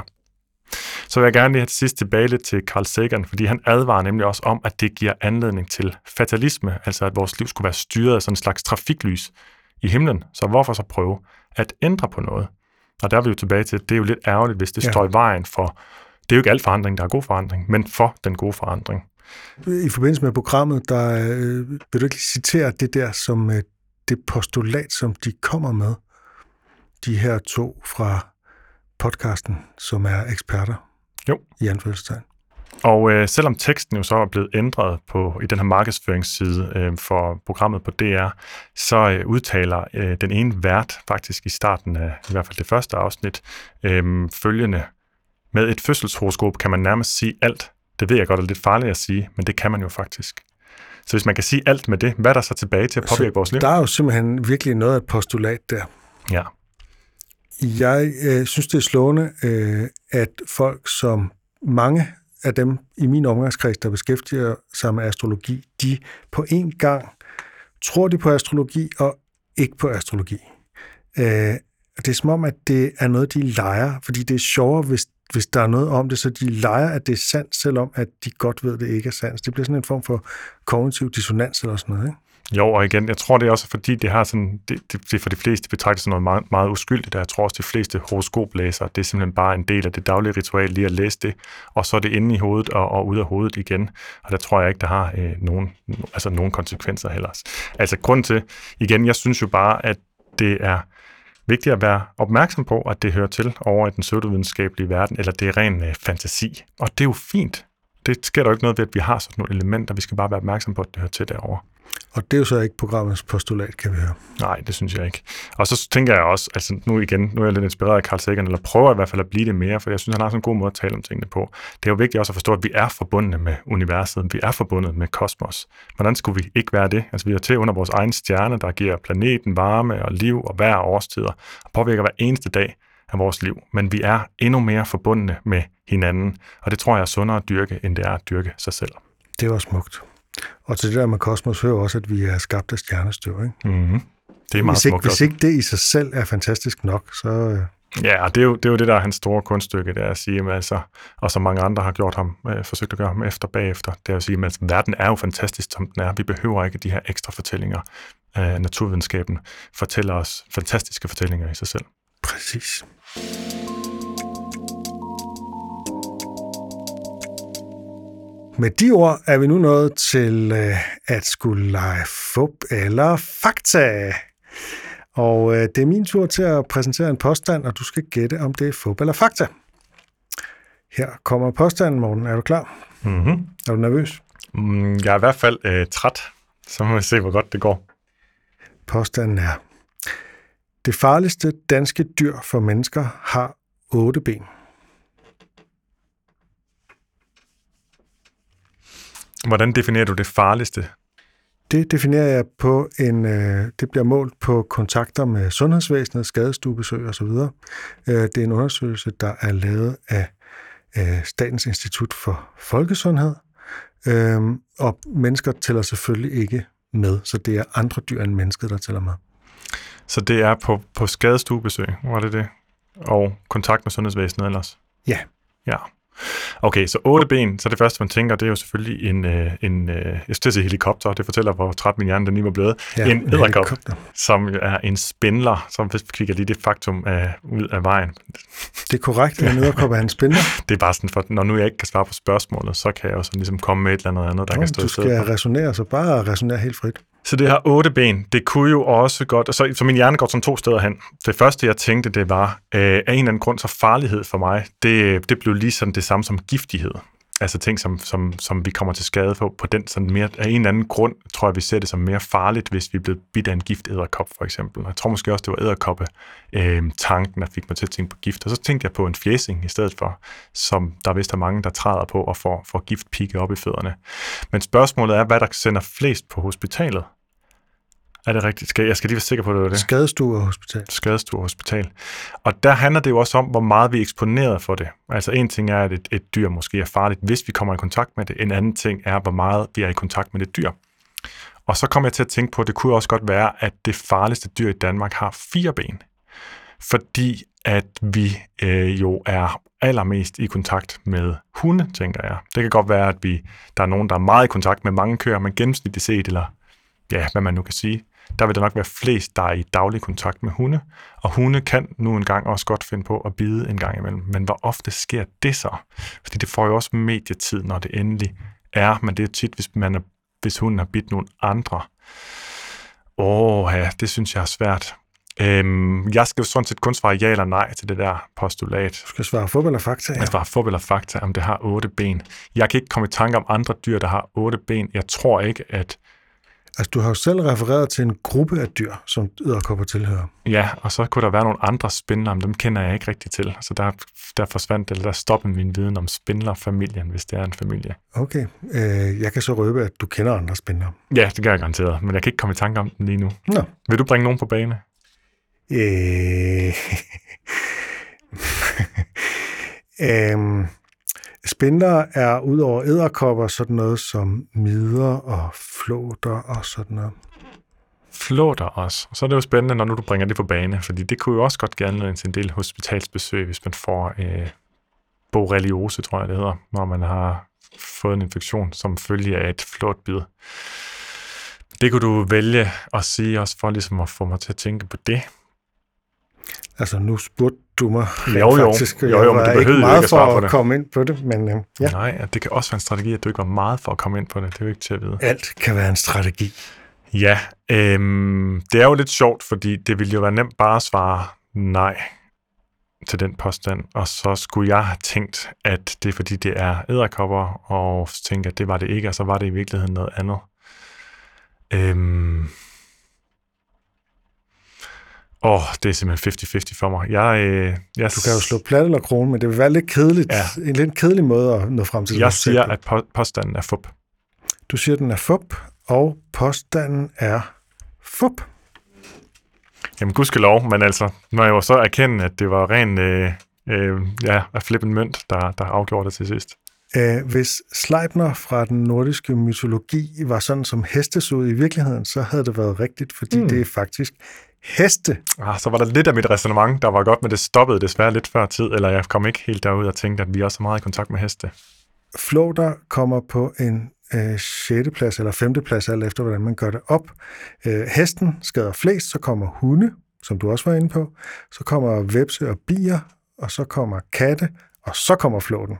Så vil jeg gerne lige have til sidst tilbage lidt til Carl Sagan, fordi han advarer nemlig også om, at det giver anledning til fatalisme, altså at vores liv skulle være styret af sådan en slags trafiklys i himlen. Så hvorfor så prøve at ændre på noget? Og der er vi jo tilbage til, at det er jo lidt ærgerligt, hvis det ja. står i vejen for, det er jo ikke al forandring, der er god forandring, men for den gode forandring. I forbindelse med programmet, der øh, vil du ikke citere det der som øh, det postulat, som de kommer med, de her to fra podcasten, som er eksperter jo. i anførselstegn. Og øh, selvom teksten jo så er blevet ændret på i den her markedsføringsside øh, for programmet på D R, så øh, udtaler øh, den ene vært faktisk i starten af i hvert fald det første afsnit øh, følgende: med et fødselshoroskop kan man nærmest sige alt. Det ved jeg godt er lidt farligt at sige, men det kan man jo faktisk. Så hvis man kan sige alt med det, hvad er der så tilbage til at påvirke så vores liv? Der er jo simpelthen virkelig noget af et postulat der. Ja. Jeg øh, synes, det er slående, øh, at folk som mange af dem i min omgangskreds, der beskæftiger sig med astrologi, de på en gang tror de på astrologi og ikke på astrologi. Øh, det er som om, at det er noget, de leger, fordi det er sjovere, hvis, hvis der er noget om det, så de leger, at det er sandt, selvom at de godt ved, at det ikke er sandt. Det bliver sådan en form for kognitiv dissonans eller sådan noget, ikke? Jo, og igen, jeg tror, det er også fordi, det har sådan, det, det, det for de fleste betragter sådan noget meget, meget uskyldigt. Jeg tror også, de fleste horoskoplæsere, det er simpelthen bare en del af det daglige ritual, lige at læse det, og så er det inde i hovedet og, og ud af hovedet igen. Og der tror jeg ikke, der har øh, nogen, altså nogen konsekvenser heller. Altså grunden til, igen, jeg synes jo bare, at det er vigtigt at være opmærksom på, at det hører til over i den pseudovidenskabelige verden, eller det er ren øh, fantasi. Og det er jo fint. det sker der jo ikke noget ved, at vi har sådan nogle elementer. Vi skal bare være opmærksom på, at det hører til derovre. Og det er jo så ikke programmets postulat, kan vi høre. Nej, det synes jeg ikke. Og så tænker jeg også, altså nu igen, nu er jeg lidt inspireret af Carl Sagan, eller prøver i hvert fald at blive det mere, for jeg synes, han har sådan en god måde at tale om tingene på. Det er jo vigtigt også at forstå, at vi er forbundne med universet, vi er forbundet med kosmos. Hvordan skulle vi ikke være det? Altså vi er til under vores egen stjerne, der giver planeten varme og liv og vejr og årstider, og påvirker hver eneste dag af vores liv. Men vi er endnu mere forbundne med hinanden, og det tror jeg er sundere at dyrke, end det er at dyrke sig selv. Det er også smukt. Og til det der med kosmos hører også, at vi er skabt af stjernestøv, ikke? Mm-hmm. Det er meget hvis ikke, smukt. Hvis ikke det i sig selv er fantastisk nok, så... Ja, og det er, jo, det er jo det, der er hans store kunststykke, det er at sige, altså, og som mange andre har gjort ham, øh, forsøgt at gøre ham efter bagefter, det er at sige, at altså, verden er jo fantastisk, som den er. Vi behøver ikke de her ekstra fortællinger. Øh, naturvidenskaben fortæller os fantastiske fortællinger i sig selv. Præcis. Med de ord er vi nu nået til øh, at skulle lege fup eller fakta. Og øh, det er min tur til at præsentere en påstand, og du skal gætte, om det er fup eller fakta. Her kommer påstanden, Morten. Er du klar? Mm-hmm. Er du nervøs? Mm, jeg er i hvert fald øh, træt, så må vi se, hvor godt det går. Påstanden er, det farligste danske dyr for mennesker har otte ben. Hvordan definerer du det farligste? Det definerer jeg på en, øh, det bliver målt på kontakter med sundhedsvæsenet, skadestuebesøg osv. Øh, det er en undersøgelse, der er lavet af øh, Statens Institut for Folkesundhed, øh, og mennesker tæller selvfølgelig ikke med, så det er andre dyr end mennesket, der tæller med. Så det er på, på skadestuebesøg, var det det? Og kontakt med sundhedsvæsenet ellers? Ja. Ja. Okay, så otte ben, så det første, man tænker, det er jo selvfølgelig en, øh, en øh, jeg skal sige helikopter, det fortæller, hvor træt min hjerne den lige var blevet. Ja, en edderkop, helikopter. Som er en spindler, som hvis vi kigger lige det faktum af, ud af vejen. Det er korrekt, at en edderkop er en spindler. Det er bare sådan, for når nu jeg ikke kan svare på spørgsmålet, så kan jeg jo sådan ligesom komme med et eller andet andet, der Nå, kan stå du i stedet skal for. resonere, så bare resonere helt frit. Så det har otte ben. Det kunne jo også godt... Så, så min hjerne går som to steder hen. Det første, jeg tænkte, det var, øh, af en eller anden grund, så farlighed for mig, det, det blev lige sådan det samme som giftighed. Altså ting, som, som, som vi kommer til skade på, på den sådan mere... Af en eller anden grund, tror jeg, vi ser det som mere farligt, hvis vi blev bidt af en giftedderkop, for eksempel. Jeg tror måske også, det var edderkoppe øh, tanken, der fik mig til at tænke på gift. Og så tænkte jeg på en fjæsing i stedet for, som der vist er mange, der træder på og får, får giftpigge op i fødderne. Men spørgsmålet er, hvad der sender flest på hospitalet? Er det rigtigt? Skal, jeg skal lige være sikker på, at det var det. Skadestue og hospital. Skadestue og hospital. Og der handler det jo også om, hvor meget vi er eksponeret for det. Altså en ting er, at et, et dyr måske er farligt, hvis vi kommer i kontakt med det. En anden ting er, hvor meget vi er i kontakt med det dyr. Og så kommer jeg til at tænke på, at det kunne også godt være, at det farligste dyr i Danmark har fire ben. Fordi at vi øh, jo er allermest i kontakt med hunde, tænker jeg. Det kan godt være, at vi, der er nogen, der er meget i kontakt med mange køer, men gennemsnitligt set, eller ja, hvad man nu kan sige, der vil der nok være flest, der er i daglig kontakt med hunde. Og hunde kan nu engang også godt finde på at bide en gang imellem. Men hvor ofte sker det så? Fordi det får jo også medietid, når det endelig er. Men det er tit, hvis, man er, hvis hunden har bidt nogle andre. Åh, ja, det synes jeg er svært. Øhm, jeg skal jo sådan set kun svare ja eller nej til det der postulat. Du skal svare fup eller fakta. Ja. Jeg svarer fup eller fakta, om det har otte ben. Jeg kan ikke komme i tanke om andre dyr, der har otte ben. Jeg tror ikke, at... Altså, du har jo selv refereret til en gruppe af dyr, som edderkopper tilhører. Ja, og så kunne der være nogle andre spindler, men dem kender jeg ikke rigtig til. Så der, der forsvandt, eller der stoppede min viden om spindlerfamilien, hvis det er en familie. Okay. Øh, jeg kan så røbe, at du kender andre spindler. Ja, det gør jeg garanteret, men jeg kan ikke komme i tanke om dem lige nu. Nå. Vil du bringe nogen på bane? Øh... øhm... Spindler er udover edderkopper sådan noget som midder og flåter og sådan noget. Flåter også. Så er det jo spændende, når nu du bringer det på bane, fordi det kunne jo også godt gerne lade til en del hospitalsbesøg, hvis man får øh, borreliose, tror jeg det hedder, når man har fået en infektion som følge af et flåtbid. Det kunne du vælge at sige også for ligesom at få mig til at tænke på det. Altså, nu spurgte du mig jo, jo. faktisk, jo, jo, jeg men var du ikke meget ikke for at, at at komme ind på det, men øh, ja. Nej, det kan også være en strategi, at du ikke var meget for at komme ind på det. Det er jo ikke til at vide. Alt kan være en strategi. Ja, øhm, det er jo lidt sjovt, fordi det ville jo være nemt bare at svare nej. til den påstand, og så skulle jeg have tænkt, at det er fordi, det er edderkopper, og tænke, at det var det ikke, og så var det i virkeligheden noget andet. Øhm... Åh, oh, det er simpelthen halvtreds halvtreds for mig. Jeg, øh, jeg... Du kan jo slå plat eller krone, men det vil være lidt kedeligt. Ja. En lidt kedelig måde at nå frem til. Jeg siger, at på- påstanden er fup. Du siger, at den er fup, og påstanden er fup. Jamen, gudskelov, men altså, når jeg jo så erkende, at det var ren øh, øh, ja, at flippe en mønt, der, der afgjorde det til sidst. Æh, hvis Sleipner fra den nordiske mytologi var sådan som heste så ud i virkeligheden, så havde det været rigtigt, fordi mm. det er faktisk heste. Ah, så var der lidt af mit ræsonnement, der var godt, men det stoppede desværre lidt før tid, eller jeg kom ikke helt derud og tænkte, at vi også er meget i kontakt med heste. Flåter kommer på en øh, sjette plads eller femte plads, alt efter hvordan man gør det op. Øh, hesten skader flest, så kommer hunde, som du også var inde på, så kommer vepse og bier, og så kommer katte, og så kommer flåten.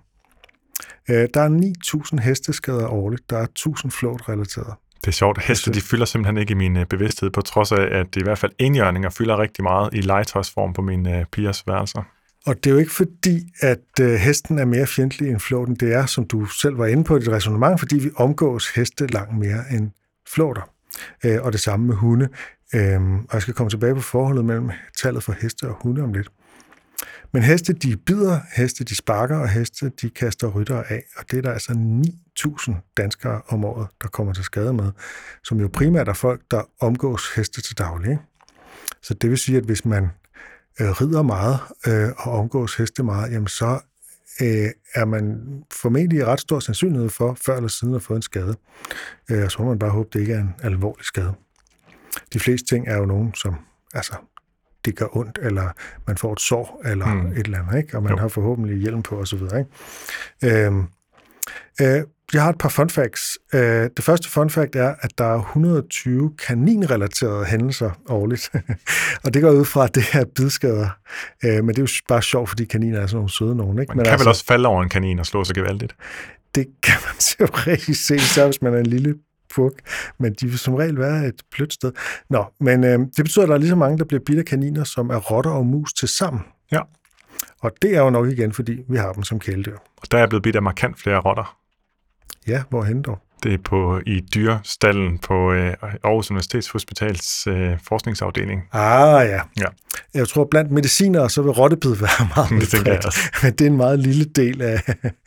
Øh, der er ni tusind hesteskader årligt, der er tusind flåt-relateret. Det er sjovt. Heste, de fylder simpelthen ikke i min øh, bevidsthed, på trods af, at det i hvert fald enhjørninger fylder rigtig meget i legetøjsform på mine øh, pigers værelser. Og det er jo ikke fordi, at øh, hesten er mere fjendtlig end flåten. Det er, som du selv var inde på i dit ræsonnement, fordi vi omgås heste langt mere end flåter. Øh, og det samme med hunde. Øh, og jeg skal komme tilbage på forholdet mellem tallet for heste og hunde om lidt. Men heste, de bider, heste, de sparker, og heste, de kaster ryttere af. Og det er der altså ni tusind danskere om året, der kommer til skade med, som jo primært er folk, der omgås heste til daglig. Så det vil sige, at hvis man øh, rider meget øh, og omgås heste meget, jamen så øh, er man formentlig i ret stor sandsynlighed for, før eller siden at få en skade. Øh, så må man bare håbe, det ikke er en alvorlig skade. De fleste ting er jo nogen, som altså det gør ondt, eller man får et sår, eller mm. et eller andet, ikke? Og man jo. har forhåbentlig hjelm på, og så videre, ikke? Øhm, øh, jeg har et par fun facts. Øh, det første fun fact er, at der er et hundrede og tyve kaninrelaterede hændelser årligt. Og det går ud fra, at det her bidskader. Øh, men det er jo bare sjovt, fordi kaniner er sådan nogle søde nogen, ikke? Man men kan altså, vel også falde over en kanin og slå sig gevaldigt? Det kan man teoretisk se, så hvis man er en lille puk, men de vil som regel være et blødt sted. Nå, men øh, det betyder, at der er lige så mange, der bliver bidt af kaniner, som er rotter og mus til sammen. Ja. Og det er jo nok igen, fordi vi har dem som kæledyr. Og der er blevet bidt af markant flere rotter. Ja, hvorhen dog? Det er på, i dyrestallen på øh, Aarhus Universitetshospitals øh, forskningsafdeling. Ah ja. ja. Jeg tror, blandt medicinere, så vil rottebid være meget det tænker jeg også. Men det er en meget lille del af,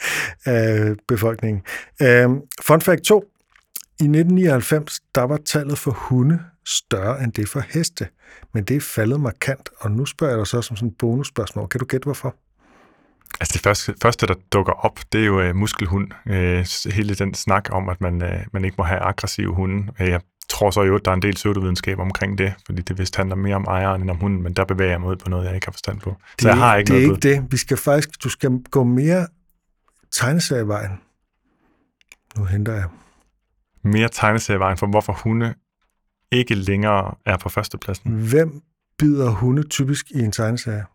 af befolkningen. Um, fun fact to. I nitten nioghalvfems, der var tallet for hunde større end det for heste, men det er faldet markant, og nu spørger jeg dig så som sådan et bonusspørgsmål. Kan du gætte, hvorfor? Altså det første, første der dukker op, det er jo uh, muskelhund. Uh, hele den snak om, at man, uh, man ikke må have aggressive hunde. Uh, jeg tror så jo, at der er en del pseudovidenskab omkring det, fordi det vist handler mere om ejeren end om hunden, men der bevæger jeg mig ud på noget, jeg ikke har forstand på. Det, så jeg har ikke det noget er ikke det. Vi skal faktisk, du skal gå mere tegneserievejen. Nu henter jeg. Mere tegneserievejen for, hvorfor hunde ikke længere er på førstepladsen. Hvem bider hunde typisk i en tegneserie?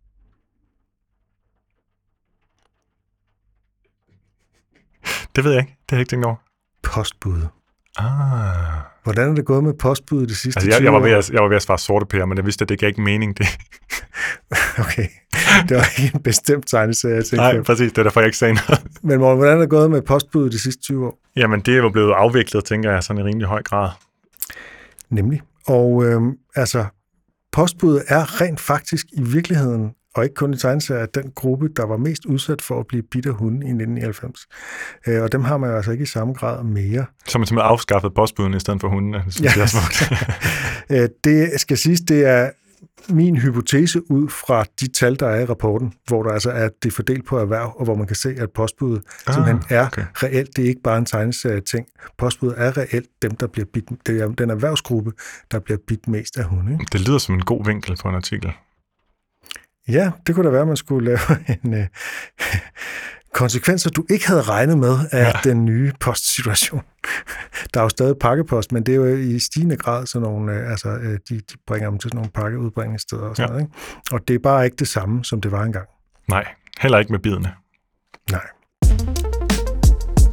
Det ved jeg ikke. Det har jeg ikke tænkt over. Postbud. Ah. Hvordan er det gået med postbud det sidste altså, jeg, jeg, var ved at, jeg var ved at svare sorte pære, men jeg vidste, at det gav ikke mening. Det. Okay. Det var ikke en bestemt tegneserie, jeg tænkte. Nej, præcis. Det er derfor, jeg ikke sagde noget. Men Morten, hvordan er det gået med postbud de sidste tyve år? Jamen, det er jo blevet afviklet, tænker jeg, sådan i rimelig høj grad. Nemlig. Og øhm, altså, postbuddet er rent faktisk i virkeligheden, og ikke kun i tegneserier, den gruppe, der var mest udsat for at blive bidt af hunde i nitten nioghalvfems. Øh, og dem har man jo altså ikke i samme grad mere. Så man simpelthen afskaffet postbuden i stedet for hundene. Det synes ja. jeg er smukt. øh, det skal siges, det er min hypotese ud fra de tal, der er i rapporten, hvor der altså er det fordelt på erhverv, og hvor man kan se, at postbuddet ah, simpelthen er okay. reelt. Det er ikke bare en tegneserie-ting. Postbuddet er reelt dem, der bliver bidt. Det er den erhvervsgruppe, der bliver bidt mest af hunde. Ikke? Det lyder som en god vinkel på en artikel. Ja, det kunne da være, at man skulle lave en øh, konsekvenser, du ikke havde regnet med af ja. den nye postsituation. Der er jo stadig pakkepost, men det er jo i stigende grad sådan nogle, øh, altså øh, de, de bringer dem til sådan nogle pakkeudbringningssteder og sådan ja. noget, ikke? Og det er bare ikke det samme, som det var engang. Nej, heller ikke med bidene. Nej.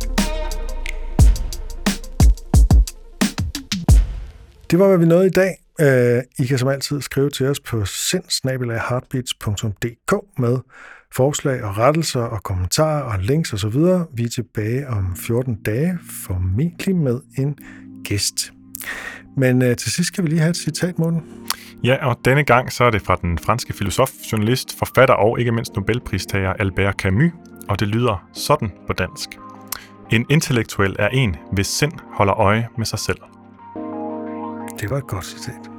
Det var, hvad vi nåede i dag. øh, I kan som altid skrive til os på sind bindestreg heartbeats punktum d k med forslag og rettelser og kommentarer og links osv. Vi er tilbage om fjorten dage, formentlig med en gæst. Men øh, til sidst skal vi lige have et citat, Morten. Ja, og denne gang så er det fra den franske filosof, journalist, forfatter og ikke mindst Nobelpristager Albert Camus, og det lyder sådan på dansk. En intellektuel er en, hvis sind holder øje med sig selv. Det var et godt citat.